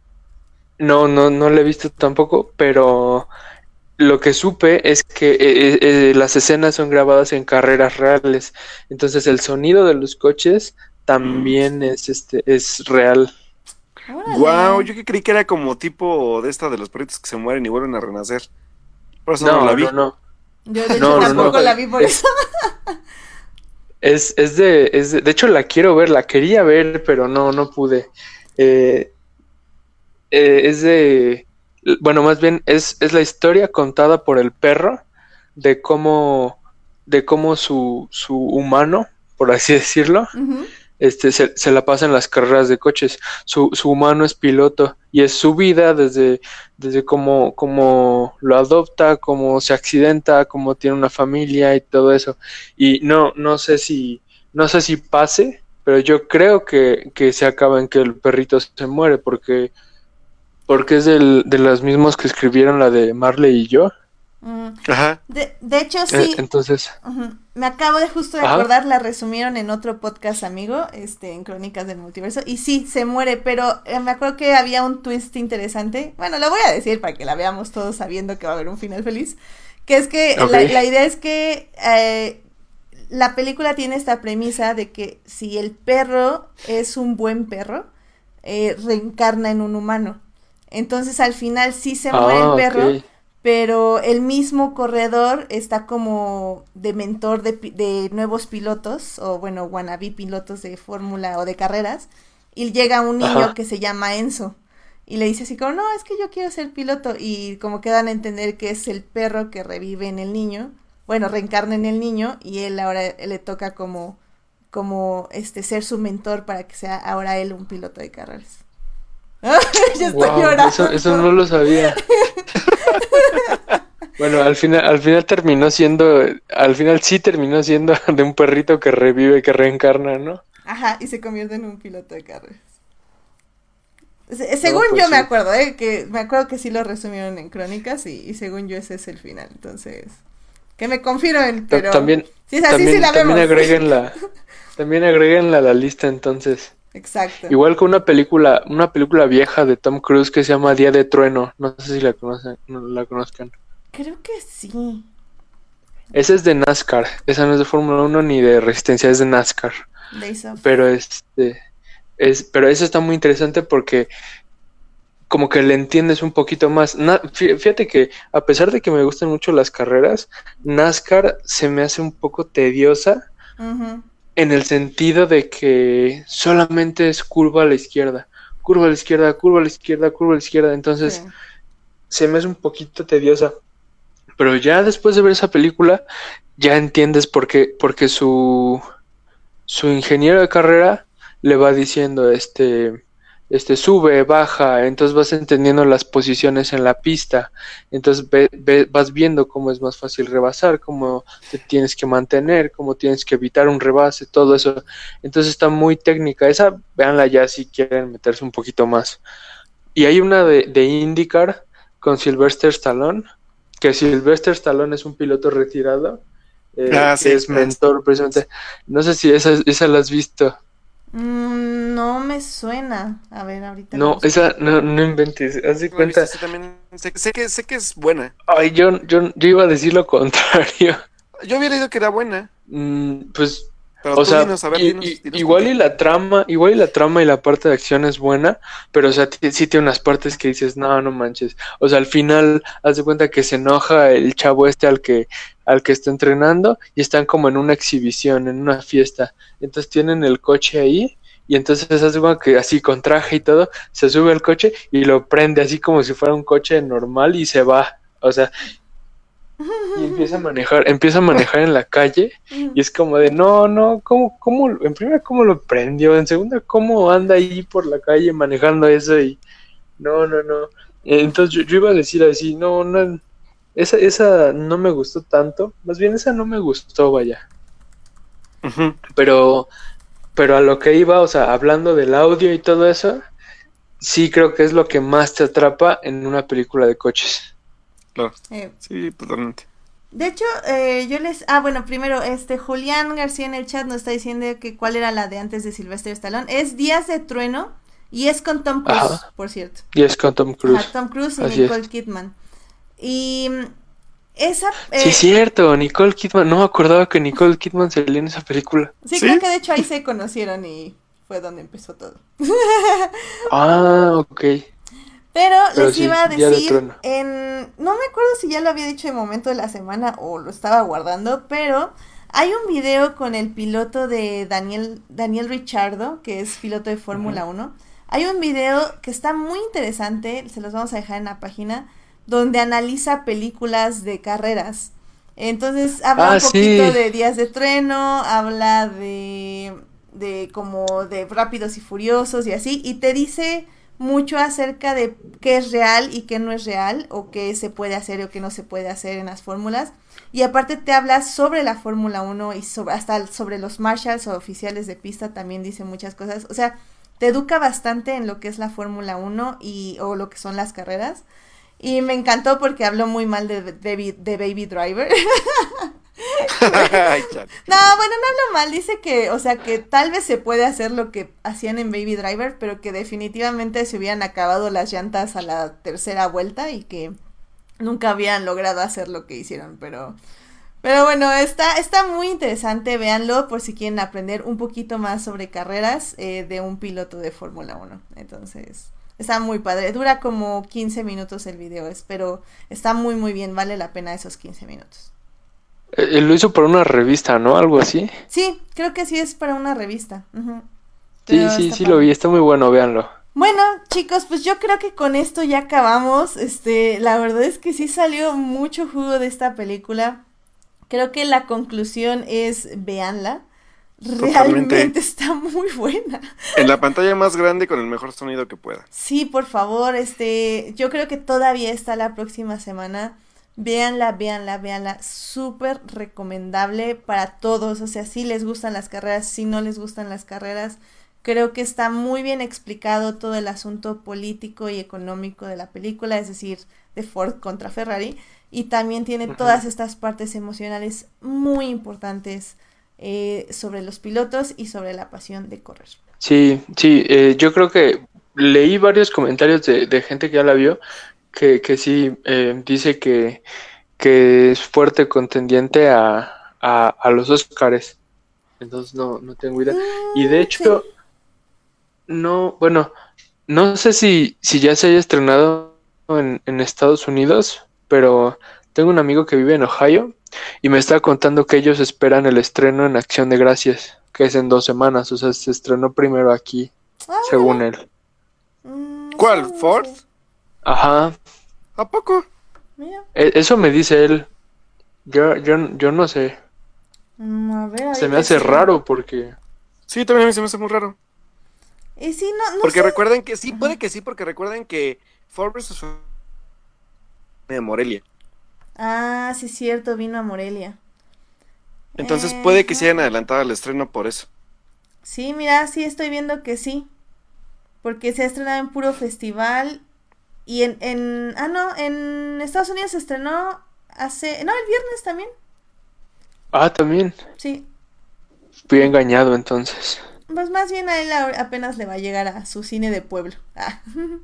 No, no, no la he visto tampoco, pero lo que supe es que eh, eh, las escenas son grabadas en carreras reales. Entonces el sonido de los coches también es este es real. Guau, yo Órale. que creí que era como tipo de esta de los perritos que se mueren y vuelven a renacer. Por eso no la No, vi. no, no. Yo de hecho No, no, no. tampoco la vi por Es, eso. es, es de, es de, de hecho la quiero ver, la quería ver, pero no, no pude. Eh, eh, es de, bueno, más bien es, es la historia contada por el perro de cómo, de cómo su, su humano, por así decirlo, Ujú. este, se, se la pasa en las carreras de coches. Su, su humano es piloto y es su vida desde, desde cómo, cómo lo adopta, cómo se accidenta, cómo tiene una familia y todo eso. Y no, no sé si, no sé si pase, pero yo creo que, que se acaba en que el perrito se muere porque, porque es del, de los mismos que escribieron la de Marley y yo. Mm. Ajá. De, de hecho, Eh, sí, entonces, ujú, me acabo de justo de ajá, acordar, la resumieron en otro podcast amigo, este, en Crónicas del Multiverso, y sí, se muere, pero eh, me acuerdo que había un twist interesante, bueno, lo voy a decir para que la veamos todos sabiendo que va a haber un final feliz, que es que ok, la, la idea es que eh, la película tiene esta premisa de que si el perro es un buen perro, eh, reencarna en un humano. Entonces al final sí se muere el ah, perro, ok, pero el mismo corredor está como de mentor de, pi- de nuevos pilotos, o bueno, wannabe pilotos de fórmula o de carreras, y llega un niño ajá, que se llama Enzo, y le dice así como, no, es que yo quiero ser piloto, y como que dan a entender que es el perro que revive en el niño, bueno, reencarna en el niño, y él ahora él le toca como, como este ser su mentor para que sea ahora él un piloto de carreras. Ya estoy wow, eso, eso llorando. no lo sabía. Bueno, al final, al final terminó siendo, al final sí terminó siendo de un perrito que revive, que reencarna, ¿no? Ajá, y se convierte en un piloto de carreras. Se- No, según pues yo me sí. acuerdo, ¿eh? Que me acuerdo que sí lo resumieron en crónicas y, y según yo ese es el final. Entonces, que me confirmen, Ta- pero También, si es así, sí también, la también vemos. agréguenla, también agréguenla a la lista entonces. Exacto. Igual que una película, una película vieja de Tom Cruise que se llama Día de Trueno, no sé si la conocen, no la conozcan. Creo que sí. Esa es de NASCAR, esa no es de Fórmula uno ni de Resistencia, es de NASCAR. Days of. Pero este es, pero eso está muy interesante porque como que le entiendes un poquito más. Na- fí- fíjate que a pesar de que me gustan mucho las carreras, NASCAR se me hace un poco tediosa Ujú. en el sentido de que solamente es curva a la izquierda, curva a la izquierda, curva a la izquierda, curva a la izquierda. Entonces, Sí. se me hace un poquito tediosa. Pero ya después de ver esa película, ya entiendes por qué, porque su, su ingeniero de carrera le va diciendo, este, este, sube, baja, entonces vas entendiendo las posiciones en la pista, entonces ve, ve, vas viendo cómo es más fácil rebasar, cómo te tienes que mantener, cómo tienes que evitar un rebase, todo eso. Entonces está muy técnica, esa, véanla ya si quieren meterse un poquito más. Y hay una de, de IndyCar con Sylvester Stallone, que Sylvester Stallone es un piloto retirado, eh, ah, que sí, es mentor precisamente. No sé si esa, esa la has visto. Mm, no me suena. A ver, ahorita. No, esa, no, no inventes, haz de No he cuenta. visto, sí, también sé, sé que, sé que es buena. Ay, yo, yo, yo iba a decir lo contrario. Yo había leído que era buena, Mm, pues, pero o tú sea, dinos, a ver, y- dinos, y- dinos igual por y qué. la trama, igual y la trama y la parte de acción es buena, pero o sea, ti- sí tiene unas partes que dices, no, no manches. O sea, al final, haz de cuenta que se enoja el chavo este al que, al que está entrenando y están como en una exhibición, en una fiesta. Entonces tienen el coche ahí y entonces haz de cuenta que así con traje y todo, se sube al coche y lo prende así como si fuera un coche normal y se va. O sea, y empieza a manejar, empieza a manejar en la calle y es como de no, no, ¿cómo, cómo, en primera cómo lo prendió, en segunda cómo anda ahí por la calle manejando eso y no, no, no. Eh, Entonces yo, yo iba a decir así, no, no, esa, esa no me gustó tanto, más bien esa no me gustó, vaya, Ujú. pero, pero a lo que iba, o sea, hablando del audio y todo eso, sí creo que es lo que más te atrapa en una película de coches. Claro, Eh, sí, totalmente. de hecho, eh, yo les... Ah, bueno, primero, este Julián García en el chat nos está diciendo que cuál era la de antes de Sylvester Stallone. Es Días de Trueno y es con Tom Cruise, Ajá. por cierto. Y es con Tom Cruise. Ajá, Tom Cruise y Así Nicole es. Kidman. Y mm, esa... Sí, eh, es cierto, Nicole Kidman, no me acordaba que Nicole Kidman salía en esa película. sí, ¿Sí? creo que de hecho ahí se conocieron y fue donde empezó todo. Ah, ok. Pero, Pero les sí, iba a Día de decir, Trueno. en... No me acuerdo si ya lo había dicho en el momento de la semana o lo estaba guardando, pero hay un video con el piloto de Daniel, Daniel Ricciardo, que es piloto de Fórmula uno. Hay un video que está muy interesante, se los vamos a dejar en la página, donde analiza películas de carreras. Entonces habla Ah, un poquito sí. de Días de Trueno, habla de, de como de Rápidos y Furiosos y así, y te dice mucho acerca de qué es real y qué no es real, o qué se puede hacer o qué no se puede hacer en las fórmulas. Y aparte te habla sobre la Fórmula uno y sobre, hasta sobre los marshals o oficiales de pista, también dice muchas cosas. O sea, te educa bastante en lo que es la Fórmula uno y, o lo que son las carreras. Y me encantó porque habló muy mal de, de, de Baby Driver. Ay, chale. No, bueno, no hablo mal, dice que, o sea, que tal vez se puede hacer lo que hacían en Baby Driver, pero que definitivamente se hubieran acabado las llantas a la tercera vuelta y que nunca habían logrado hacer lo que hicieron, pero... Pero bueno, está, está muy interesante, véanlo por si quieren aprender un poquito más sobre carreras eh, de un piloto de Fórmula uno. Entonces, está muy padre, dura como quince minutos el video, pero está muy muy bien, vale la pena esos quince minutos. Eh, lo hizo por una revista, ¿no? Algo así. Sí, creo que sí es para una revista. Uh-huh. Sí, Pero sí, está sí padre. lo vi, está muy bueno, véanlo. Bueno, chicos, pues yo creo que con esto ya acabamos. Este, la verdad es que sí salió mucho jugo de esta película. Creo que la conclusión es véanla. Realmente Totalmente. está muy buena. En la pantalla más grande con el mejor sonido que pueda. Sí, por favor, este, yo creo que todavía está la próxima semana. Véanla, véanla, véanla. Súper recomendable para todos. O sea, si les gustan las carreras, si no les gustan las carreras. Creo que está muy bien explicado todo el asunto político y económico de la película, es decir, de Ford contra Ferrari. Y también tiene Ujú. todas estas partes emocionales muy importantes eh, sobre los pilotos y sobre la pasión de correr. Sí, sí, eh, yo creo que leí varios comentarios de, de gente que ya la vio, que, que sí, eh, dice que, que es fuerte contendiente a, a, a los Óscares. Entonces no, no tengo idea. Y de hecho, Sí. no, bueno, no sé si, si ya se haya estrenado en, en Estados Unidos, pero tengo un amigo que vive en Ohio y me está contando que ellos esperan el estreno en Acción de Gracias, que es en dos semanas, o sea, se estrenó primero aquí, Ah, según él. mm, no ¿Cuál? sé, no ¿Ford? sé. Ajá, ¿A poco? Mira. E- Eso me dice él. Yo, yo, yo no sé. Mm, a ver, Se me ahorita hace sí. raro porque... Sí, también a mí se me hace muy raro. Y sí, no, no Porque sé. recuerden que, sí, Ajá. puede que sí, porque recuerden que Ford versus. de Morelia. Ah, sí, cierto, vino a Morelia. Entonces Eh, puede que se hayan ajá. adelantado al estreno por eso. Sí, mira, sí estoy viendo que sí. Porque se ha estrenado en puro festival. Y en, en. Ah, no, en Estados Unidos se estrenó hace. No, el viernes también. Ah, también. Sí. Fui engañado entonces. Pues más bien a él ahora apenas le va a llegar a su cine de pueblo. Ah.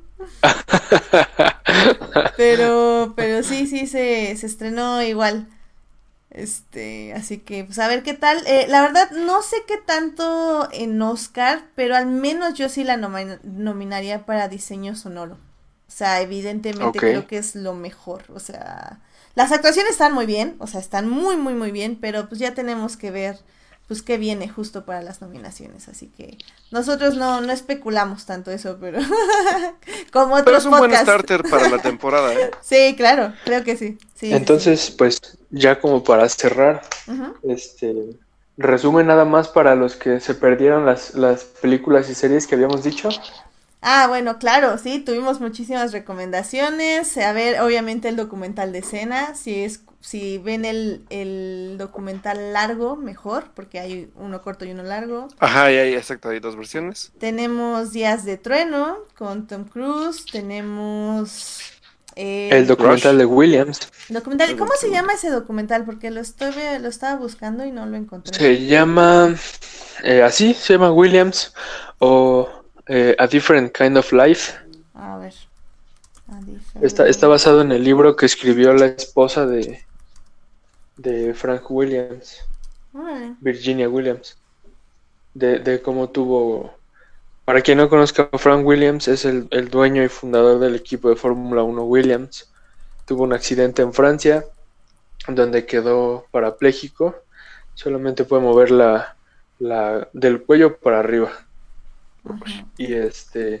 Pero, pero sí, sí, se, se estrenó igual. Este, así que, pues a ver qué tal. Eh, la verdad, no sé qué tanto en Oscar, pero al menos yo sí la nomi- nominaría para diseño sonoro. O sea, evidentemente Ok. creo que es lo mejor. O sea, las actuaciones están muy bien, o sea, están muy, muy, muy bien, pero pues ya tenemos que ver, pues qué viene justo para las nominaciones. Así que nosotros no, no especulamos tanto eso, pero como Pero otros es un buen podcasts. starter para la temporada, ¿eh? Sí, claro, creo que sí. Sí, sí, sí. Entonces, pues, ya como para cerrar, Ujú. este, resumen nada más para los que se perdieron las, las películas y series que habíamos dicho. Ah, bueno, claro, sí, tuvimos muchísimas recomendaciones. A ver, obviamente el documental de escena, si es, si ven el, el documental largo, mejor, porque hay uno corto y uno largo. Ajá, ya, ya, exacto, hay dos versiones. Tenemos Días de Trueno con Tom Cruise, tenemos El el documental Rush. de Williams documental. El ¿Cómo se documental. llama ese documental? Porque lo estoy, lo estaba buscando y no lo encontré. se llama, eh, así, se llama Williams o eh, A Different Kind of Life. A ver. A Está, está basado en el libro que escribió la esposa de, de Frank Williams, Órale. Virginia Williams, de, de cómo tuvo... Para quien no conozca, Frank Williams es el, el dueño y fundador del equipo de Fórmula uno Williams. Tuvo un accidente en Francia donde quedó parapléjico. Solamente puede mover la, la del cuello para arriba. Ajá. Y este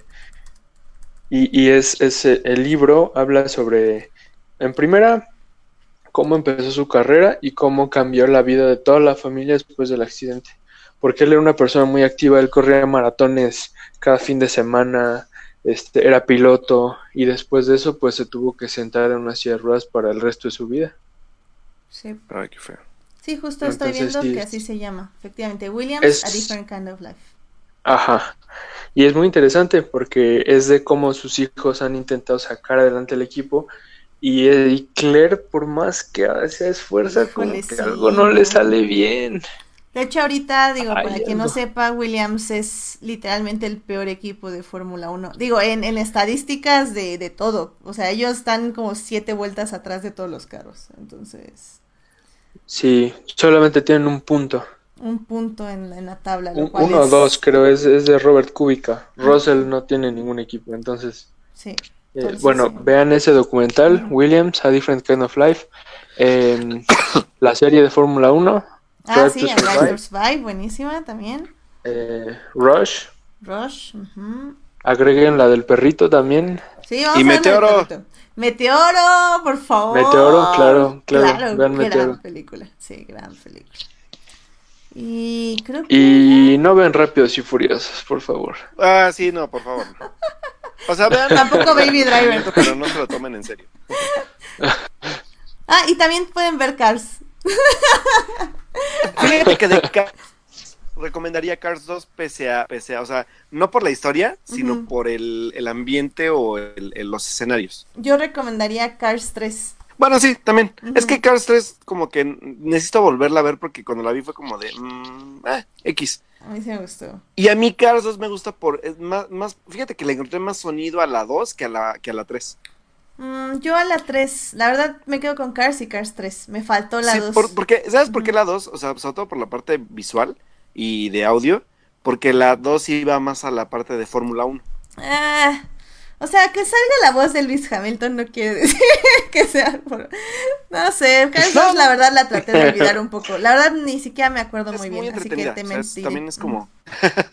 y, y es, es eh, el libro habla sobre, en primera, cómo empezó su carrera y cómo cambió la vida de toda la familia después del accidente. Porque él era una persona muy activa, él corría maratones cada fin de semana, este, era piloto y después de eso pues se tuvo que sentar en una silla de ruedas para el resto de su vida. Sí. Ay, qué feo. Sí, justo estoy Entonces, viendo sí, que es- así se llama. Efectivamente, Williams, Es- A Different Kind of Life. Ajá. Y es muy interesante porque es de cómo sus hijos han intentado sacar adelante el equipo y, eh, y Claire, por más que se esfuerza, como Híjole, que sí, algo no le no. sale bien. De hecho, ahorita, digo, Ay, para quien no algo. sepa, Williams es literalmente el peor equipo de Fórmula uno. Digo, en, en estadísticas de, de todo. O sea, ellos están como siete vueltas atrás de todos los carros. Entonces, Sí, solamente tienen un punto. un punto en, en la tabla, lo Un- cual uno o es... dos, creo, es, es de Robert Kubica. Russell no tiene ningún equipo, entonces... Sí, eh, entonces, bueno, sí. vean ese documental, Ujú. Williams, A Different Kind of Life. em, la serie de Fórmula uno, Ah, Drive sí, to A Drive Survive, to Survive, buenísima también. eh, Rush. Rush, ujú. Agreguen la del perrito también. Sí, vamos Y a ver la del Meteoro. perrito. Meteoro, por favor. Meteoro, claro, claro, Claro, vean gran Meteoro. película. Sí, gran película. Y creo que Y no ven Rápidos y Furiosos, por favor. Ah, sí, no, por favor. no. O sea, vean. Tampoco Baby Driver. Pero no se lo tomen en serio. Ah, y también pueden ver Cars. Fíjate que de Cars recomendaría Cars dos pese a, pese a, o sea, no por la historia, sino Ujú. por el, el ambiente o el- el- los escenarios. Yo recomendaría Cars tres. Bueno, sí, también. Ujú. Es que Cars tres como que necesito volverla a ver porque cuando la vi fue como de mm, ah, X. A mí sí me gustó. Y a mí Cars dos me gusta por es más, más, fíjate que le encontré más sonido a la dos que a la que a la tres. Mm, yo a la tres, la verdad me quedo con Cars y Cars tres. Me faltó la Sí, dos. por- porque, ¿sabes por qué Ujú. la dos? O sea, sobre todo por la parte visual y de audio, porque la dos iba más a la parte de Fórmula uno. Ah, o sea, que salga la voz de Lewis Hamilton no quiere decir que sea por... No sé, Cars No, dos la no. verdad la traté de olvidar un poco. La verdad ni siquiera me acuerdo Es muy muy bien, así que entretenida, te o sea, es- mentí. también es como...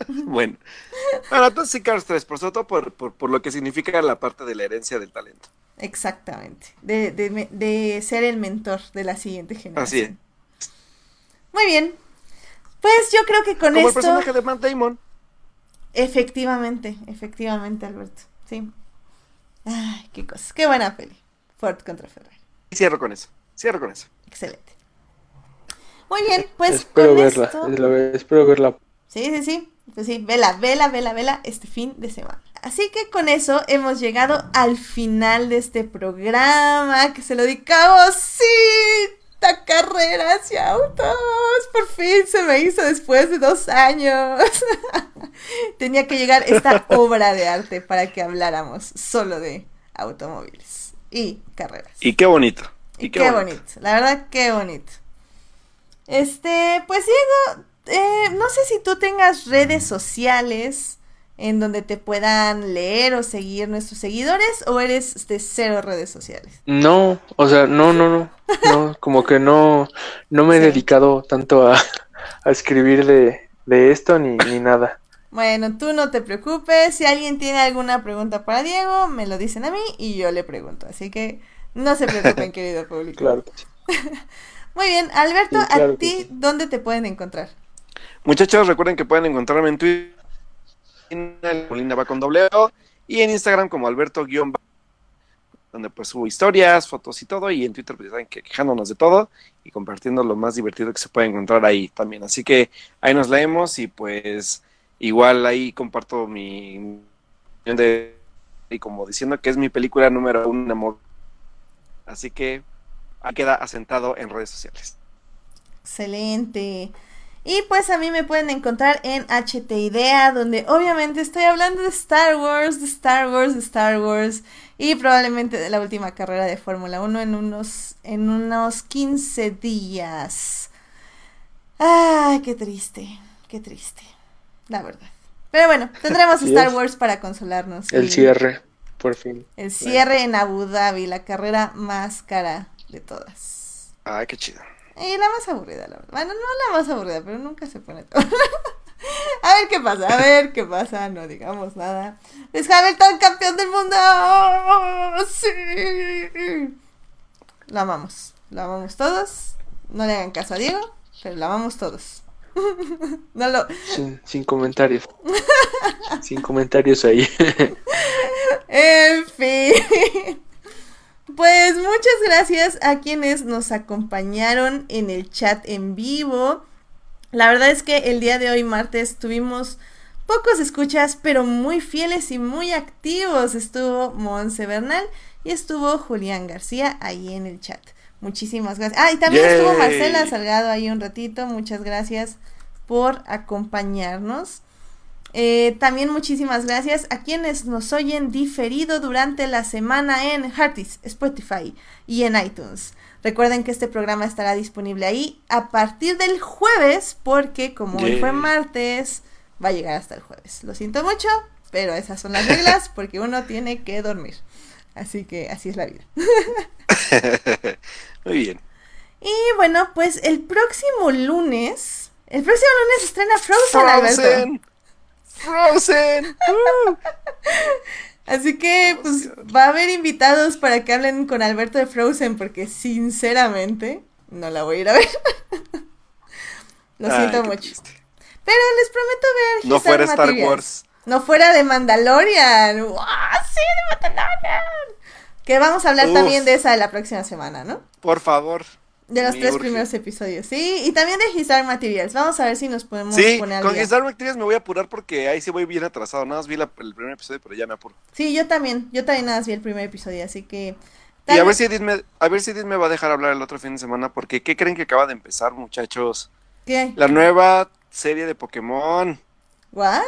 bueno. Bueno, entonces sí Cars tres, por sobre todo por, por, por lo que significa la parte de la herencia del talento. Exactamente. De, de, de ser el mentor de la siguiente generación. Así es. Muy bien. Pues yo creo que con Como esto... el personaje de Matt Damon. Efectivamente, efectivamente, Alberto. Sí. Ay, qué cosas. Qué buena peli. Ford contra Ferrari. Y cierro con eso. Cierro con eso. Excelente. Muy bien, pues espero con verla, esto... es la- espero verla. Sí, sí, sí. Pues sí, vela, vela, vela, vela este fin de semana. Así que con eso hemos llegado al final de este programa que se lo dedicamos, sí, a carreras y autos. Por fin se me hizo después de dos años. Tenía que llegar esta obra de arte para que habláramos solo de automóviles y carreras. Y qué bonito. Y, y qué, qué bonito. bonito, la verdad, qué bonito. Este, pues Diego, eh, no sé si tú tengas redes sociales en donde te puedan leer o seguir nuestros seguidores, o eres de cero redes sociales. No, o sea, no, no, no, no, como que no, no me he sí. dedicado tanto a, a escribir de, de esto ni, ni nada. Bueno, tú no te preocupes, si alguien tiene alguna pregunta para Diego, me lo dicen a mí y yo le pregunto, así que no se preocupen, querido público. Claro que sí. Muy bien, Alberto, sí, claro a ti, sí. ¿dónde te pueden encontrar? Muchachos, recuerden que pueden encontrarme en Twitter, Molina va con doble O, y en Instagram como Alberto guión, donde pues subo historias, fotos y todo, y en Twitter pues ya saben que quejándonos de todo y compartiendo lo más divertido que se puede encontrar ahí también. Así que ahí nos leemos y pues igual ahí comparto mi de y como diciendo que es mi película número uno, amor. Así que ahí queda asentado en redes sociales. Excelente. Y pues a mí me pueden encontrar en H T Idea, donde obviamente estoy hablando de Star Wars, de Star Wars, de Star Wars, y probablemente de la última carrera de Fórmula uno en unos, en unos quince días. Ay, qué triste, qué triste, la verdad. Pero bueno, tendremos sí Star es. Wars para consolarnos. El cierre, por fin. El cierre bueno. en Abu Dhabi, la carrera más cara de todas. Ay, qué chido. Y la más aburrida, la verdad. Bueno, no la más aburrida, pero nunca se pone todo. A ver qué pasa, a ver qué pasa, no digamos nada. ¡Es Hamilton campeón del mundo! ¡Oh, sí! Lo amamos, lo amamos todos. No le hagan caso a Diego, pero lo amamos todos. No lo... Sin, sin comentarios. Sin comentarios ahí. En fin. Pues muchas gracias a quienes nos acompañaron en el chat en vivo. La verdad es que el día de hoy, martes, tuvimos pocos escuchas, pero muy fieles y muy activos. Estuvo Monse Bernal y estuvo Julián García ahí en el chat. Muchísimas gracias. Ah, y también Yay. estuvo Marcela Salgado ahí un ratito. Muchas gracias por acompañarnos. Eh, también muchísimas gracias a quienes nos oyen diferido durante la semana en Heartis, Spotify y en iTunes. Recuerden que este programa estará disponible ahí a partir del jueves, porque como yeah. hoy fue martes, va a llegar hasta el jueves. Lo siento mucho, pero esas son las reglas, porque uno tiene que dormir. Así que así es la vida. Muy bien. Y bueno, pues el próximo lunes, el próximo lunes estrena Frozen, Alberto. Frozen. Uh. Así que pues va a haber invitados para que hablen con Alberto de Frozen, porque sinceramente no la voy a ir a ver. Lo Ay, siento mucho. Triste. Pero les prometo ver No fuera Star Materials. Wars. No fuera de Mandalorian. ¡Wow! Sí, de Mandalorian. Que vamos a hablar Uf. también de esa la próxima semana, ¿no? Por favor. De los tres urge. primeros episodios, sí, y también de His Dark Materials. Vamos a ver si nos podemos sí, poner al con día. His Dark Materials me voy a apurar porque ahí sí voy bien atrasado. Nada más vi la, el primer episodio, pero ya me apuro. Sí, yo también, yo también nada más vi el primer episodio, así que... Y a ver si Edith me, a ver si Edith me va a dejar hablar el otro fin de semana, porque ¿qué creen que acaba de empezar, muchachos? ¿Qué? La nueva serie de Pokémon. ¿What?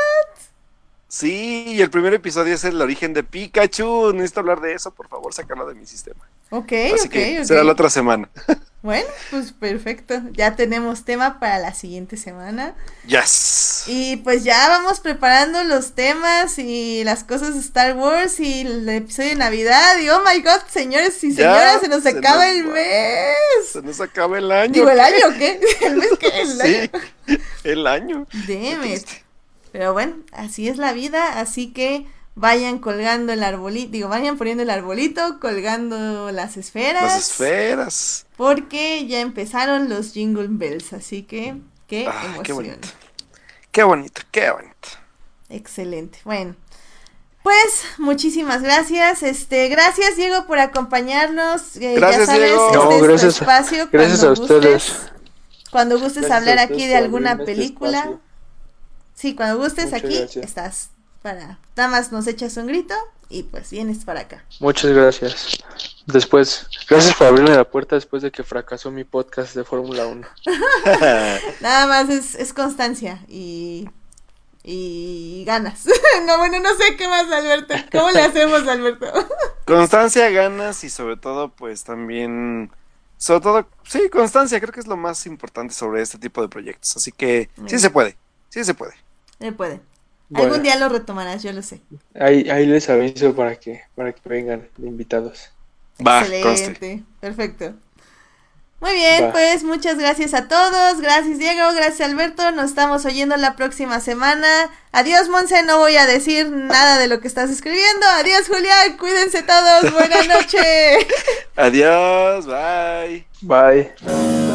Sí, y el primer episodio es el origen de Pikachu. Necesito hablar de eso, por favor, sacarlo de mi sistema. Ok, Así ok, que ok. será la otra semana. Bueno, pues perfecto. Ya tenemos tema para la siguiente semana. Yes. Y pues ya vamos preparando los temas y las cosas de Star Wars y el episodio de Navidad. Y oh my god, señores y señoras, ya, se nos se acaba nos el va. mes. Se nos acaba el año. Digo, ¿el año qué? ¿El mes qué? ¿El sí, año? el año. Damn it. Pero bueno, así es la vida, así que vayan colgando el arbolito, digo, vayan poniendo el arbolito, colgando las esferas. Las esferas. Porque ya empezaron los Jingle Bells, así que qué Ah, emoción. qué bonito. Qué bonito, qué bonito. Excelente. Bueno, pues muchísimas gracias. Este, gracias Diego por acompañarnos. Eh, Gracias, ya sabes, Diego. este No, es tu gracias a- espacio. gracias cuando a ustedes. Gustes, cuando gustes Gracias a hablar ustedes aquí de por alguna abrirme este película. espacio. Sí, cuando gustes Muchas aquí gracias. estás para. Nada más nos echas un grito y pues vienes para acá. Muchas gracias. Después, gracias por abrirme la puerta después de que fracasó mi podcast de Fórmula uno. Nada más es, es constancia y y ganas. No, bueno, no sé qué más, Alberto. ¿Cómo le hacemos, Alberto? Constancia, ganas y sobre todo, pues también, sobre todo, sí, constancia, creo que es lo más importante sobre este tipo de proyectos. Así que sí se puede, sí se puede. Se puede. Bueno. Algún día lo retomarás, yo lo sé. Ahí, ahí les aviso para que, para que vengan de invitados. Va, Excelente, perfecto. Muy bien, Va. pues muchas gracias a todos. Gracias, Diego. Gracias, Alberto. Nos estamos oyendo la próxima semana. Adiós, Monse. No voy a decir nada de lo que estás escribiendo. Adiós, Julián. Cuídense todos. Buenas noches. Adiós, bye. Bye.